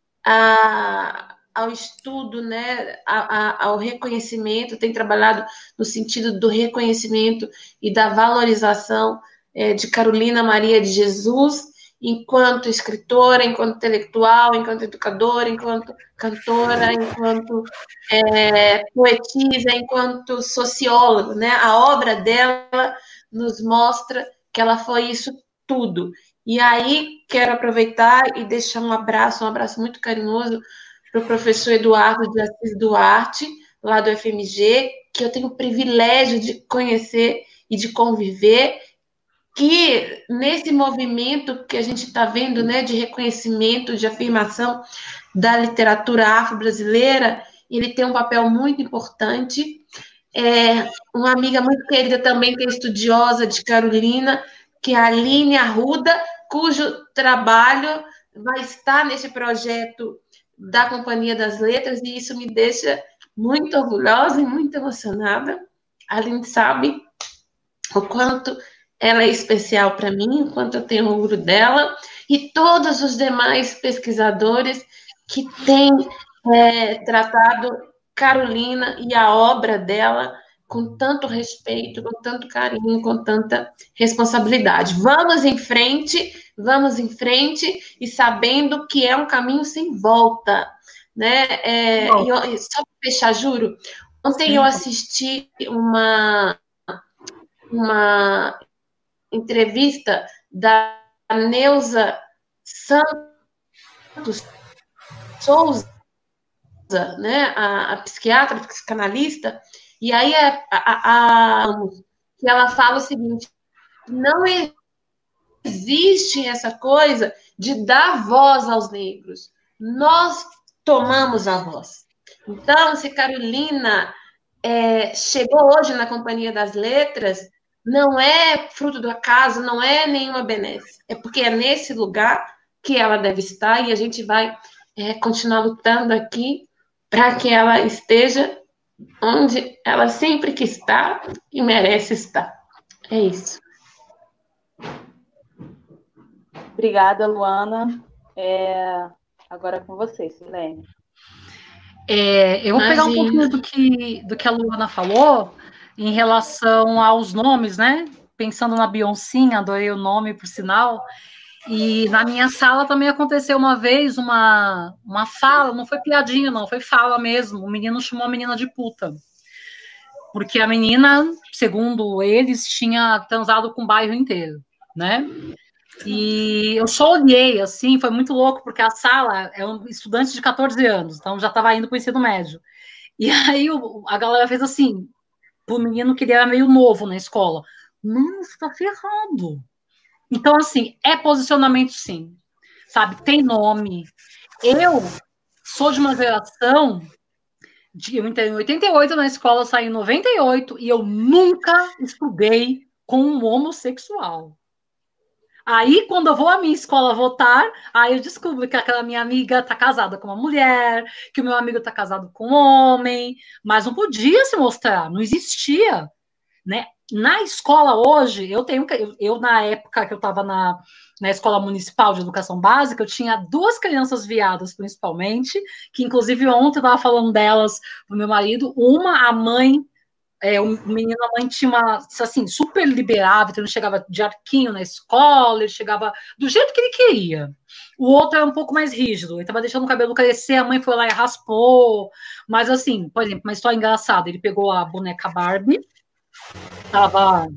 ao estudo, né, ao reconhecimento, têm trabalhado no sentido do reconhecimento e da valorização de Carolina Maria de Jesus, enquanto escritora, enquanto intelectual, enquanto educadora, enquanto cantora, enquanto poetisa, enquanto socióloga, né? A obra dela nos mostra que ela foi isso tudo. E aí, quero aproveitar e deixar um abraço muito carinhoso para o professor Eduardo de Assis Duarte, lá do FMG, que eu tenho o privilégio de conhecer e e de conviver, que nesse movimento que a gente está vendo, né, de reconhecimento, de afirmação da literatura afro-brasileira, ele tem um papel muito importante. Uma amiga muito querida também, que é estudiosa de Carolina, que é a Aline Arruda, cujo trabalho vai estar nesse projeto da Companhia das Letras, e isso me deixa muito orgulhosa e muito emocionada. A Aline sabe o quanto ela é especial para mim, o quanto eu tenho orgulho dela, e todos os demais pesquisadores que têm tratado Carolina e a obra dela com tanto respeito, com tanto carinho, com tanta responsabilidade. Vamos em frente, e sabendo que é um caminho sem volta, né? Só para fechar, juro, ontem eu assisti uma entrevista da Neuza Santos Souza, né? A psiquiatra, a psicanalista. E aí que ela fala o seguinte: não existe essa coisa de dar voz aos negros. Nós tomamos a voz. Então, se Carolina chegou hoje na Companhia das Letras, não é fruto do acaso, não é nenhuma benesse. É porque é nesse lugar que ela deve estar, e a gente vai continuar lutando aqui para que ela esteja onde ela sempre quis estar e merece estar. É isso. Obrigada, Luana. Agora é com você, Silene. Eu vou pegar um pouquinho do que a Luana falou em relação aos nomes, né? Pensando na Beyoncé, adorei o nome, por sinal. E na minha sala também aconteceu uma vez uma fala, não foi piadinha, não, foi fala mesmo. O menino chamou a menina de puta. Porque a menina, segundo eles, tinha transado com o bairro inteiro, né? E eu só olhei, assim, foi muito louco, porque a sala é um estudante de 14 anos, então já estava indo para o ensino médio. E aí a galera fez assim, pro menino que ele era meio novo na escola. Mano, você tá ferrado. Então, assim, é posicionamento, sim. Sabe, tem nome. Eu sou de uma geração... Eu entrei em 88 na escola, saí em 98, e eu nunca estudei com um homossexual. Aí, quando eu vou à minha escola votar, aí eu descubro que aquela minha amiga tá casada com uma mulher, que o meu amigo tá casado com um homem, mas não podia se mostrar, não existia, né? Na escola hoje, eu na época que eu estava na escola municipal de educação básica, eu tinha 2 crianças viadas, principalmente, que inclusive ontem eu estava falando delas pro meu marido. Uma, a mãe, o menino, a mãe tinha uma, assim, super liberável, então ele chegava de arquinho na escola, ele chegava do jeito que ele queria. O outro era um pouco mais rígido, ele estava deixando o cabelo crescer, a mãe foi lá e raspou. Mas assim, por exemplo, uma história engraçada, ele pegou a boneca Barbie, estava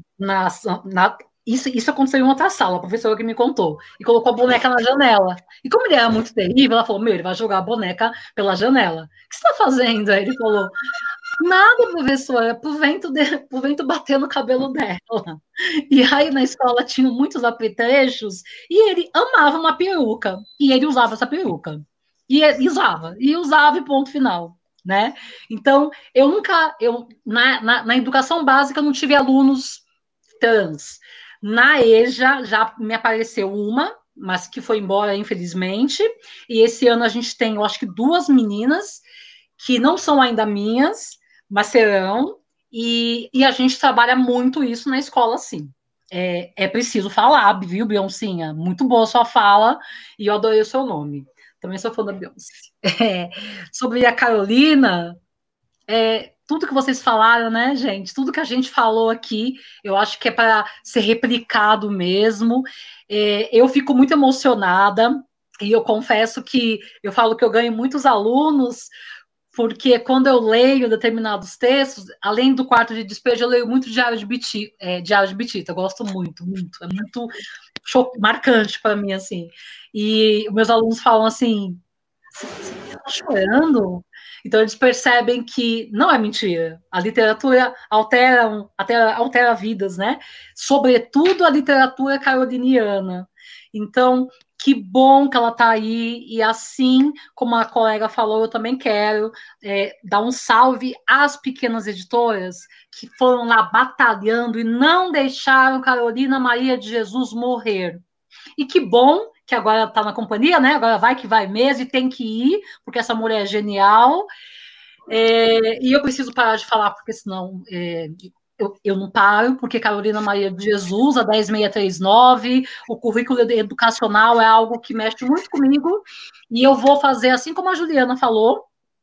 isso aconteceu em outra sala, a professora que me contou, e colocou a boneca na janela. E como ele era muito terrível, ela falou: ele vai jogar a boneca pela janela. O que você está fazendo? Aí ele falou: nada, professora, pro vento bater no cabelo dela. E aí na escola tinham muitos apetrechos, e ele amava uma peruca, e ele usava essa peruca. E usava e ponto final. Né? Então, na educação básica, eu não tive alunos trans. Na EJA, já me apareceu uma, mas que foi embora, infelizmente, e esse ano a gente tem, eu acho que 2 meninas, que não são ainda minhas, mas serão, e a gente trabalha muito isso na escola, sim. É preciso falar, viu, Beyoncé? Muito boa a sua fala, e eu adorei o seu nome. Também sou fã da Beyoncé. Sobre a Carolina, tudo que vocês falaram, né, gente? Tudo que a gente falou aqui, eu acho que é para ser replicado mesmo. Eu fico muito emocionada, e eu confesso que eu falo que eu ganho muitos alunos, porque quando eu leio determinados textos, além do Quarto de Despejo, eu leio muito Diário de Bitita. Eu gosto muito, muito. É muito marcante para mim, assim. E meus alunos falam assim: você está chorando? Então eles percebem que não é mentira. A literatura altera vidas, né? Sobretudo a literatura caroliniana. Então, que bom que ela está aí, e assim como a colega falou, eu também quero dar um salve às pequenas editoras que foram lá batalhando e não deixaram Carolina Maria de Jesus morrer. E que bom que agora está na companhia, né? Agora vai que vai mesmo, e tem que ir, porque essa mulher é genial. E eu preciso parar de falar, porque senão eu não paro, porque Carolina Maria de Jesus, a 10639, o currículo educacional é algo que mexe muito comigo, e eu vou fazer assim como a Juliana falou.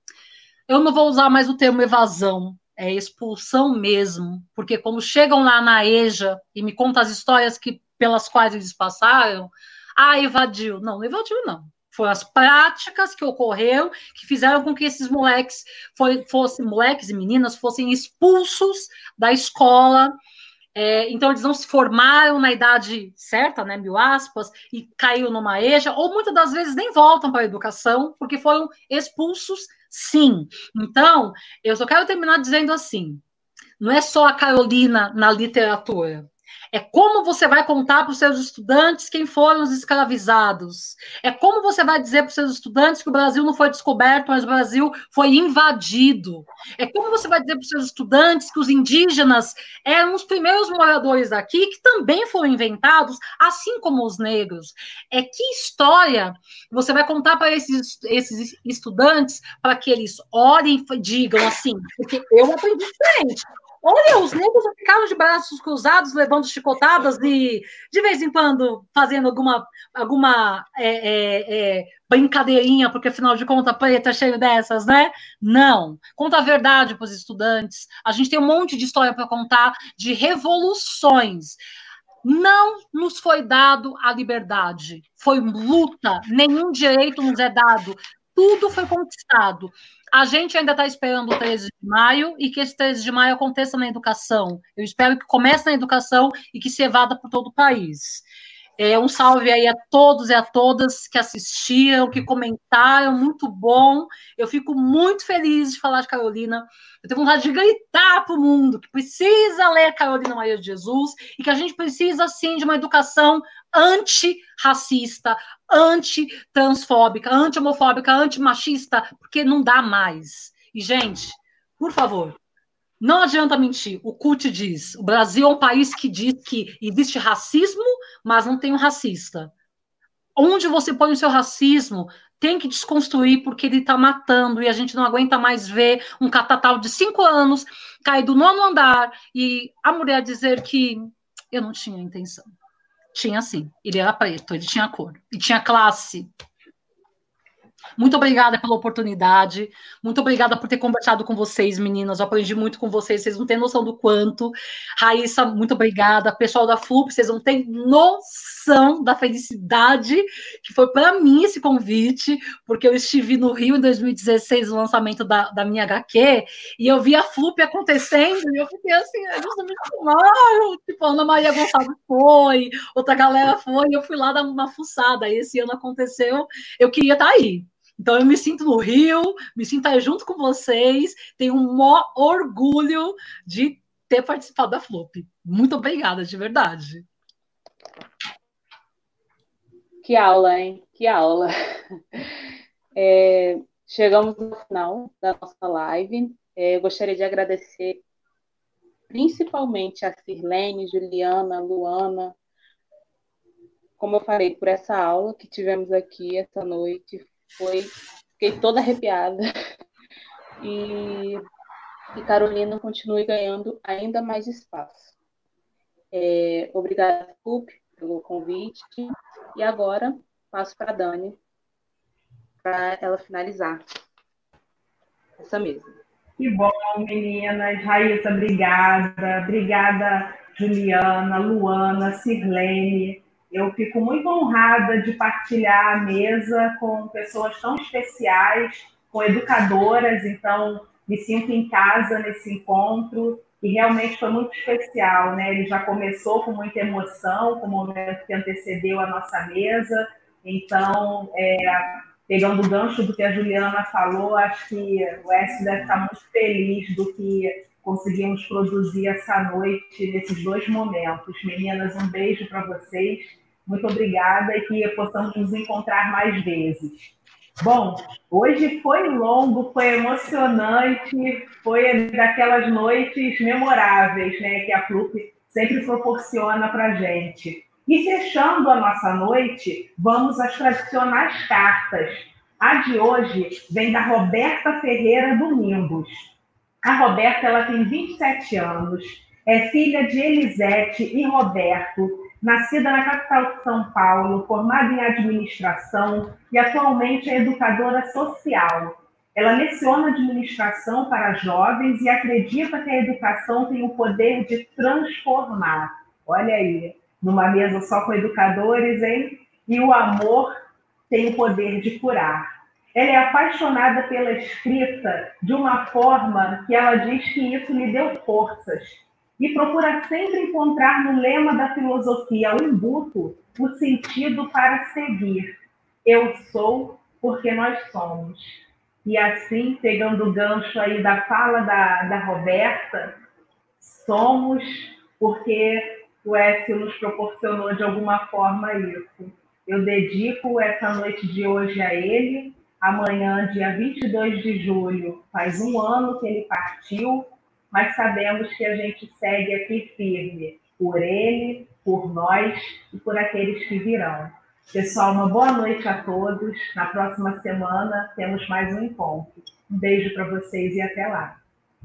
Eu não vou usar mais o termo evasão, é expulsão mesmo, porque quando chegam lá na EJA e me contam as histórias pelas quais eles passaram, evadiu. Não evadiu, não. Foram as práticas que ocorreram que fizeram com que esses moleques moleques e meninas fossem expulsos da escola. Então, eles não se formaram na idade certa, né, 1000 aspas, e caíram numa EJA, ou muitas das vezes nem voltam para a educação, porque foram expulsos, sim. Então, eu só quero terminar dizendo assim, não é só a Carolina na literatura. É como você vai contar para os seus estudantes quem foram os escravizados. É como você vai dizer para os seus estudantes que o Brasil não foi descoberto, mas o Brasil foi invadido. É como você vai dizer para os seus estudantes que os indígenas eram os primeiros moradores daqui, que também foram inventados, assim como os negros. Que história você vai contar para esses estudantes para que eles olhem e digam assim, porque eu aprendi diferente. Olha, os negros ficaram de braços cruzados, levando chicotadas e, de vez em quando, fazendo alguma brincadeirinha, porque, afinal de contas, preto é cheio dessas, né? Não. Conta a verdade para os estudantes. A gente tem um monte de história para contar de revoluções. Não nos foi dado a liberdade. Foi luta. Nenhum direito nos é dado. Tudo foi conquistado. A gente ainda está esperando o 13 de maio e que esse 13 de maio aconteça na educação. Eu espero que comece na educação e que se evada por todo o país. Um salve aí a todos e a todas que assistiram, que comentaram, muito bom. Eu fico muito feliz de falar de Carolina. Eu tenho vontade de gritar para o mundo que precisa ler Carolina Maria de Jesus e que a gente precisa, sim, de uma educação antirracista, antitransfóbica, anti-homofóbica, antimachista, porque não dá mais. E, gente, por favor, não adianta mentir. O CUT diz, o Brasil é um país que diz que existe racismo, mas não tem um racista. Onde você põe o seu racismo, tem que desconstruir, porque ele está matando, e a gente não aguenta mais ver um catatal de 5 anos cair do 9º andar, e a mulher dizer que eu não tinha intenção. Tinha sim, ele era preto, ele tinha cor, e tinha classe. Muito obrigada pela oportunidade, muito obrigada por ter conversado com vocês, meninas, eu aprendi muito com vocês, vocês não têm noção do quanto. Raíssa, muito obrigada, pessoal da FLUP, vocês não têm noção da felicidade que foi para mim esse convite, porque eu estive no Rio em 2016, no lançamento da minha HQ, e eu vi a FLUP acontecendo, e eu fiquei assim, justamente, tipo, a Ana Maria Gonçalves foi, outra galera foi, e eu fui lá dar uma fuçada, e esse ano aconteceu, eu queria estar aí. Então, eu me sinto no Rio, me sinto aí junto com vocês, tenho um maior orgulho de ter participado da FLUP. Muito obrigada, de verdade. Que aula, hein? Que aula. Chegamos no final da nossa live. Eu gostaria de agradecer principalmente a Sirlene, Juliana, Luana, como eu falei, por essa aula que tivemos aqui essa noite. Fiquei toda arrepiada. E Carolina continue ganhando ainda mais espaço. Obrigada, FLUP, pelo convite. E agora passo para a Dani, para ela finalizar essa mesa. Que bom, meninas. Raíssa, obrigada. Obrigada, Juliana, Luana, Sirlene. Eu fico muito honrada de partilhar a mesa com pessoas tão especiais, com educadoras, então me sinto em casa nesse encontro, e realmente foi muito especial, né? Ele já começou com muita emoção, com o momento que antecedeu a nossa mesa, então pegando o gancho do que a Juliana falou, acho que o Écio deve estar muito feliz do que conseguimos produzir essa noite, nesses 2 momentos. Meninas, um beijo para vocês, muito obrigada e que possamos nos encontrar mais vezes. Bom, hoje foi longo, foi emocionante, foi daquelas noites memoráveis, né, que a FLUP sempre proporciona para a gente. E fechando a nossa noite, vamos às tradicionais cartas. A de hoje vem da Roberta Ferreira Domingos. A Roberta ela tem 27 anos, é filha de Elisete e Roberto, nascida na capital de São Paulo, formada em administração e atualmente é educadora social. Ela leciona administração para jovens e acredita que a educação tem o poder de transformar. Olha aí, numa mesa só com educadores, hein? E o amor tem o poder de curar. Ela é apaixonada pela escrita de uma forma que ela diz que isso lhe deu forças. E procura sempre encontrar no lema da filosofia Umbuto o sentido para seguir. Eu sou porque nós somos. E assim, pegando o gancho aí da fala da Roberta, somos porque o Écio nos proporcionou de alguma forma isso. Eu dedico essa noite de hoje a ele. Amanhã, dia 22 de julho, faz 1 ano que ele partiu, mas sabemos que a gente segue aqui firme, por ele, por nós e por aqueles que virão. Pessoal, uma boa noite a todos. Na próxima semana temos mais um encontro. Um beijo para vocês e até lá.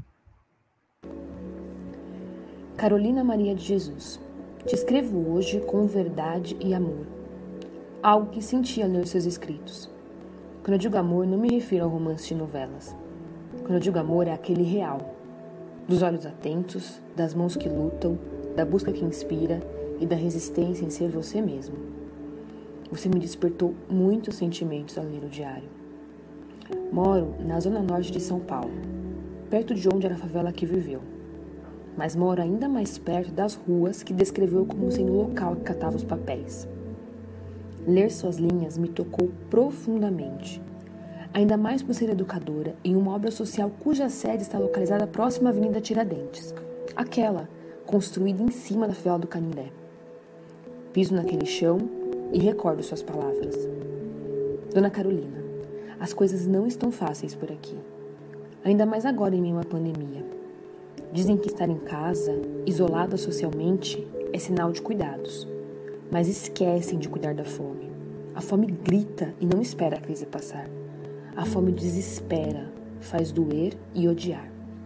Carolina Maria de Jesus, te escrevo hoje com verdade e amor. Algo que senti ao ler seus escritos. Quando eu digo amor, não me refiro ao romance de novelas. Quando eu digo amor, é aquele real. Dos olhos atentos, das mãos que lutam, da busca que inspira e da resistência em ser você mesmo. Você me despertou muitos sentimentos ao ler o diário. Moro na zona norte de São Paulo, perto de onde era a favela que viveu. Mas moro ainda mais perto das ruas que descreveu como sendo o local que catava os papéis. Ler suas linhas me tocou profundamente, ainda mais por ser educadora em uma obra social cuja sede está localizada próxima à Avenida Tiradentes, aquela construída em cima da favela do Canindé. Piso naquele chão e recordo suas palavras. Dona Carolina, as coisas não estão fáceis por aqui, ainda mais agora em meio à pandemia. Dizem que estar em casa, isolada socialmente, é sinal de cuidados. Mas esquecem de cuidar da fome. A fome grita e não espera a crise passar. A fome desespera, faz doer e odiar.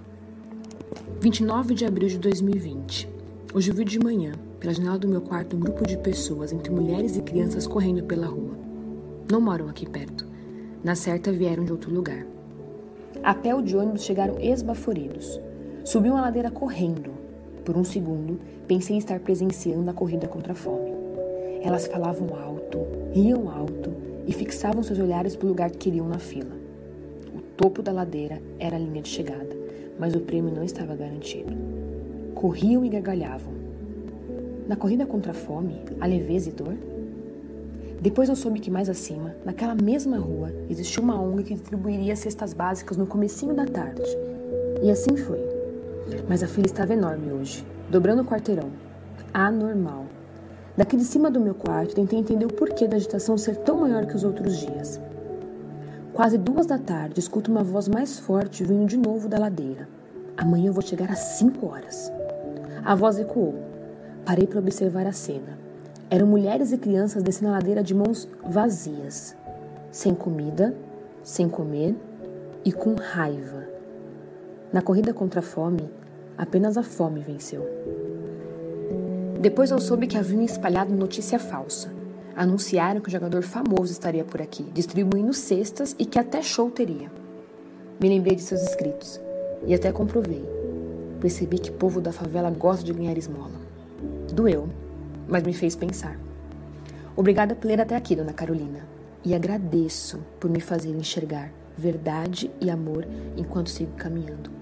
29 de abril de 2020. Hoje eu vi de manhã, pela janela do meu quarto, um grupo de pessoas, entre mulheres e crianças, correndo pela rua. Não moram aqui perto. Na certa vieram de outro lugar. A pé ou de ônibus chegaram esbaforidos. Subiam a ladeira correndo. Por um segundo, pensei em estar presenciando a corrida contra a fome. Elas falavam alto, riam alto e fixavam seus olhares para o lugar que queriam na fila. O topo da ladeira era a linha de chegada, mas o prêmio não estava garantido. Corriam e gargalhavam. Na corrida contra a fome, há leveza e dor? Depois eu soube que mais acima, naquela mesma rua, existia uma ONG que distribuiria cestas básicas no comecinho da tarde. E assim foi. Mas a fila estava enorme hoje, dobrando o quarteirão. Anormal. Daqui de cima do meu quarto, tentei entender o porquê da agitação ser tão maior que os outros dias. Quase 2 da tarde, escuto uma voz mais forte vindo de novo da ladeira. Amanhã eu vou chegar às 5 horas. A voz ecoou. Parei para observar a cena. Eram mulheres e crianças descendo a ladeira de mãos vazias. Sem comida, sem comer e com raiva. Na corrida contra a fome, apenas a fome venceu. Depois eu soube que haviam espalhado notícia falsa. Anunciaram que um jogador famoso estaria por aqui, distribuindo cestas e que até show teria. Me lembrei de seus escritos e até comprovei. Percebi que o povo da favela gosta de ganhar esmola. Doeu, mas me fez pensar. Obrigada por ler até aqui, Dona Carolina. E agradeço por me fazer enxergar verdade e amor enquanto sigo caminhando.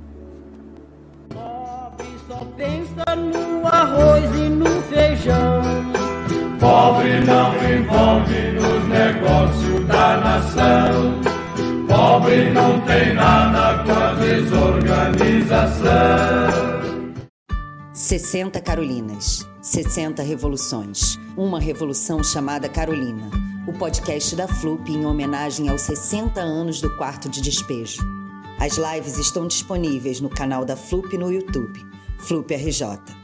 Só pensa no arroz e no feijão. Pobre não envolve nos negócios da nação. Pobre não tem nada com a desorganização. 60 Carolinas, 60 revoluções. Uma revolução chamada Carolina. O podcast da FLUP em homenagem aos 60 anos do quarto de despejo. As lives estão disponíveis no canal da FLUP no YouTube, FLUP RJ.